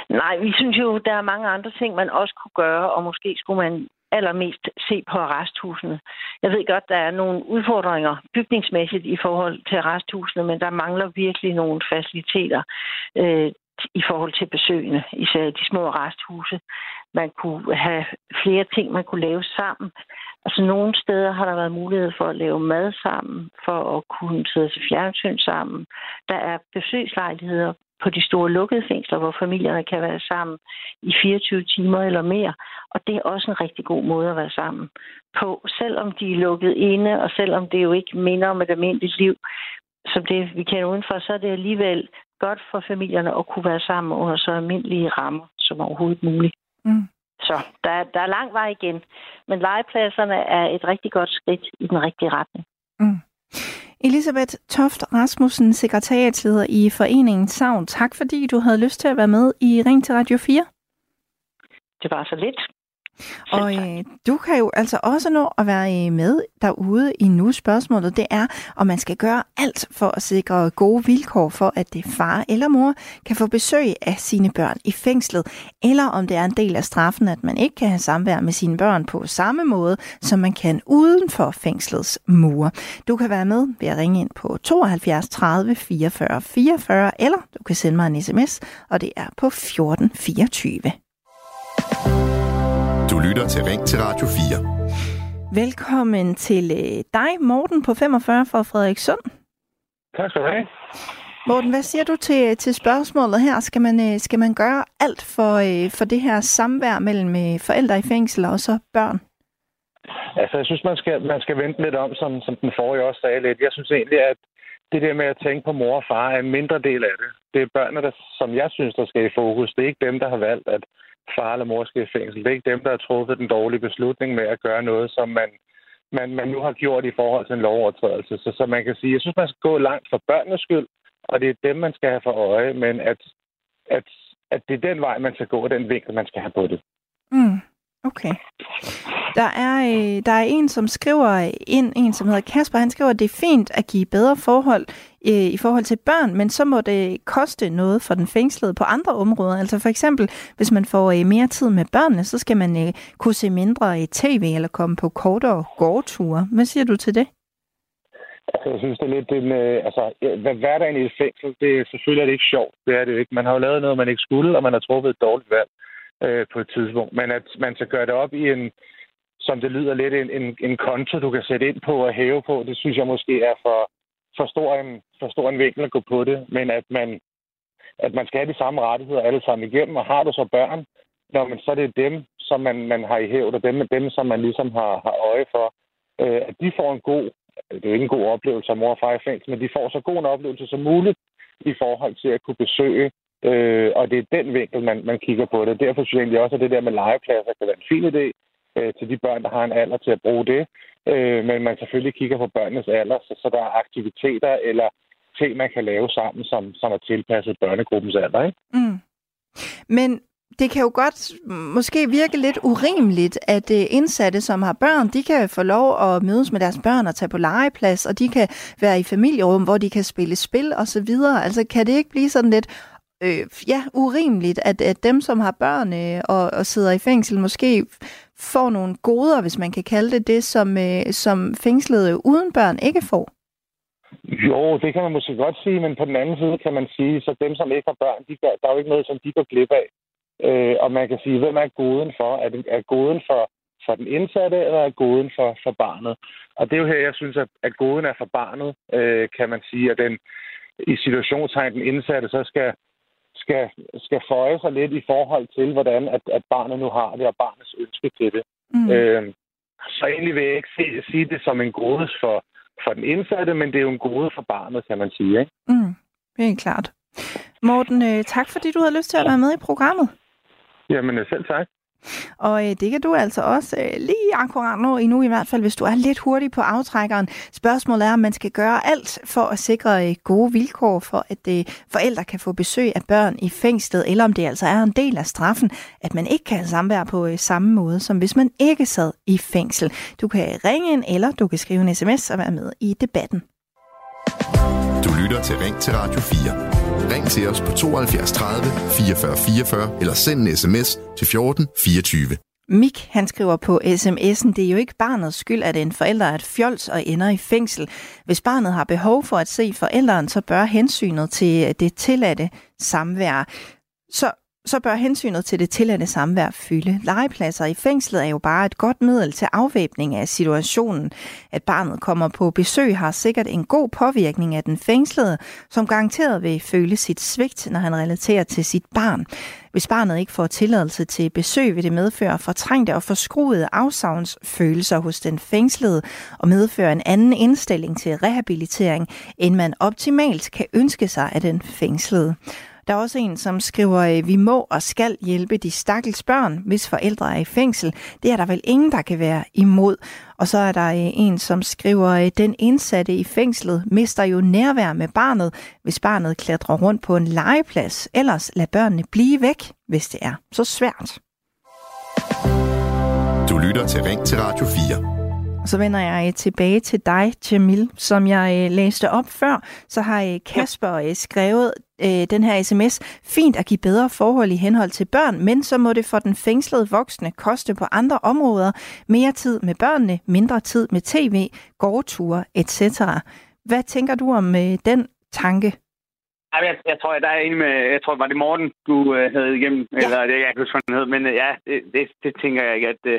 E: Nej, vi synes jo, der er mange andre ting, man også kunne gøre, og måske skulle man allermest se på arresthusene. Jeg ved godt, der er nogle udfordringer bygningsmæssigt i forhold til arresthusene, men der mangler virkelig nogle faciliteter øh, i forhold til besøgende, især de små arresthuse. Man kunne have flere ting, man kunne lave sammen. Altså nogle steder har der været mulighed for at lave mad sammen, for at kunne sidde til fjernsyn sammen. Der er besøgslejligheder på de store lukkede fængsler, hvor familierne kan være sammen i fireogtyve timer eller mere. Og det er også en rigtig god måde at være sammen på. Selvom de er lukket inde, og selvom det jo ikke minder om et almindeligt liv, som det vi kender udenfor, så er det alligevel godt for familierne at kunne være sammen under så almindelige rammer som overhovedet muligt. Mm. Så der, der er lang vej igen. Men legepladserne er et rigtig godt skridt i den rigtige retning.
C: Mm. Elisabeth Toft Rasmussen, sekretariatsleder i Foreningen Savn. Tak fordi du havde lyst til at være med i Ring til Radio fire.
E: Det var så lidt.
C: Og øh, du kan jo altså også nå at være med derude i nu. Spørgsmålet det er, om man skal gøre alt for at sikre gode vilkår for, at det far eller mor kan få besøg af sine børn i fængslet, eller om det er en del af straffen, at man ikke kan have samvær med sine børn på samme måde, som man kan uden for fængslets mure. Du kan være med ved at ringe ind på tooghalvfjerds tredive fireogfyrre fireogfyrre, eller du kan sende mig en sms, og det er på fjorten fireogtyve.
B: Du lytter til Ring til Radio fire.
C: Velkommen til dig, Morten på femogfyrre fra Frederikssund.
F: Tak skal du have.
C: Morten, hvad siger du til, til spørgsmålet her? Skal man, skal man gøre alt for, for det her samvær mellem forældre i fængsel og så børn?
F: Altså, jeg synes, man skal, man skal vente lidt om, som, som den forrige også sagde lidt. Jeg synes egentlig, at det der med at tænke på mor og far er en mindre del af det. Det er børnene, der, som jeg synes, der skal i fokus. Det er ikke dem, der har valgt, at far eller mor skal i fængsel. Det er ikke dem, der har truffet den dårlige beslutning med at gøre noget, som man, man, man nu har gjort i forhold til en lovovertrædelse. Så, så man kan sige, jeg synes, man skal gå langt for børnenes skyld, og det er dem, man skal have for øje, men at, at, at det er den vej, man skal gå, og den vinkel, man skal have på det.
C: Mm, okay. Der er, øh, der er en, som skriver ind, en som hedder Kasper, han skriver, at det er fint at give bedre forhold øh, i forhold til børn, men så må det koste noget for den fængslede på andre områder. Altså for eksempel, hvis man får øh, mere tid med børnene, så skal man øh, kunne se mindre i tv eller komme på kortere gårdture. Hvad siger du til det?
F: Altså, jeg synes, det er lidt en, øh, altså, hverdagen i et fængsel, det er selvfølgelig er det ikke sjovt. Det er det jo ikke. Man har jo lavet noget, man ikke skulle, og man har truffet et dårligt valg øh, på et tidspunkt. Men at man skal gøre det op i en, som det lyder lidt, en, en, en konto, du kan sætte ind på og hæve på, det synes jeg måske er for, for, stor, en, for stor en vinkel at gå på det. Men at man, at man skal have de samme rettigheder alle sammen igennem, og har du så børn, når man, så er det dem, som man, man har i hævd, og dem, dem som man ligesom har, har øje for, øh, at de får en god, det er jo ikke en god oplevelse af mor og far i fængsel, men de får så god en oplevelse som muligt i forhold til at kunne besøge, øh, og det er den vinkel, man, man kigger på det. Derfor synes jeg egentlig også, at det der med legepladser kan være en fin idé øh, til de børn, der har en alder til at bruge det, øh, men man selvfølgelig kigger på børnenes alder, så, så der er aktiviteter eller ting, man kan lave sammen, som, som er tilpasset børnegruppens alder, ikke?
C: Mm. Men det kan jo godt måske virke lidt urimeligt, at indsatte, som har børn, de kan få lov at mødes med deres børn og tage på legeplads, og de kan være i familierum, hvor de kan spille spil og så videre. Altså kan det ikke blive sådan lidt øh, ja, urimeligt, at, at dem, som har børn øh, og, og sidder i fængsel, måske får nogle goder, hvis man kan kalde det det, som, øh, som fængslede uden børn ikke får?
F: Jo, det kan man måske godt sige, men på den anden side kan man sige, så dem, som ikke har børn, de gør, der er jo ikke noget, som de går glip af. Øh, og man kan sige, hvem er goden for? Er, det, er goden for, for den indsatte, eller er goden for, for barnet? Og det er jo her, jeg synes, at, at goden er for barnet, øh, kan man sige, at den i situationstegn den indsatte så skal, skal, skal føje sig lidt i forhold til, hvordan at, at barnet nu har det, og barnets ønske til det. Mm. Øh, så egentlig vil jeg ikke se, sige det som en gode for, for den indsatte, men det er jo en gode for barnet, kan man sige, ikke?
C: Mm, helt klart. Morten, øh, tak fordi du havde lyst til at være med i programmet.
F: Jamen, selv tak.
C: Og øh, det kan du altså også øh, lige akkurat nå endnu, i hvert fald, hvis du er lidt hurtig på aftrækkeren. Spørgsmålet er, om man skal gøre alt for at sikre øh, gode vilkår for, at øh, forældre kan få besøg af børn i fængslet, eller om det altså er en del af straffen, at man ikke kan have samvær på øh, samme måde, som hvis man ikke sad i fængsel. Du kan ringe ind, eller du kan skrive en sms og være med i debatten.
B: Du lytter til Ring til Radio fire. Ring til os på tooghalvfjerds tredive fireogfyrre fireogfyrre eller send en sms til fjorten fireogtyve.
C: Mik, han skriver på sms'en, det er jo ikke barnets skyld, at en forælder er et fjols og ender i fængsel. Hvis barnet har behov for at se forældren, så bør hensynet til det tilladte samvær. Så så bør hensynet til det tilladte samvær fylde. Legepladser i fængslet er jo bare et godt middel til afvæbning af situationen. At barnet kommer på besøg har sikkert en god påvirkning af den fængslede, som garanteret vil føle sit svigt, når han relaterer til sit barn. Hvis barnet ikke får tilladelse til besøg, vil det medføre fortrængte og forskruede afsavnsfølelser hos den fængslede og medføre en anden indstilling til rehabilitering, end man optimalt kan ønske sig af den fængslede. Der er også en, som skriver, vi må og skal hjælpe de stakkels børn, hvis forældre er i fængsel. Det er der vel ingen, der kan være imod. Og så er der en, som skriver, den indsatte i fængslet mister jo nærvær med barnet, hvis barnet klatrer rundt på en legeplads. Ellers lad børnene blive væk, hvis det er så svært.
B: Du lytter til Ring til Radio fire.
C: Og så vender jeg tilbage til dig, Jamil. Som jeg læste op før, så har Kasper skrevet øh, den her sms. Fint at give bedre forhold i henhold til børn, men så må det for den fængslede voksne koste på andre områder. Mere tid med børnene, mindre tid med tv, gårdture, et cetera. Hvad tænker du om øh, den tanke?
A: Jeg, jeg tror, der er en med, jeg tror, var det Morten, du øh, havde igennem, ja. Eller det, jeg kan huske, hvad den hed, men øh, ja, det, det, det tænker jeg ikke, at øh,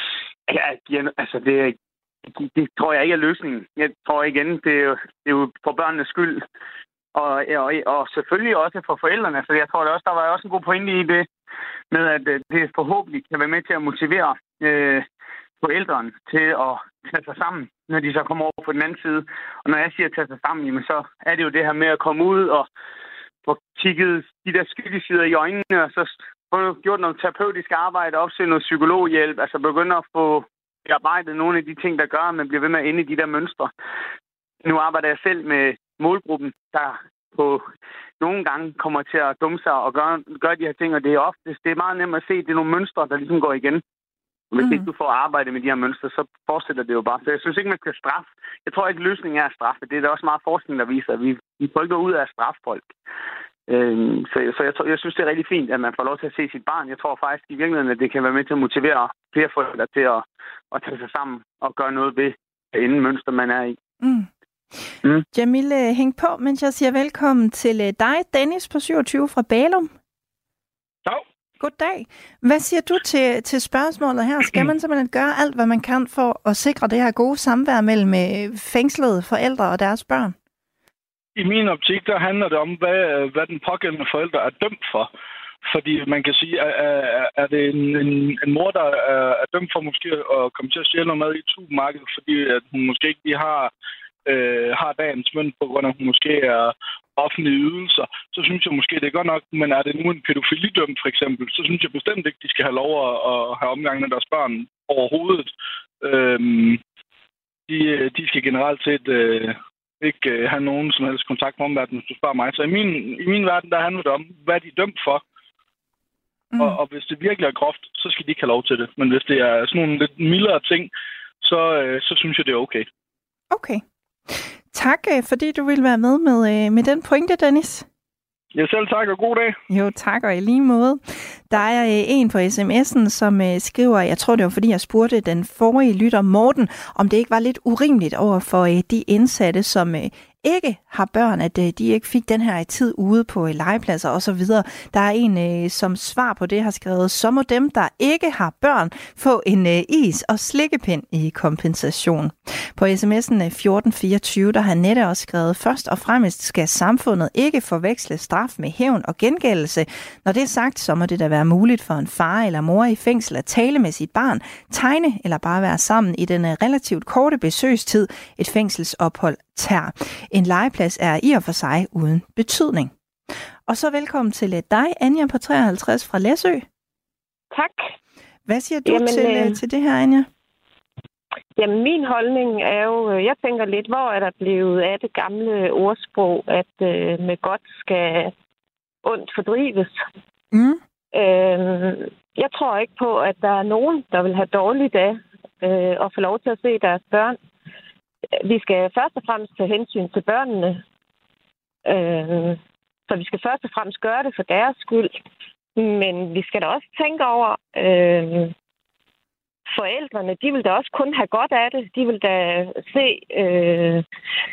A: jeg, altså det Det tror jeg ikke er løsningen. Jeg tror igen, det er jo, det er jo for børnenes skyld. Og, og, og selvfølgelig også for forældrene. Så jeg tror, der, også, der var også en god pointe i det, med at det forhåbentlig kan være med til at motivere øh, forældrene til at tage sig sammen, når de så kommer over på den anden side. Og når jeg siger at tage sig sammen, jamen, så er det jo det her med at komme ud og få kigget de der skyldige sider i øjnene, og så få gjort noget terapeutisk arbejde, opsøge noget psykologhjælp, altså begynde at få arbejdet nogle af de ting, der gør, at man bliver ved med at ende i de der mønstre. Nu arbejder jeg selv med målgruppen, der på nogle gange kommer til at dumme sig og gøre, gøre de her ting, og det er ofte, det er meget nemt at se, at det er nogle mønstre, der ligesom går igen. Hvis mm. ikke du får arbejde med de her mønstre, så fortsætter det jo bare. Så jeg synes ikke, man skal straffe. Jeg tror ikke, løsningen er at straffe. Det er der også meget forskning, der viser, at vi, vi folk går ud af at straffe folk. Øhm, så så jeg, jeg synes, det er rigtig fint, at man får lov til at se sit barn. Jeg tror faktisk i virkeligheden, at det kan være med til at motivere flere forældre til at, at tage sig sammen og gøre noget ved inden mønster, man er i.
C: Mm. Mm. Jamil, hæng på, mens jeg siger velkommen til dig, Dennis på syvogtyve fra Bælum.
G: Ja.
C: Goddag. Hvad siger du til, til spørgsmålet her? Skal man simpelthen gøre alt, hvad man kan for at sikre det her gode samvær mellem fængslede forældre og deres børn?
G: I min optik, der handler det om, hvad, hvad den pågældende forælder er dømt for. Fordi man kan sige, er, er det en, en, en mor, der er, er dømt for måske at komme til at stjæle noget mad i et supermarked, fordi at hun måske ikke lige har, øh, har dagens mønt, på grund af, at hun måske er offentlige ydelser, så synes jeg måske, det er godt nok. Men er det nu en pædofilidømt, for eksempel, så synes jeg bestemt ikke, de skal have lov at, at have omgang med deres børn overhovedet. Øhm, de, de skal generelt set øh, ikke øh, have nogen som helst kontakt med omverdenen, hvis du spørger mig. Så i min, i min verden, der handler det om, hvad de er dømt for. Mm. Og, og hvis det virkelig er groft, så skal de ikke have lov til det. Men hvis det er sådan nogle lidt mildere ting, så, øh, så synes jeg, det er okay.
C: Okay. Tak, fordi du ville være med med, med den pointe, Dennis.
G: Ja, selv tak, og god dag.
C: Jo, tak, og i lige måde. Der er en på sms'en, som skriver, jeg tror det var fordi jeg spurgte den forrige lytter Morten, om det ikke var lidt urimeligt over for de indsatte, som ikke har børn, at de ikke fik den her tid ude på legepladser og så videre. Der er en, som svar på det har skrevet, så må dem, der ikke har børn, få en is og slikkepind i kompensation. På sms'en fjorten fireogtyve, der har Nette også skrevet, først og fremmest skal samfundet ikke forveksle straf med hævn og gengældelse. Når det er sagt, så må det da være muligt for en far eller mor i fængsel at tale med sit barn, tegne eller bare være sammen i den relativt korte besøgstid, et fængselsophold tager. En legeplads er i og for sig uden betydning. Og så velkommen til dig, Anja på treoghalvtreds fra Læsø.
H: Tak.
C: Hvad siger du
H: jamen,
C: til, øh, til det her, Anja?
H: Jamen, min holdning er jo, jeg tænker lidt, hvor er der blevet af det gamle ordsprog, at øh, med godt skal ondt fordrives.
C: Mm.
H: Øh, jeg tror ikke på, at der er nogen, der vil have dårlige dage øh, og få lov til at se deres børn. Vi skal først og fremmest tage hensyn til børnene. Øh, Så vi skal først og fremmest gøre det for deres skyld. Men vi skal da også tænke over, øh, forældrene, de vil da også kun have godt af det. De vil da se, øh,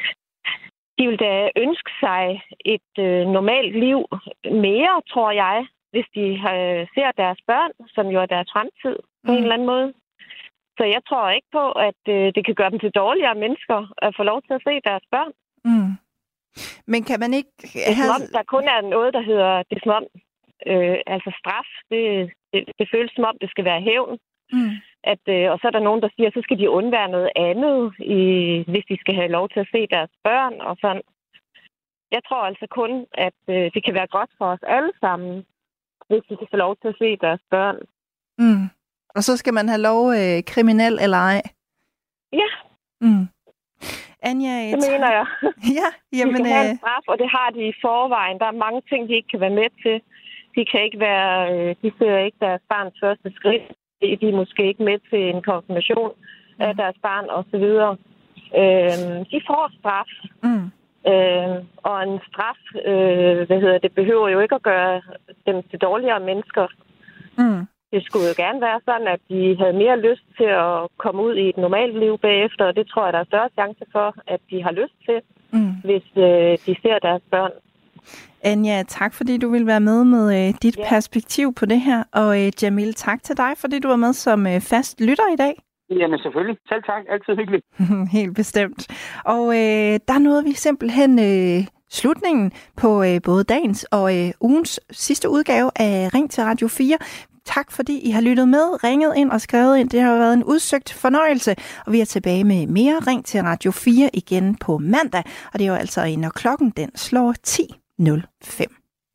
H: de vil da ønske sig et øh, normalt liv mere, tror jeg, hvis de øh, ser deres børn, som jo er deres fremtid på mm. en eller anden måde. Så jeg tror ikke på, at øh, det kan gøre dem til dårligere mennesker at få lov til at se deres børn.
C: Mm. Men kan man ikke
H: have... Det er som om, der kun er noget, der hedder... Det er som om, øh, altså straf, det, det, det føles som om, det skal være hævn. Mm. At, øh, og så er der nogen, der siger, så skal de undvære noget andet, i, hvis de skal have lov til at se deres børn og sådan. Jeg tror altså kun, at øh, det kan være godt for os alle sammen, hvis de kan få lov til at se deres børn.
C: Mm. Og så skal man have lov øh, kriminel eller ej?
H: Ja.
C: Mm. Anja,
H: det mener jeg.
C: Ja, jamen...
H: De skal have en straf, og det har de i forvejen. Der er mange ting, de ikke kan være med til. De kan ikke være... Øh, de ser ikke deres barns første skridt. De er måske ikke med til en konfirmation mm. af deres barn, og så videre. Øh, de får straf. Mm. Øh, og en straf, øh, hvad hedder det, behøver jo ikke at gøre dem til dårligere mennesker. Mm. Det skulle jo gerne være sådan, at de havde mere lyst til at komme ud i et normalt liv bagefter, og det tror jeg, der er større chance for, at de har lyst til, mm. hvis øh, de ser deres børn.
C: Anja, tak fordi du vil være med med øh, dit ja. perspektiv på det her, og øh, Jamil, tak til dig, fordi du var med som øh, fast lytter i dag.
A: Jamen selvfølgelig. Selv tak. Altid hyggeligt.
C: Helt bestemt. Og øh, der nåede vi simpelthen øh, slutningen på øh, både dagens og øh, ugens sidste udgave af Ring til Radio fire. Tak fordi I har lyttet med, ringet ind og skrevet ind. Det har været en udsøgt fornøjelse, og vi er tilbage med mere Ring til Radio fire igen på mandag. Og det er jo altså, når klokken den slår ti nul fem.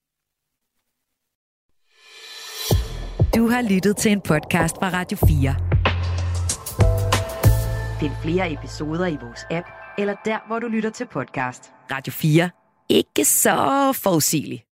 K: Du har lyttet til en podcast fra Radio fire. Find flere episoder i vores app, eller der, hvor du lytter til podcast. Radio fire. Ikke så forudsigeligt.